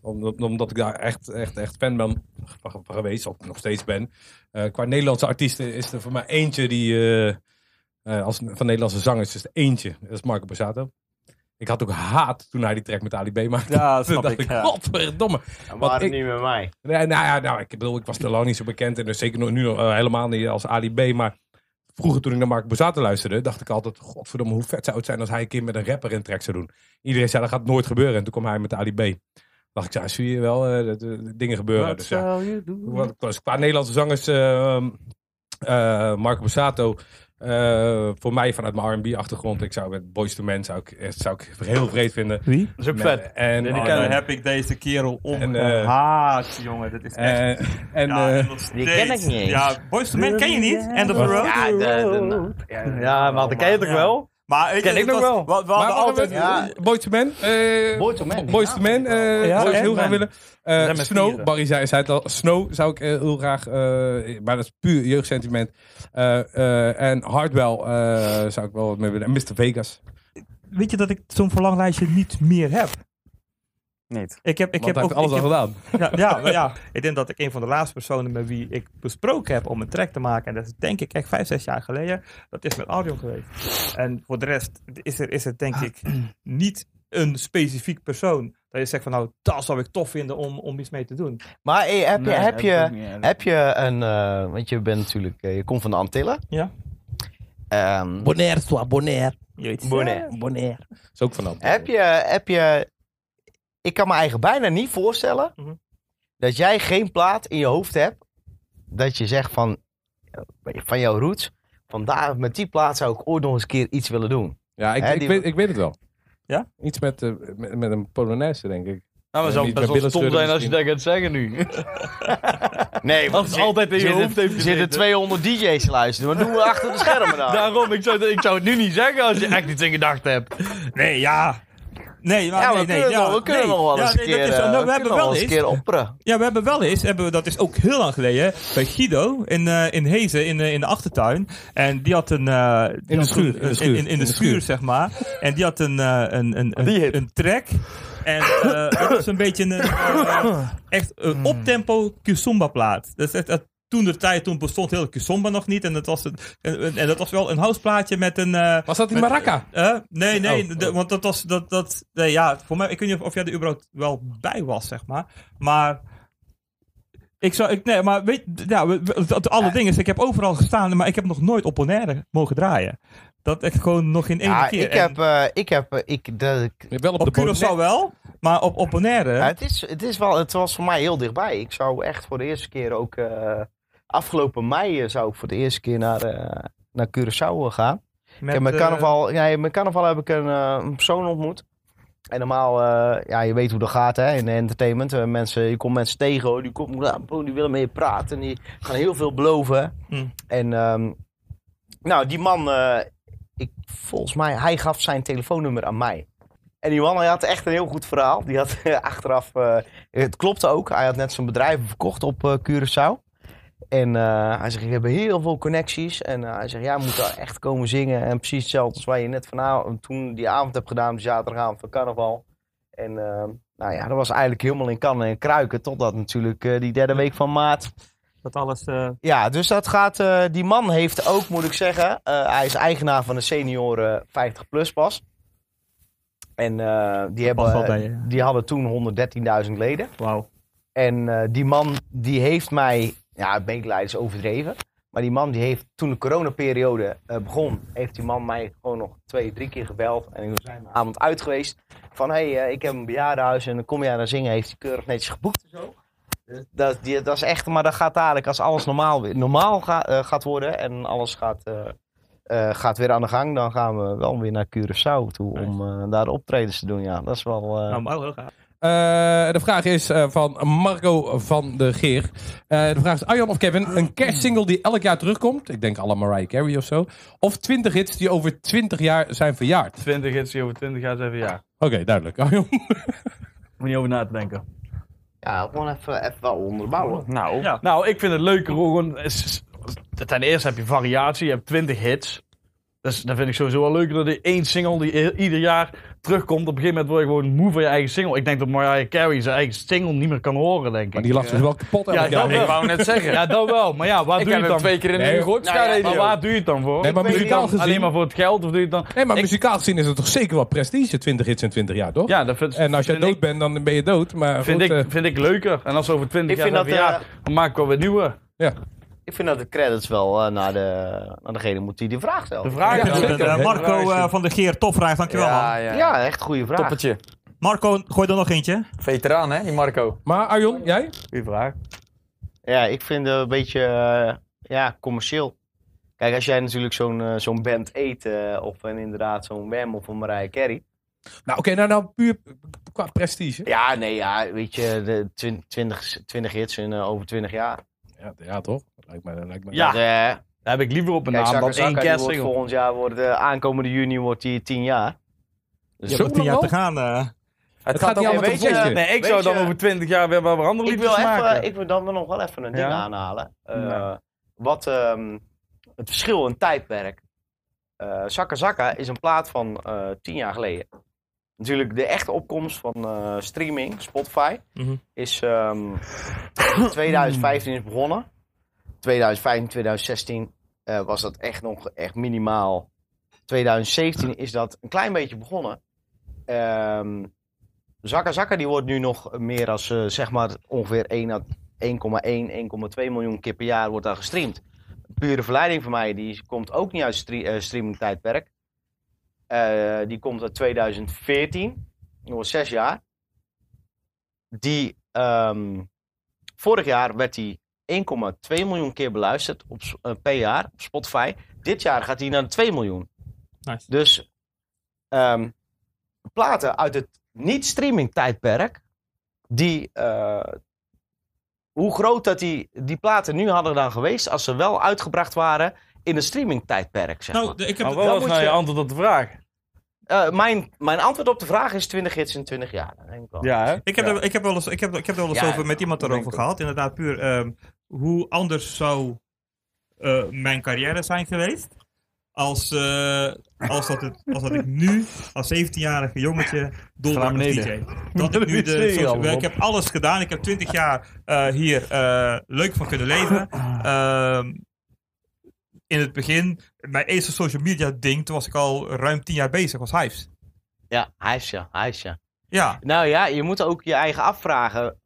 Omdat, omdat ik daar echt, echt, echt fan ben van, van geweest, of nog steeds ben. Uh, qua Nederlandse artiesten is er voor mij eentje die, uh, uh, als, van Nederlandse zangers, is er eentje. Dat is Marco Borsato. Ik had ook haat toen hij die track met Ali B maakte. Ja, dat snap dacht ik. ik, Ja. godverdomme. En waarom ik- niet met mij? Nee, nou ja, nou, ik bedoel, ik was te lang niet zo bekend. En dus zeker nog- nu nog, uh, helemaal niet als Ali B. Maar vroeger toen ik naar Marco Borsato luisterde, dacht ik altijd, godverdomme, hoe vet zou het zijn als hij een keer met een rapper een track zou doen. Iedereen zei, dat gaat nooit gebeuren. En toen kwam hij met Ali B. Dacht ik, ja, zie je wel, uh, dat, uh, dingen gebeuren. Wat Dus, ja. zou je doen? Wat- dus qua Nederlandse zangers, uh, uh, Marco Borsato, uh, voor mij vanuit mijn R en B-achtergrond, ik zou met Boyz two Men zou ik, echt- zou ik heel vreed vinden. Wie? Dat is ook Met- vet. En, Nee, die en, ken ik. en, heb ik deze kerel En, eh, omgehaakt, jongen. Dat is echt... en, ja, uh, en nog Die ken ik steeds. niet eens. Ja, Boyz two Men ken je niet? End of the Road? Ja, de, de, ja, Ja, maar dat ken je toch Ja. wel? Maar weet Ken je, ik het nog was- wel. We, we maar hadden altijd... Ja. Boyz two Men. Uh, Boyz two Men. Boyz two Men. Uh, Ja, zou ik en heel graag Men. willen. Uh, Dat met Snow. vieren. Barry zei, zei het al. Snow zou ik uh, heel graag. Uh, maar dat is puur jeugdsentiment. Uh, uh, en Hardwell uh, zou ik wel wat mee willen. En mister Vegas. Weet je dat ik zo'n verlanglijstje niet meer heb? Niet. Ik heb, ik Want heb hij ook... heeft alles ik al heb- gedaan. Ja, ja, maar ja, ik denk dat ik een van de laatste personen met wie ik besproken heb om een track te maken, en dat is denk ik echt vijf, zes jaar geleden, dat is met Arjon geweest. En voor de rest is er, is het denk ik niet een specifiek persoon dat je zegt van nou, dat zou ik tof vinden om, om iets mee te doen. Maar hey, heb, je, Nee, heb, dat je, ook niet, eigenlijk. heb je een... eh, want je bent natuurlijk... eh, je komt van de Antillen. Ja. Ehm, Bonaire, soit Bonaire. Je weet, Bonaire. Bonaire. Is ook van heb, je, heb je... Ik kan me eigenlijk bijna niet voorstellen Mhm. dat jij geen plaat in je hoofd hebt dat je zegt van, van jouw roots, vandaar met die plaat zou ik ooit nog eens een keer iets willen doen. Ja, ik, Hè, ik, die- weet, ik weet het wel. Ja? Iets met, uh, met, met een Polonaise, denk ik. Nou, maar Ja, zou niet best met wel stom billen zijn als je schudden dat gaat zeggen nu. Nee, Als het altijd in je zitten- hoofd heeft zitten gezeten. tweehonderd D J's te luisteren. Wat doen we achter de schermen dan? Daarom, ik zou, het, ik zou het nu niet zeggen als je echt iets in gedachten hebt. Nee, ja. Nee, maar Ja, we nee, nee, kunnen, ja, nog, we kunnen nee. nog wel Ja, eens nee, een dat keer, is zo. eh, Nou, we we hebben kunnen wel eens eens... een keer opperen. Ja, we hebben wel eens, hebben we, dat is ook heel lang geleden, bij Guido in, uh, in Hezen in, uh, in de achtertuin. En die had een... Uh, die de had schuur, een- in de schuur, In, in, in de schuur, zeg maar. En die had een, uh, een, een, Die een, hit. een track. En uh, dat was een beetje een... Uh, echt een optempo Kizomba plaat. Dat is echt... Uh, toen de tijd, toen bestond heel Kizomba nog niet. En dat was, een, en, en dat was wel een houseplaatje met een... Uh, Was dat in met- Maraca? Uh, nee, nee, Oh, de- oh. want dat was, dat, dat, nee, ja, voor mij, ik weet niet of, of jij er überhaupt wel bij was, zeg maar. Maar, ik zou, ik, nee, maar weet, ja, we- we- het alle dingen is, ik heb overal gestaan, maar ik heb nog nooit op Bonaire mogen draaien. Dat echt gewoon nog in één Ja, keer. ik En heb, eh, ik heb, eh, ik, de, Je hebt wel op, op de Curaçao Bonaire. wel, maar op, op Bonaire, ja, het, is, het, is wel, het was voor mij heel dichtbij. Ik zou echt voor de eerste keer ook, eh, afgelopen mei eh, zou ik voor de eerste keer naar, eh, naar Curaçao gaan. met, Ik heb mijn eh, carnaval, ja, mijn carnaval heb ik een, eh, een persoon ontmoet. En normaal, eh, ja, je weet hoe dat gaat hè, in de entertainment. Eh, mensen, je komt mensen tegen, hoor, die, komt, ja, bro, die willen met je praten. En die gaan heel veel beloven. Mm. En ehm, nou, die man, eh, ik, volgens mij, hij gaf zijn telefoonnummer aan mij. En die man, hij had echt een heel goed verhaal. Die had eh, achteraf, eh, het klopte ook. Hij had net zijn bedrijf verkocht op eh, Curaçao. En eh, hij zegt, ik heb heel veel connecties. En eh, hij zegt, ja, je moet daar echt komen zingen. En precies hetzelfde als waar je net vanavond, toen die avond hebt gedaan, die zaterdagavond van carnaval. En eh, nou ja, dat was eigenlijk helemaal in kannen en kruiken. Totdat natuurlijk eh, die derde week van maart. dat alles... eh, Ja, dus dat gaat, eh, die man heeft ook, moet ik zeggen, eh, hij is eigenaar van de senioren vijftig plus pas. En eh, die, past wel hebben, bij je, ja. die hadden toen honderddertienduizend leden. Wauw. En eh, die man die heeft mij, ja, beenteleid is overdreven. Maar die man die heeft, toen de coronaperiode uh, begon, heeft die man mij gewoon nog twee, drie keer gebeld. En we zijn een avond uit geweest. Van, hé, hey, uh, ik heb een bejaardenhuis en dan kom jij naar zingen. Heeft hij keurig netjes geboekt en zo. Dus dat, die, dat is echt, maar dat gaat dadelijk als alles normaal, weer- normaal ga, uh, gaat worden. En alles gaat, uh, uh, gaat weer aan de gang. Dan gaan we wel weer naar Curaçao toe om uh, daar optredens te doen. Ja, dat is wel... Uh, Nou, maar heel gaaf. Uh, de vraag is uh, van Marco van de Geer. Uh, de vraag is Arjan of Kevin. Een kerstsingle die elk jaar terugkomt. Ik denk alle Mariah Carey of zo. Of twintig hits die over twintig jaar zijn verjaard. twintig hits die over twintig jaar zijn van ja. Oké, okay, duidelijk. Arjan. Moet niet over na te denken. ja, gewoon even, even wel onderbouwen. Nou, Ja. Nou, ik vind het leuker gewoon. is- Ten eerste heb je variatie, je hebt twintig hits. Dus dat vind ik sowieso wel leuker dan die één single die i- ieder jaar terugkomt. Op een gegeven moment word je gewoon moe van je eigen single. Ik denk dat Mariah Carey zijn eigen single niet meer kan horen, denk ik. Maar die lacht zich wel kapot elk Ja, jaar. dat Ik wel. wou net zeggen. Ja, dat wel. Maar ja, waar ik doe je heb het hem dan? twee keer in de Nee, uur gehoord, nou ja, Sky Maar Radio. waar doe je het dan voor? Nee, maar Ik weet muzikaal niet, gezien... Alleen maar voor het geld of doe je het dan? Nee, maar Ik- muzikaal gezien is het toch zeker wel prestige, twintig hits in twintig jaar, toch? Ja, dat vind, En als jij vind dood ik, bent, dan ben je dood. Maar vind, goed, ik, eh, vind ik leuker. En als we over twintig Ik jaar vind hebben, dat, ja, eh, dan maken we weer nieuwe. ja. Ik vind dat de credits wel eh, naar, de, naar degene moet die die vraag stelt. De vraag Ja, is zeker. Eh, hè? Marco eh, van der Geer, topvraag, dankjewel Ja, man. ja, Ja, echt goede vraag. Toppertje. Marco, gooi er nog eentje. Veteraan, hè, die Marco. Maar Arjon, jij? Goeie vraag. Ja, ik vind het een beetje eh, ja, commercieel. Kijk, als jij natuurlijk zo'n eh, zo'n band eet, eh, of een, inderdaad zo'n Wham of een Mariah Carey. Nou, oké, nou, nou puur qua prestige. Ja, nee, ja, weet je, de twintig, twintig hits in eh, over twintig jaar. Ja, ja toch? Lijkt me, lijkt me Ja. Dat, eh, Daar heb ik liever op een kijk, naam Zakka dan één Zakka, die wordt kerstsingle. volgend jaar, wordt, eh, aankomende juni wordt die tien jaar. Dus Je Zo hebt nog tien jaar lang te gaan. eh. Het gaat niet Hey, allemaal weet te je, feestje. Nee, ik weet zou dan je, over twintig jaar weer wel weer andere ik wil, liedjes maken. even, ik wil dan nog wel even een ding Ja? aanhalen. Eh, Ja. Wat ehm, het verschil in tijdperk. Eh Zakka Zakka is een plaat van eh, tien jaar geleden. Natuurlijk de echte opkomst van eh, streaming, Spotify, Mhm. is ehm twintig vijftien is begonnen. twintig vijftien, twintig zestien eh, was dat echt nog echt minimaal. twintig zeventien is dat een klein beetje begonnen. Ehm Zakka Zakka die wordt nu nog meer als eh, zeg maar ongeveer één komma één, één komma twee miljoen keer per jaar wordt daar gestreamd. Pure verleiding van mij, die komt ook niet uit stre uh, streaming tijdperk. Uh, die komt uit twintig veertien, nog zes jaar. Die, um, vorig jaar werd die één komma twee miljoen keer beluisterd op, uh, per jaar op Spotify. Dit jaar gaat hij naar de twee miljoen. Nice. Dus um, platen uit het niet-streaming tijdperk, die, uh, hoe groot dat die, die platen nu hadden dan geweest als ze wel uitgebracht waren in het streaming tijdperk, zeg maar. Nou, de- ik heb Maar het- wat dan was moet nou je je- antwoord op de vraag? Uh, mijn, mijn antwoord op de vraag is twintig hits in twintig jaar. Dat denk ik wel. Ja, hè? Ik heb, Ja. er, ik heb wel eens, ik heb, ik heb er wel eens Ja, over met iemand dat erover denk ik gehad. Inderdaad, puur ehm, hoe anders zou eh, mijn carrière zijn geweest. Als, eh, als, dat het, als dat ik nu als zeventienjarige jongetje doorword als D beneden. J. Dat ik nu Niet de, zeggen, social- allemaal. ik heb alles gedaan. Ik heb twintig jaar eh, hier eh, leuk van kunnen leven. Ehm, in het begin, mijn eerste social media ding, toen was ik al ruim tien jaar bezig, was Hives. Ja, Hives, Hives, ja. Ja, Nou ja, je moet ook je eigen afvragen.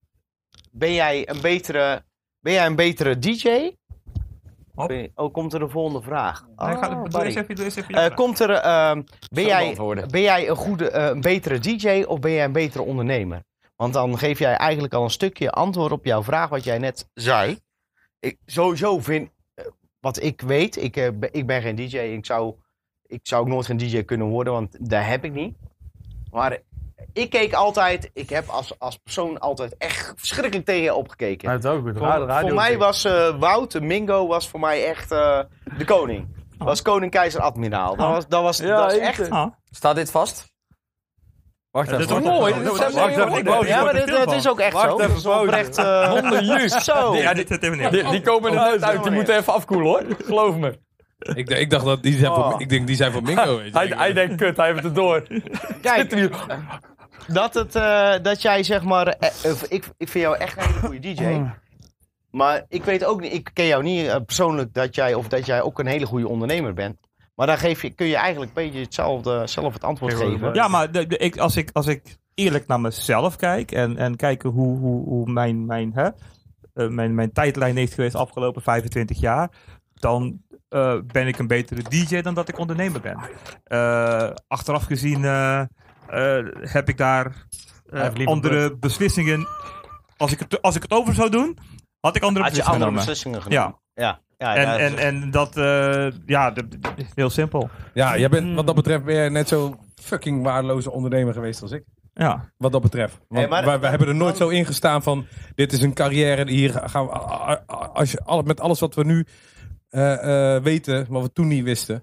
Ben jij een betere, ben jij een betere D J? Hop. Ben je- oh, komt er de volgende vraag. Oh, nee, ga, doe buddy. eens even, doe eens even je Eh, vraag. komt er, ehm, ben, Zo jij, beantwoorden. ben jij een, goede, eh, een betere D J of ben jij een betere ondernemer? Want dan geef jij eigenlijk al een stukje antwoord op jouw vraag wat jij net zei. Ik, sowieso vind, eh, wat ik weet, ik, eh, ben- ik ben geen D J. Ik zou, ik zou ook nooit geen D J kunnen worden, want daar heb ik niet. Maar ik keek altijd, ik heb als, als persoon altijd echt verschrikkelijk tegen je opgekeken. Hij heeft ook goed. Voor, Radio- radio- voor mij was eh, Wout, de Mingo, was voor mij echt eh, de koning. Was koning, keizer, admiraal. Dat was, dat was, Ja, dat was ik- echt... Ah. Staat dit vast? Wacht Dit even. wordt wacht mooi, even. dit Wacht wordt- even. wacht Ik even. wou- Ja, maar dit, film het van. is ook echt Wacht zo. even, Dat is oprecht... eh, Zo. Ja, dit zit even neer. Die, die komen er net uit, die moeten even afkoelen hoor. Geloof me. Ik, d- ik dacht dat die zijn Oh. voor, ik denk die zijn voor Mingo. Weet je. Hij, hij denkt, kut, hij heeft het door. Kijk, dat, het, eh, dat jij zeg maar... eh, eh, ik, ik vind jou echt een hele goede D J. Maar ik weet ook niet... Ik ken jou niet eh, persoonlijk dat jij... Of dat jij ook een hele goede ondernemer bent. Maar dan geef je, kun je eigenlijk een beetje hetzelfde, zelf het antwoord Geen goede geven. Ja, maar de, de- ik, als, ik, als ik eerlijk naar mezelf kijk en, en kijken hoe, hoe, hoe mijn, mijn, hè, eh, mijn, mijn tijdlijn heeft geweest de afgelopen vijfentwintig jaar, dan eh, ben ik een betere D J dan dat ik ondernemer ben. Eh, achteraf gezien eh, eh, heb ik daar eh, heeft liever andere beslissingen. Als ik, het, als ik het over zou doen, had ik andere Had je beslissingen andere genomen. beslissingen genomen? Ja. ja. ja, En, en, en dat, eh, ja, de- de- heel simpel. Ja, jij bent, wat dat betreft ben jij net zo fucking waardeloze ondernemer geweest als ik. Ja. Wat dat betreft. Want Hey, maar- wij, wij hebben er nooit zo in gestaan van... Dit is een carrière, hier gaan we... Als je, al- met alles wat we nu eh, eh, weten, wat we toen niet wisten...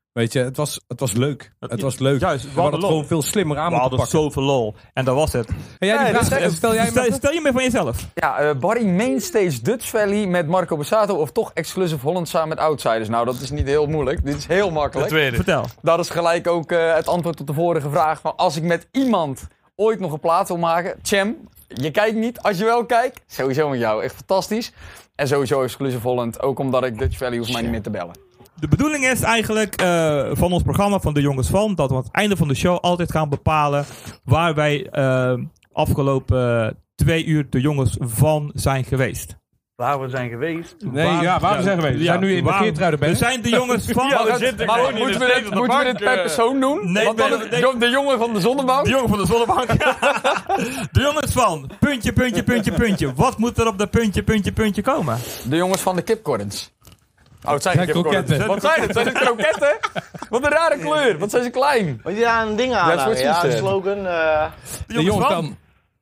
Weet je, het was, het was leuk. Het was leuk. Juist, we we hadden hadden het lol. gewoon veel slimmer aan We moeten hadden pakken. zoveel lol. En dat was het. En jij die Nee, vraag, dat is- stel jij me Stel, stel je me van jezelf. Ja, uh, Barry Mainstage Dutch Valley met Marco Bassato of toch Exclusive Holland samen met Outsiders? Nou, dat is niet heel moeilijk. Dit is heel makkelijk. Vertel. Dat is gelijk ook uh, het antwoord op de vorige vraag. Van als ik met iemand ooit nog een plaat wil maken. Cham, je kijkt niet. Als je wel kijkt, sowieso met jou. Echt fantastisch. En sowieso Exclusive Holland. Ook omdat ik Dutch Valley hoef mij niet meer te bellen. De bedoeling is eigenlijk uh, van ons programma van de Jongens van dat we aan het einde van de show altijd gaan bepalen waar wij uh, afgelopen uh, twee uur de jongens van zijn geweest. Waar we zijn geweest. Nee, ja, waar we zijn geweest. We zijn nu in de waar- Geertruidenberg. We zijn de jongens van... Ja, we Maar, zitten maar gewoon in moeten de we state dit, of the moeten we dit bank, per eh. persoon doen? Nee, Want dan nee, is nee. de, de jongen van de zonnebank. De jongen van de zonnebank. De jongens van puntje, puntje, puntje, puntje. Wat moet er op de puntje, puntje, puntje komen? De jongens van de kipcorns. Oh, het zijn Ja, geen kipcorns. kroketten. Wat zijn het? Zijn het kroketten? Wat een rare kleur. Wat zijn ze klein? Moet je daar een ding aan? Ja, Ja, zoiets is het. slogan. eh, De jongens van,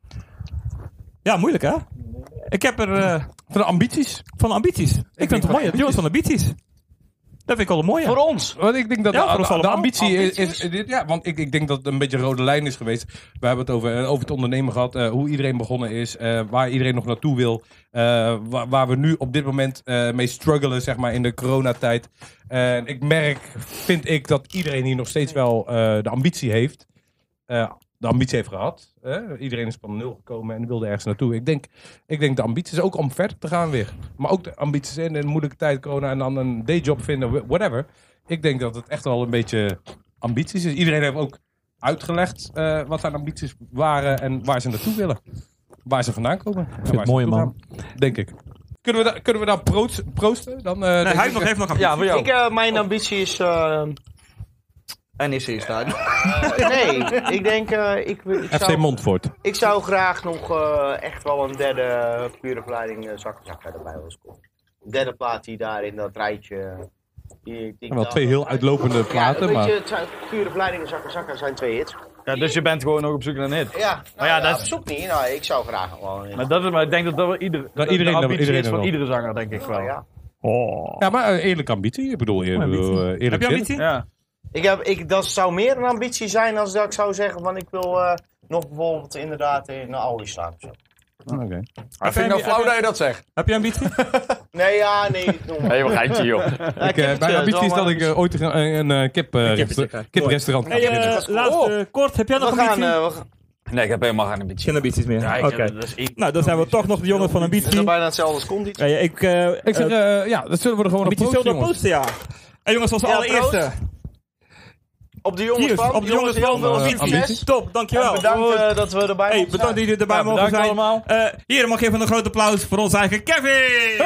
Ja, moeilijk hè? Ik heb er uh, van de ambities. van ambities. Ik, vind het van mooi, de jongens van ambities. Dat vind ik al een mooie. Voor ons. Want ik denk dat Ja, de, voor ons de, de allemaal. ambitie is, is, is- Ja, want ik, ik denk dat het een beetje een rode lijn is geweest. We hebben het over, eh, over het ondernemen gehad. eh, hoe iedereen begonnen is. eh, waar iedereen nog naartoe wil. eh, waar, waar we nu op dit moment eh, mee struggelen, zeg maar, in de coronatijd. En ik merk, vind ik, dat iedereen hier nog steeds wel eh, de ambitie heeft. Eh, de ambitie heeft gehad. Hè? Iedereen is van nul gekomen en wilde ergens naartoe. Ik denk, ik denk de ambitie is ook om verder te gaan weer. Maar ook de ambities in een moeilijke tijd, corona, en dan een dayjob vinden, whatever. Ik denk dat het echt wel een beetje ambities is. Iedereen heeft ook uitgelegd uh, wat zijn ambities waren en waar ze naartoe willen. Waar ze vandaan komen. Ik vind het mooi, man. Denk ik. Kunnen we, da kunnen we dan proost, proosten? Dan, uh, Nee, denk hij ik- heeft nog, heeft nog Ja, voor jou. Ik, uh, mijn ambitie is... Uh, N E C staat. nee, ik denk... Uh, ik, ik, F C zou, Montfort. ik zou graag nog uh, echt wel een derde pure verleiding uh, zakken erbij willen scoren. Een derde plaat die daar in dat rijtje... Die, die Wel twee heel uitlopende platen, ja, maar... weet je, het zijn, pure verleiding en zakken zakken zijn twee hits. Ja, dus je bent gewoon nog op zoek naar een hit. Ja, nou, Maar ja, ja, dat op is- zoek niet. Nou, ik zou graag gewoon... Maar, dat is, maar ik denk dat dat wel ieder, dat iedereen- de ambitie iedereen is van wel. iedere zanger, denk ik wel. Nou, ja. Oh. Ja, maar uh, eerlijke ambitie. Ik bedoel, ik bedoel uh, eerlijk Heb je zin. ambitie? Ja. Ik heb, ik, dat zou meer een ambitie zijn dan dat ik zou zeggen van ik wil uh, nog bijvoorbeeld inderdaad in een Audi slaan of zo. Oké. Okay. Ik vind nou flauw dat je dat zegt. Heb je ambitie? Nee, ja, nee. ik noem maar. Nee, wat geintje joh. Ja, Ik, uh, het, mijn uh, ambitie is wel dat ik uh, ooit een, een, een kip, uh, kippetje resta- krijg. kiprestaurant Hey, ga uh, beginnen. laatste, kort, heb jij nog we gaan, ambitie? uh, we gaan Nee, ik heb helemaal geen ambitie. Geen ambities meer. Ja, ik Oké. heb- dat is één- Nou, dan zijn we toch nog de jongens van we ambitie. zijn bijna hetzelfde als Condit. Hey, ik, uh, Ik zeg, uh, ja, dat zullen we er gewoon op ambitie proosten, zullen we jongens. posten, ja. Hey, jongens, als Ja, allereerste. Op de jongens Hier, van, op de jongens heel van veel uh, succes. ambitie. Top, dankjewel. En bedankt uh, dat we erbij Hey, mochten bedankt dat jullie erbij Ja, mogen bedankt zijn. allemaal. Uh, hier mag even een groot applaus voor onze eigen Kevin.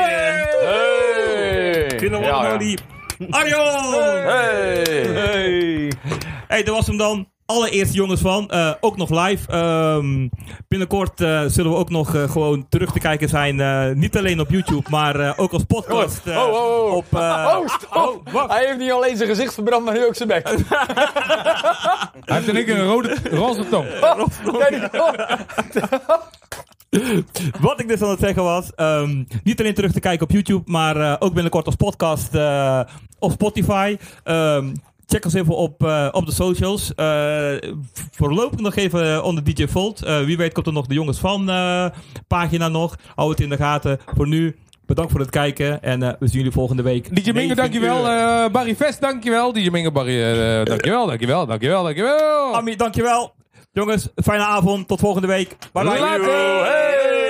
Hey! Kunnen we Ja, nog ja. die Arjon. Hey! Hey. Hey, dat was hem dan. Allereerst jongens van, uh, ook nog live. Um, binnenkort uh, zullen we ook nog uh, gewoon terug te kijken zijn. Uh, niet alleen op YouTube, maar uh, ook als podcast. Uh, Oh, oh, oh. Op, uh, Oh, stop! Hij heeft niet alleen zijn gezicht verbrand, maar nu ook zijn bek. Hij heeft in één keer een rode, roze tong. Kijk, oh. Wat ik dus aan het zeggen was, um, niet alleen terug te kijken op YouTube, maar uh, ook binnenkort als podcast uh, op Spotify. Um, check ons even op, uh, op de socials. Uh, voorlopig nog even onder D J Volt. Uh, wie weet komt er nog de jongens van uh, pagina nog. Hou het in de gaten. Voor nu, bedankt voor het kijken en uh, we zien jullie volgende week. D J Mingo, dankjewel. Uh, Barry Vest, dankjewel. D J Mingo, Barry, uh, dankjewel, dankjewel, dankjewel, dankjewel. Ami, dankjewel. Jongens, fijne avond. Tot volgende week. Bye bye. Later. Hey.